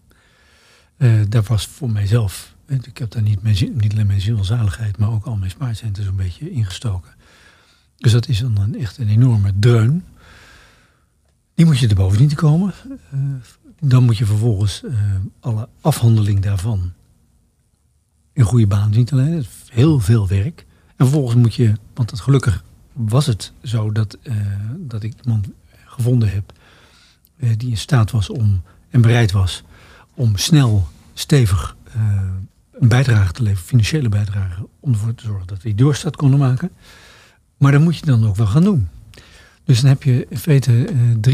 Daar was voor mijzelf, ik heb daar niet alleen mijn zielzaligheid, maar ook al mijn spaarcenten zo'n beetje ingestoken. Dus dat is dan echt een enorme dreun. Die moet je erboven zien te komen. Dan moet je vervolgens alle afhandeling daarvan in goede baan zien te leiden. Dat is heel veel werk. En vervolgens moet je, want dat gelukkig was het zo dat ik iemand gevonden heb die in staat was en bereid was om snel, stevig een bijdrage te leveren, financiële bijdrage, om ervoor te zorgen dat we die doorstart konden maken. Maar dat moet je dan ook wel gaan doen. Dus dan heb je in feite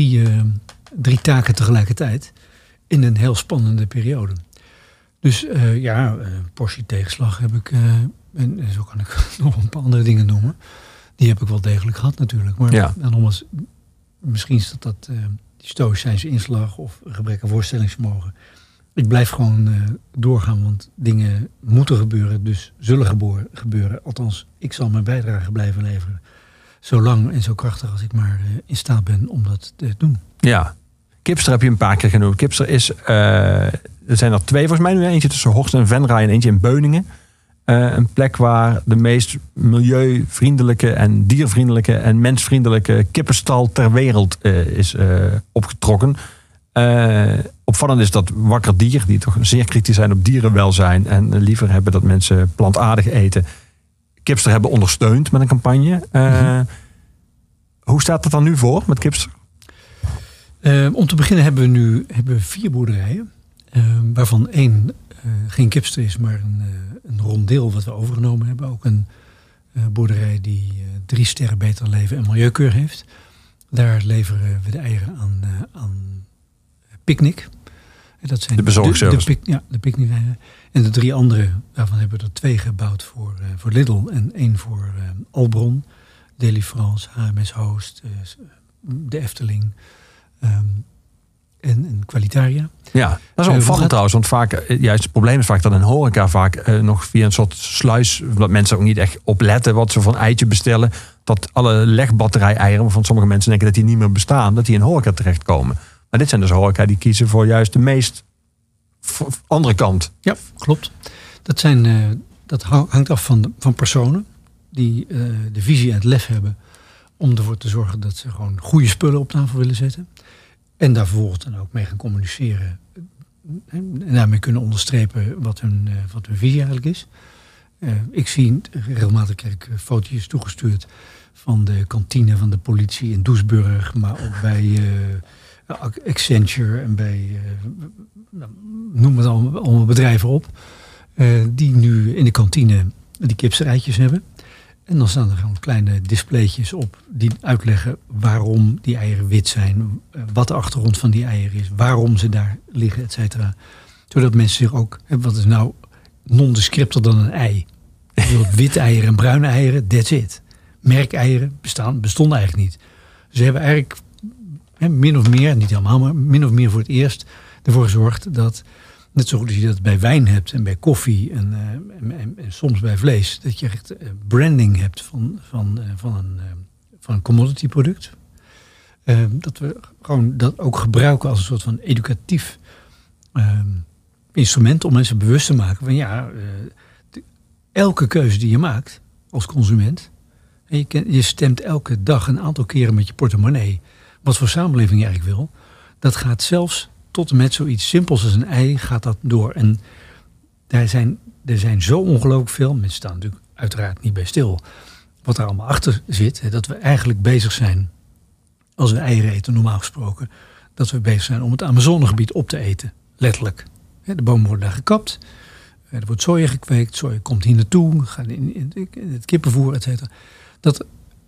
drie taken tegelijkertijd in een heel spannende periode. Dus portie tegenslag heb ik, en zo kan ik nog een paar andere dingen noemen. Die heb ik wel degelijk gehad natuurlijk. Maar dan nogmaals, misschien is dat die stoïcijnse inslag of gebrek aan voorstellingsvermogen. Ik blijf gewoon doorgaan, want dingen moeten gebeuren, dus zullen gebeuren. Althans, ik zal mijn bijdrage blijven leveren. Zo lang en zo krachtig als ik maar in staat ben om dat te doen. Ja, Kipster heb je een paar keer genoemd. Kipster is, er zijn er 2 volgens mij nu. Eentje tussen Horst en Venray en eentje in Beuningen. Een plek waar de meest milieuvriendelijke en diervriendelijke en mensvriendelijke kippenstal ter wereld is opgetrokken. Opvallend is dat Wakker Dier, die toch zeer kritisch zijn op dierenwelzijn en liever hebben dat mensen plantaardig eten, Kipster hebben ondersteund met een campagne. Hoe staat het dan nu voor met Kipster? Om te beginnen hebben we 4 boerderijen. Waarvan 1 geen Kipster is, maar een rondeel wat we overgenomen hebben. Ook een boerderij die 3 sterren beter leven en milieukeur heeft. Daar leveren we de eieren aan Picnic. Dat zijn de bezorgservice. De Picnic-eieren. En de 3 andere, daarvan hebben we er 2 gebouwd voor Lidl en 1 voor Albron. Deli France, HMS Host, de Efteling en Qualitaria. Ja, dat is wel opvallend trouwens. Want vaak, juist het probleem is vaak dat in horeca vaak nog via een soort sluis, dat mensen ook niet echt opletten wat ze van eitje bestellen, dat alle legbatterij-eieren, waarvan sommige mensen denken dat die niet meer bestaan, dat die in horeca terechtkomen. Maar dit zijn dus horeca die kiezen voor juist de meest andere kant. Ja, klopt. Dat hangt af van personen die de visie en het lef hebben om ervoor te zorgen dat ze gewoon goede spullen op tafel willen zetten. En daar vervolgens dan ook mee gaan communiceren. En daarmee kunnen onderstrepen wat hun visie eigenlijk is. Ik zie regelmatig krijg ik fotootjes toegestuurd van de kantine van de politie in Doesburg. Maar ook bij Accenture en bij noem het allemaal bedrijven op. Die nu in de kantine die kipserijtjes hebben. En dan staan er gewoon kleine displaytjes op die uitleggen waarom die eieren wit zijn. Wat de achtergrond van die eieren is. Waarom ze daar liggen, et cetera. Zodat mensen zich ook, wat is nou nondescripter dan een ei? Witte eieren en bruine eieren, that's it. Merkeieren bestonden eigenlijk niet. Ze hebben eigenlijk min of meer, niet helemaal, maar min of meer voor het eerst ervoor gezorgd dat, net zo goed als je dat bij wijn hebt en bij koffie en soms bij vlees, dat je echt branding hebt van een commodity product. Dat we gewoon dat ook gebruiken als een soort van educatief instrument om mensen bewust te maken van elke keuze die je maakt als consument. En je stemt elke dag een aantal keren met je portemonnee. Wat voor samenleving je eigenlijk wil. Dat gaat zelfs tot en met zoiets simpels als een ei gaat dat door. En er zijn zo ongelooflijk veel. Mensen staan natuurlijk uiteraard niet bij stil. Wat daar allemaal achter zit. Dat we eigenlijk bezig zijn. Als we eieren eten normaal gesproken. Dat we bezig zijn om het Amazonegebied op te eten. Letterlijk. De bomen worden daar gekapt. Er wordt soja gekweekt. Soja komt hier naartoe. Gaat in het kippenvoer, et cetera. Dat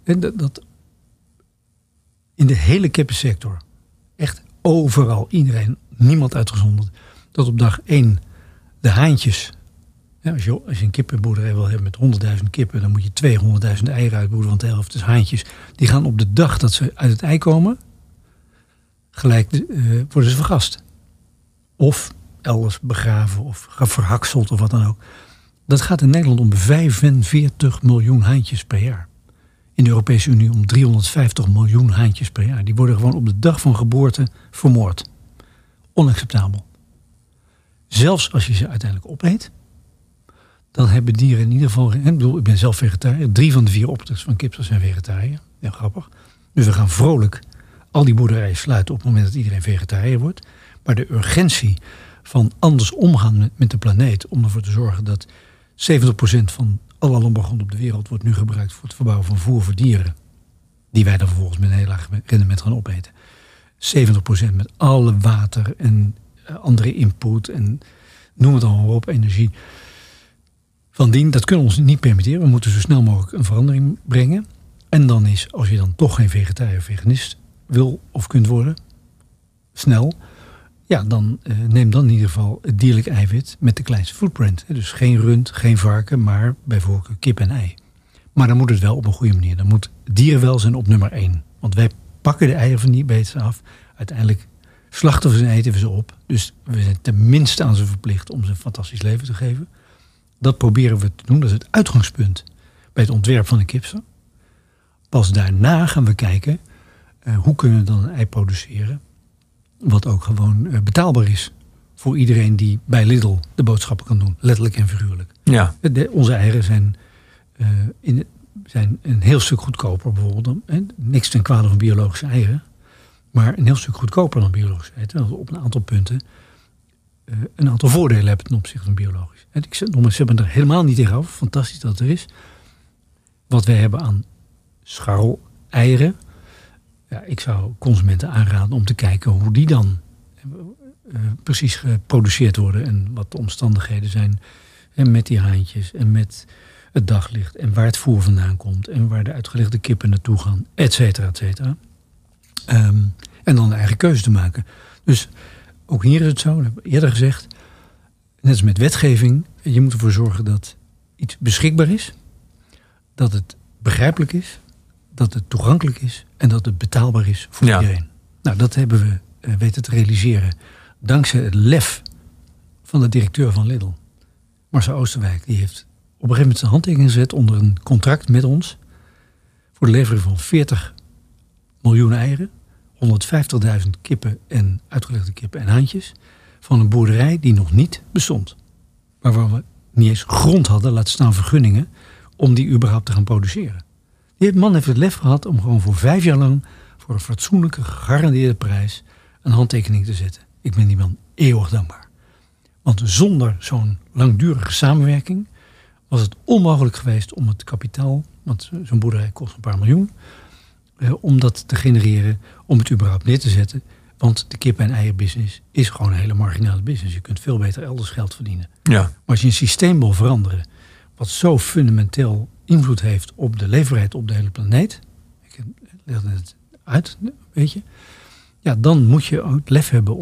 in de hele kippensector. Echt overal. Iedereen. Niemand uitgezonderd. Dat op dag 1 de haantjes. Ja, als je een kippenboerderij wil hebben met 100.000 kippen. Dan moet je 200.000 eieren uitboeren. Want de helft is haantjes. Die gaan op de dag dat ze uit het ei komen. Gelijk worden ze vergast. Of elders begraven of verhakseld of wat dan ook. Dat gaat in Nederland om 45 miljoen haantjes per jaar. In de Europese Unie om 350 miljoen haantjes per jaar. Die worden gewoon op de dag van geboorte vermoord. Onacceptabel. Zelfs als je ze uiteindelijk opeet, dan hebben dieren in ieder geval... Ik ben zelf vegetariër. 3 van de 4 opeters van kip zijn vegetariër. Ja, grappig. Dus we gaan vrolijk al die boerderijen sluiten op het moment dat iedereen vegetariër wordt. Maar de urgentie van anders omgaan met de planeet, om ervoor te zorgen dat 70% van alle landbouwgrond op de wereld wordt nu gebruikt voor het verbouwen van voer voor dieren. Die wij dan vervolgens met een heel laag rendement gaan opeten. 70% met alle water en andere input en noem het allemaal op, energie. Van dien, dat kunnen we ons niet permitteren. We moeten zo snel mogelijk een verandering brengen. En dan is, als je dan toch geen vegetariër of veganist wil of kunt worden, snel, ja, dan neem dan in ieder geval het dierlijk eiwit met de kleinste footprint. Dus geen rund, geen varken, maar bij voorkeur kip en ei. Maar dan moet het wel op een goede manier. Dan moet dierenwelzijn op nummer 1. Want wij pakken de eieren van die beesten af. Uiteindelijk slachten we ze en eten we ze op. Dus we zijn tenminste aan ze verplicht om ze een fantastisch leven te geven. Dat proberen we te doen. Dat is het uitgangspunt bij het ontwerp van een kipster. Pas daarna gaan we kijken hoe kunnen we dan een ei produceren wat ook gewoon betaalbaar is voor iedereen die bij Lidl de boodschappen kan doen. Letterlijk en figuurlijk. Ja. Onze eieren zijn een heel stuk goedkoper bijvoorbeeld. Niks ten kwade van biologische eieren. Maar een heel stuk goedkoper dan biologische eieren. Op een aantal punten een aantal voordelen hebben ten opzichte van biologisch. Ze hebben er helemaal niet tegenover. Fantastisch dat het er is. Wat wij hebben aan scharrel-eieren. Ja, ik zou consumenten aanraden om te kijken hoe die dan precies geproduceerd worden. En wat de omstandigheden zijn. En met die haantjes en met het daglicht. En waar het voer vandaan komt. En waar de uitgelegde kippen naartoe gaan. Et cetera, et cetera. En dan een eigen keuze te maken. Dus ook hier is het zo, dat heb ik eerder gezegd. Net als met wetgeving. Je moet ervoor zorgen dat iets beschikbaar is. Dat het begrijpelijk is. Dat het toegankelijk is. En dat het betaalbaar is voor iedereen. Nou, dat hebben we weten te realiseren. Dankzij het lef van de directeur van Lidl. Marcel Oosterwijk. Die heeft op een gegeven moment zijn handtekening gezet onder een contract met ons. Voor de levering van 40 miljoen eieren. 150.000 kippen en uitgelegde kippen en haantjes. Van een boerderij die nog niet bestond. Waarvan we niet eens grond hadden, laat staan vergunningen, om die überhaupt te gaan produceren. Die man heeft het lef gehad om gewoon voor 5 jaar lang voor een fatsoenlijke, gegarandeerde prijs een handtekening te zetten. Ik ben die man eeuwig dankbaar. Want zonder zo'n langdurige samenwerking was het onmogelijk geweest om het kapitaal, want zo'n boerderij kost een paar miljoen, om dat te genereren, om het überhaupt neer te zetten. Want de kip- en eierbusiness is gewoon een hele marginale business. Je kunt veel beter elders geld verdienen. Ja. Maar als je een systeem wil veranderen wat zo fundamenteel invloed heeft op de leefbaarheid op de hele planeet. Ik leg het uit, weet je. Ja, dan moet je ook het lef hebben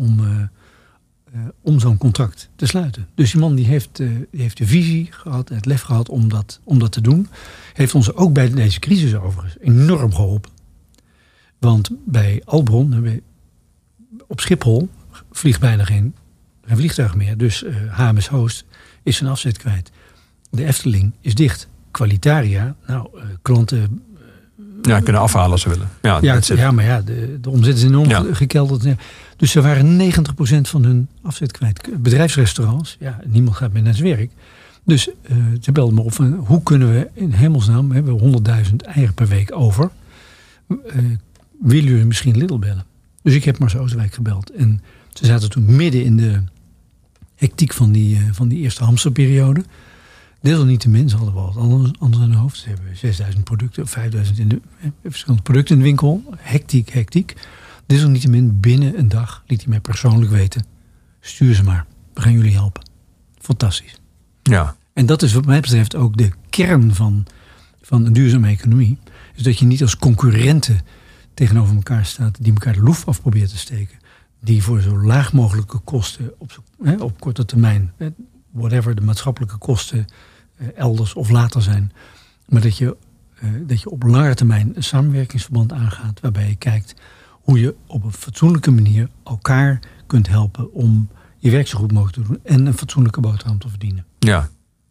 om zo'n contract te sluiten. Dus die man die heeft de visie gehad, het lef gehad om dat te doen. Heeft ons ook bij deze crisis overigens enorm geholpen. Want bij Albron, op Schiphol, vliegt bijna geen vliegtuig meer. Dus HMS Host is zijn afzet kwijt. De Efteling is dicht. Qualitaria, klanten Ja, kunnen afhalen als ze willen. Maar de omzet is enorm gekelderd. Dus ze waren 90% van hun afzet kwijt. Bedrijfsrestaurants, niemand gaat meer naar zijn werk. Dus ze belden me op van, hoe kunnen we in hemelsnaam, we hebben 100.000 eieren per week over. Willen jullie misschien Lidl bellen? Dus ik heb Marcel Oosterwijk gebeld. En ze zaten toen midden in de hectiek van die eerste hamsterperiode. Desalniettemin, ze hadden wel wat anders aan hun hoofd. Ze hebben 6.000 producten of 5.000 verschillende producten in de winkel. Hectiek. Desalniettemin, binnen een dag liet hij mij persoonlijk weten. Stuur ze maar. We gaan jullie helpen. Fantastisch. Ja. En dat is wat mij betreft ook de kern van een duurzame economie. Is dat je niet als concurrenten tegenover elkaar staat die elkaar de loef af probeert te steken. Die voor zo laag mogelijke kosten op korte termijn, whatever de maatschappelijke kosten elders of later zijn. Maar dat je op lange termijn een samenwerkingsverband aangaat waarbij je kijkt hoe je op een fatsoenlijke manier elkaar kunt helpen om je werk zo goed mogelijk te doen en een fatsoenlijke boterham te verdienen. Ja.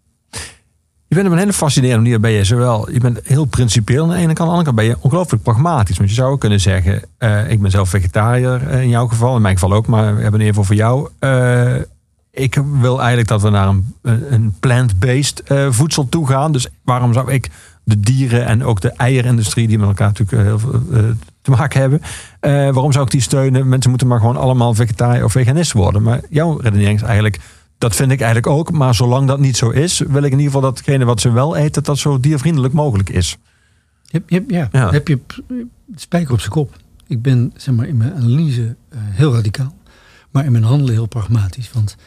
Je bent op een hele fascinerende manier. Ben je zowel, je bent heel principieel aan de ene kant, aan de andere kant ben je ongelooflijk pragmatisch. Want je zou ook kunnen zeggen, ik ben zelf vegetariër in jouw geval, in mijn geval ook, maar we hebben in ieder geval voor jou. Ik wil eigenlijk dat we naar een plant-based voedsel toe gaan. Dus waarom zou ik de dieren en ook de eierindustrie, die met elkaar natuurlijk heel veel te maken hebben, waarom zou ik die steunen? Mensen moeten maar gewoon allemaal vegetariër of veganist worden. Maar jouw redenering is eigenlijk, dat vind ik eigenlijk ook. Maar zolang dat niet zo is, wil ik in ieder geval datgene wat ze wel eten, dat zo diervriendelijk mogelijk is. Heb je spijker op zijn kop. Ik ben zeg maar in mijn analyse heel radicaal. Maar in mijn handelen heel pragmatisch. Want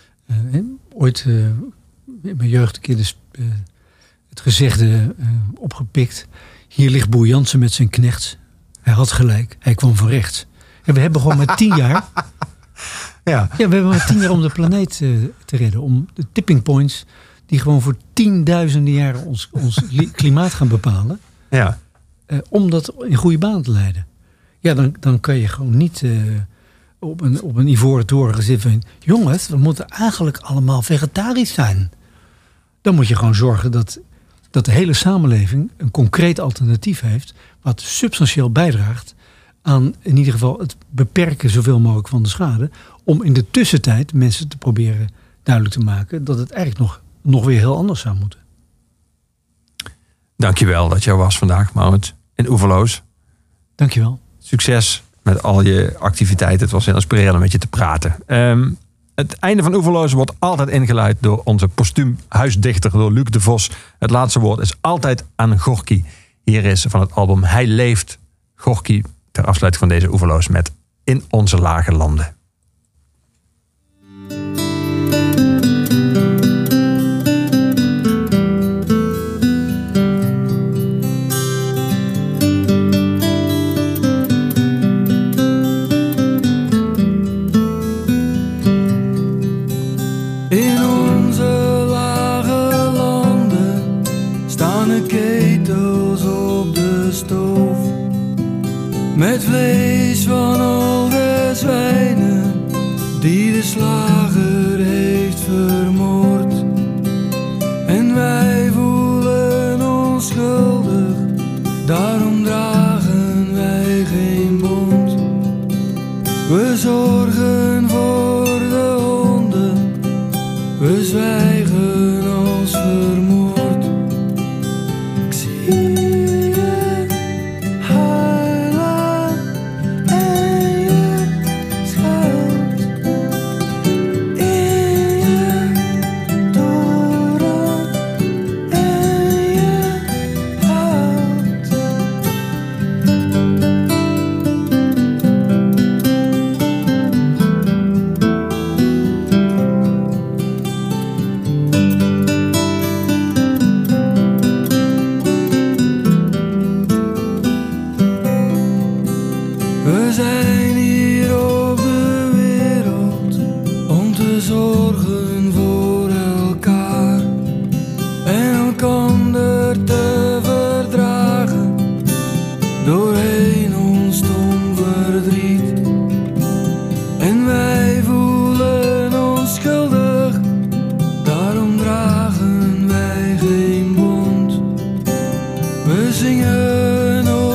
ooit in mijn jeugd een keer het gezegde opgepikt. Hier ligt Boer Jansen met zijn knechts. Hij had gelijk. Hij kwam van rechts. En we hebben gewoon maar 10 jaar... Ja, we hebben maar 10 jaar om de planeet te redden. Om de tipping points die gewoon voor 10.000 jaren ons klimaat gaan bepalen. Ja. Om dat in goede baan te leiden. Ja, dan kan je gewoon niet op een ivoren toren gaan zitten van, jongens, we moeten eigenlijk allemaal vegetarisch zijn. Dan moet je gewoon zorgen dat de hele samenleving een concreet alternatief heeft, wat substantieel bijdraagt aan in ieder geval het beperken zoveel mogelijk van de schade, om in de tussentijd mensen te proberen duidelijk te maken dat het eigenlijk nog weer heel anders zou moeten. Dankjewel dat jij was vandaag, Maurits, in Oeverloos. Dankjewel. Succes met al je activiteiten. Het was heel inspirerend om met je te praten. Het einde van Oeverloos wordt altijd ingeluid door onze postuum huisdichter, door Luc de Vos. Het laatste woord is altijd aan Gorky. Hier is van het album Hij Leeft, Gorky, ter afsluiting van deze Oeverloos met In onze lage landen. In onze lage landen staan de ketels op de stoof, met vlees van al de zwijnen die de slager heeft vermoord. En wij voelen ons schuldig, daarom dragen wij geen bont. We zorgen voor de honden, we zwijgen als vermoord. Ik zie je huilen en je schuilt in je toren en je huilt. We zijn hier op de wereld om te zorgen voor elkaar en elkander te verdragen doorheen ons stom verdriet. En wij voelen ons schuldig, daarom dragen wij geen bont. We zingen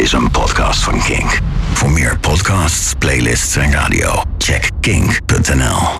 is een podcast van Kink. Voor meer podcasts, playlists en radio, check kink.nl.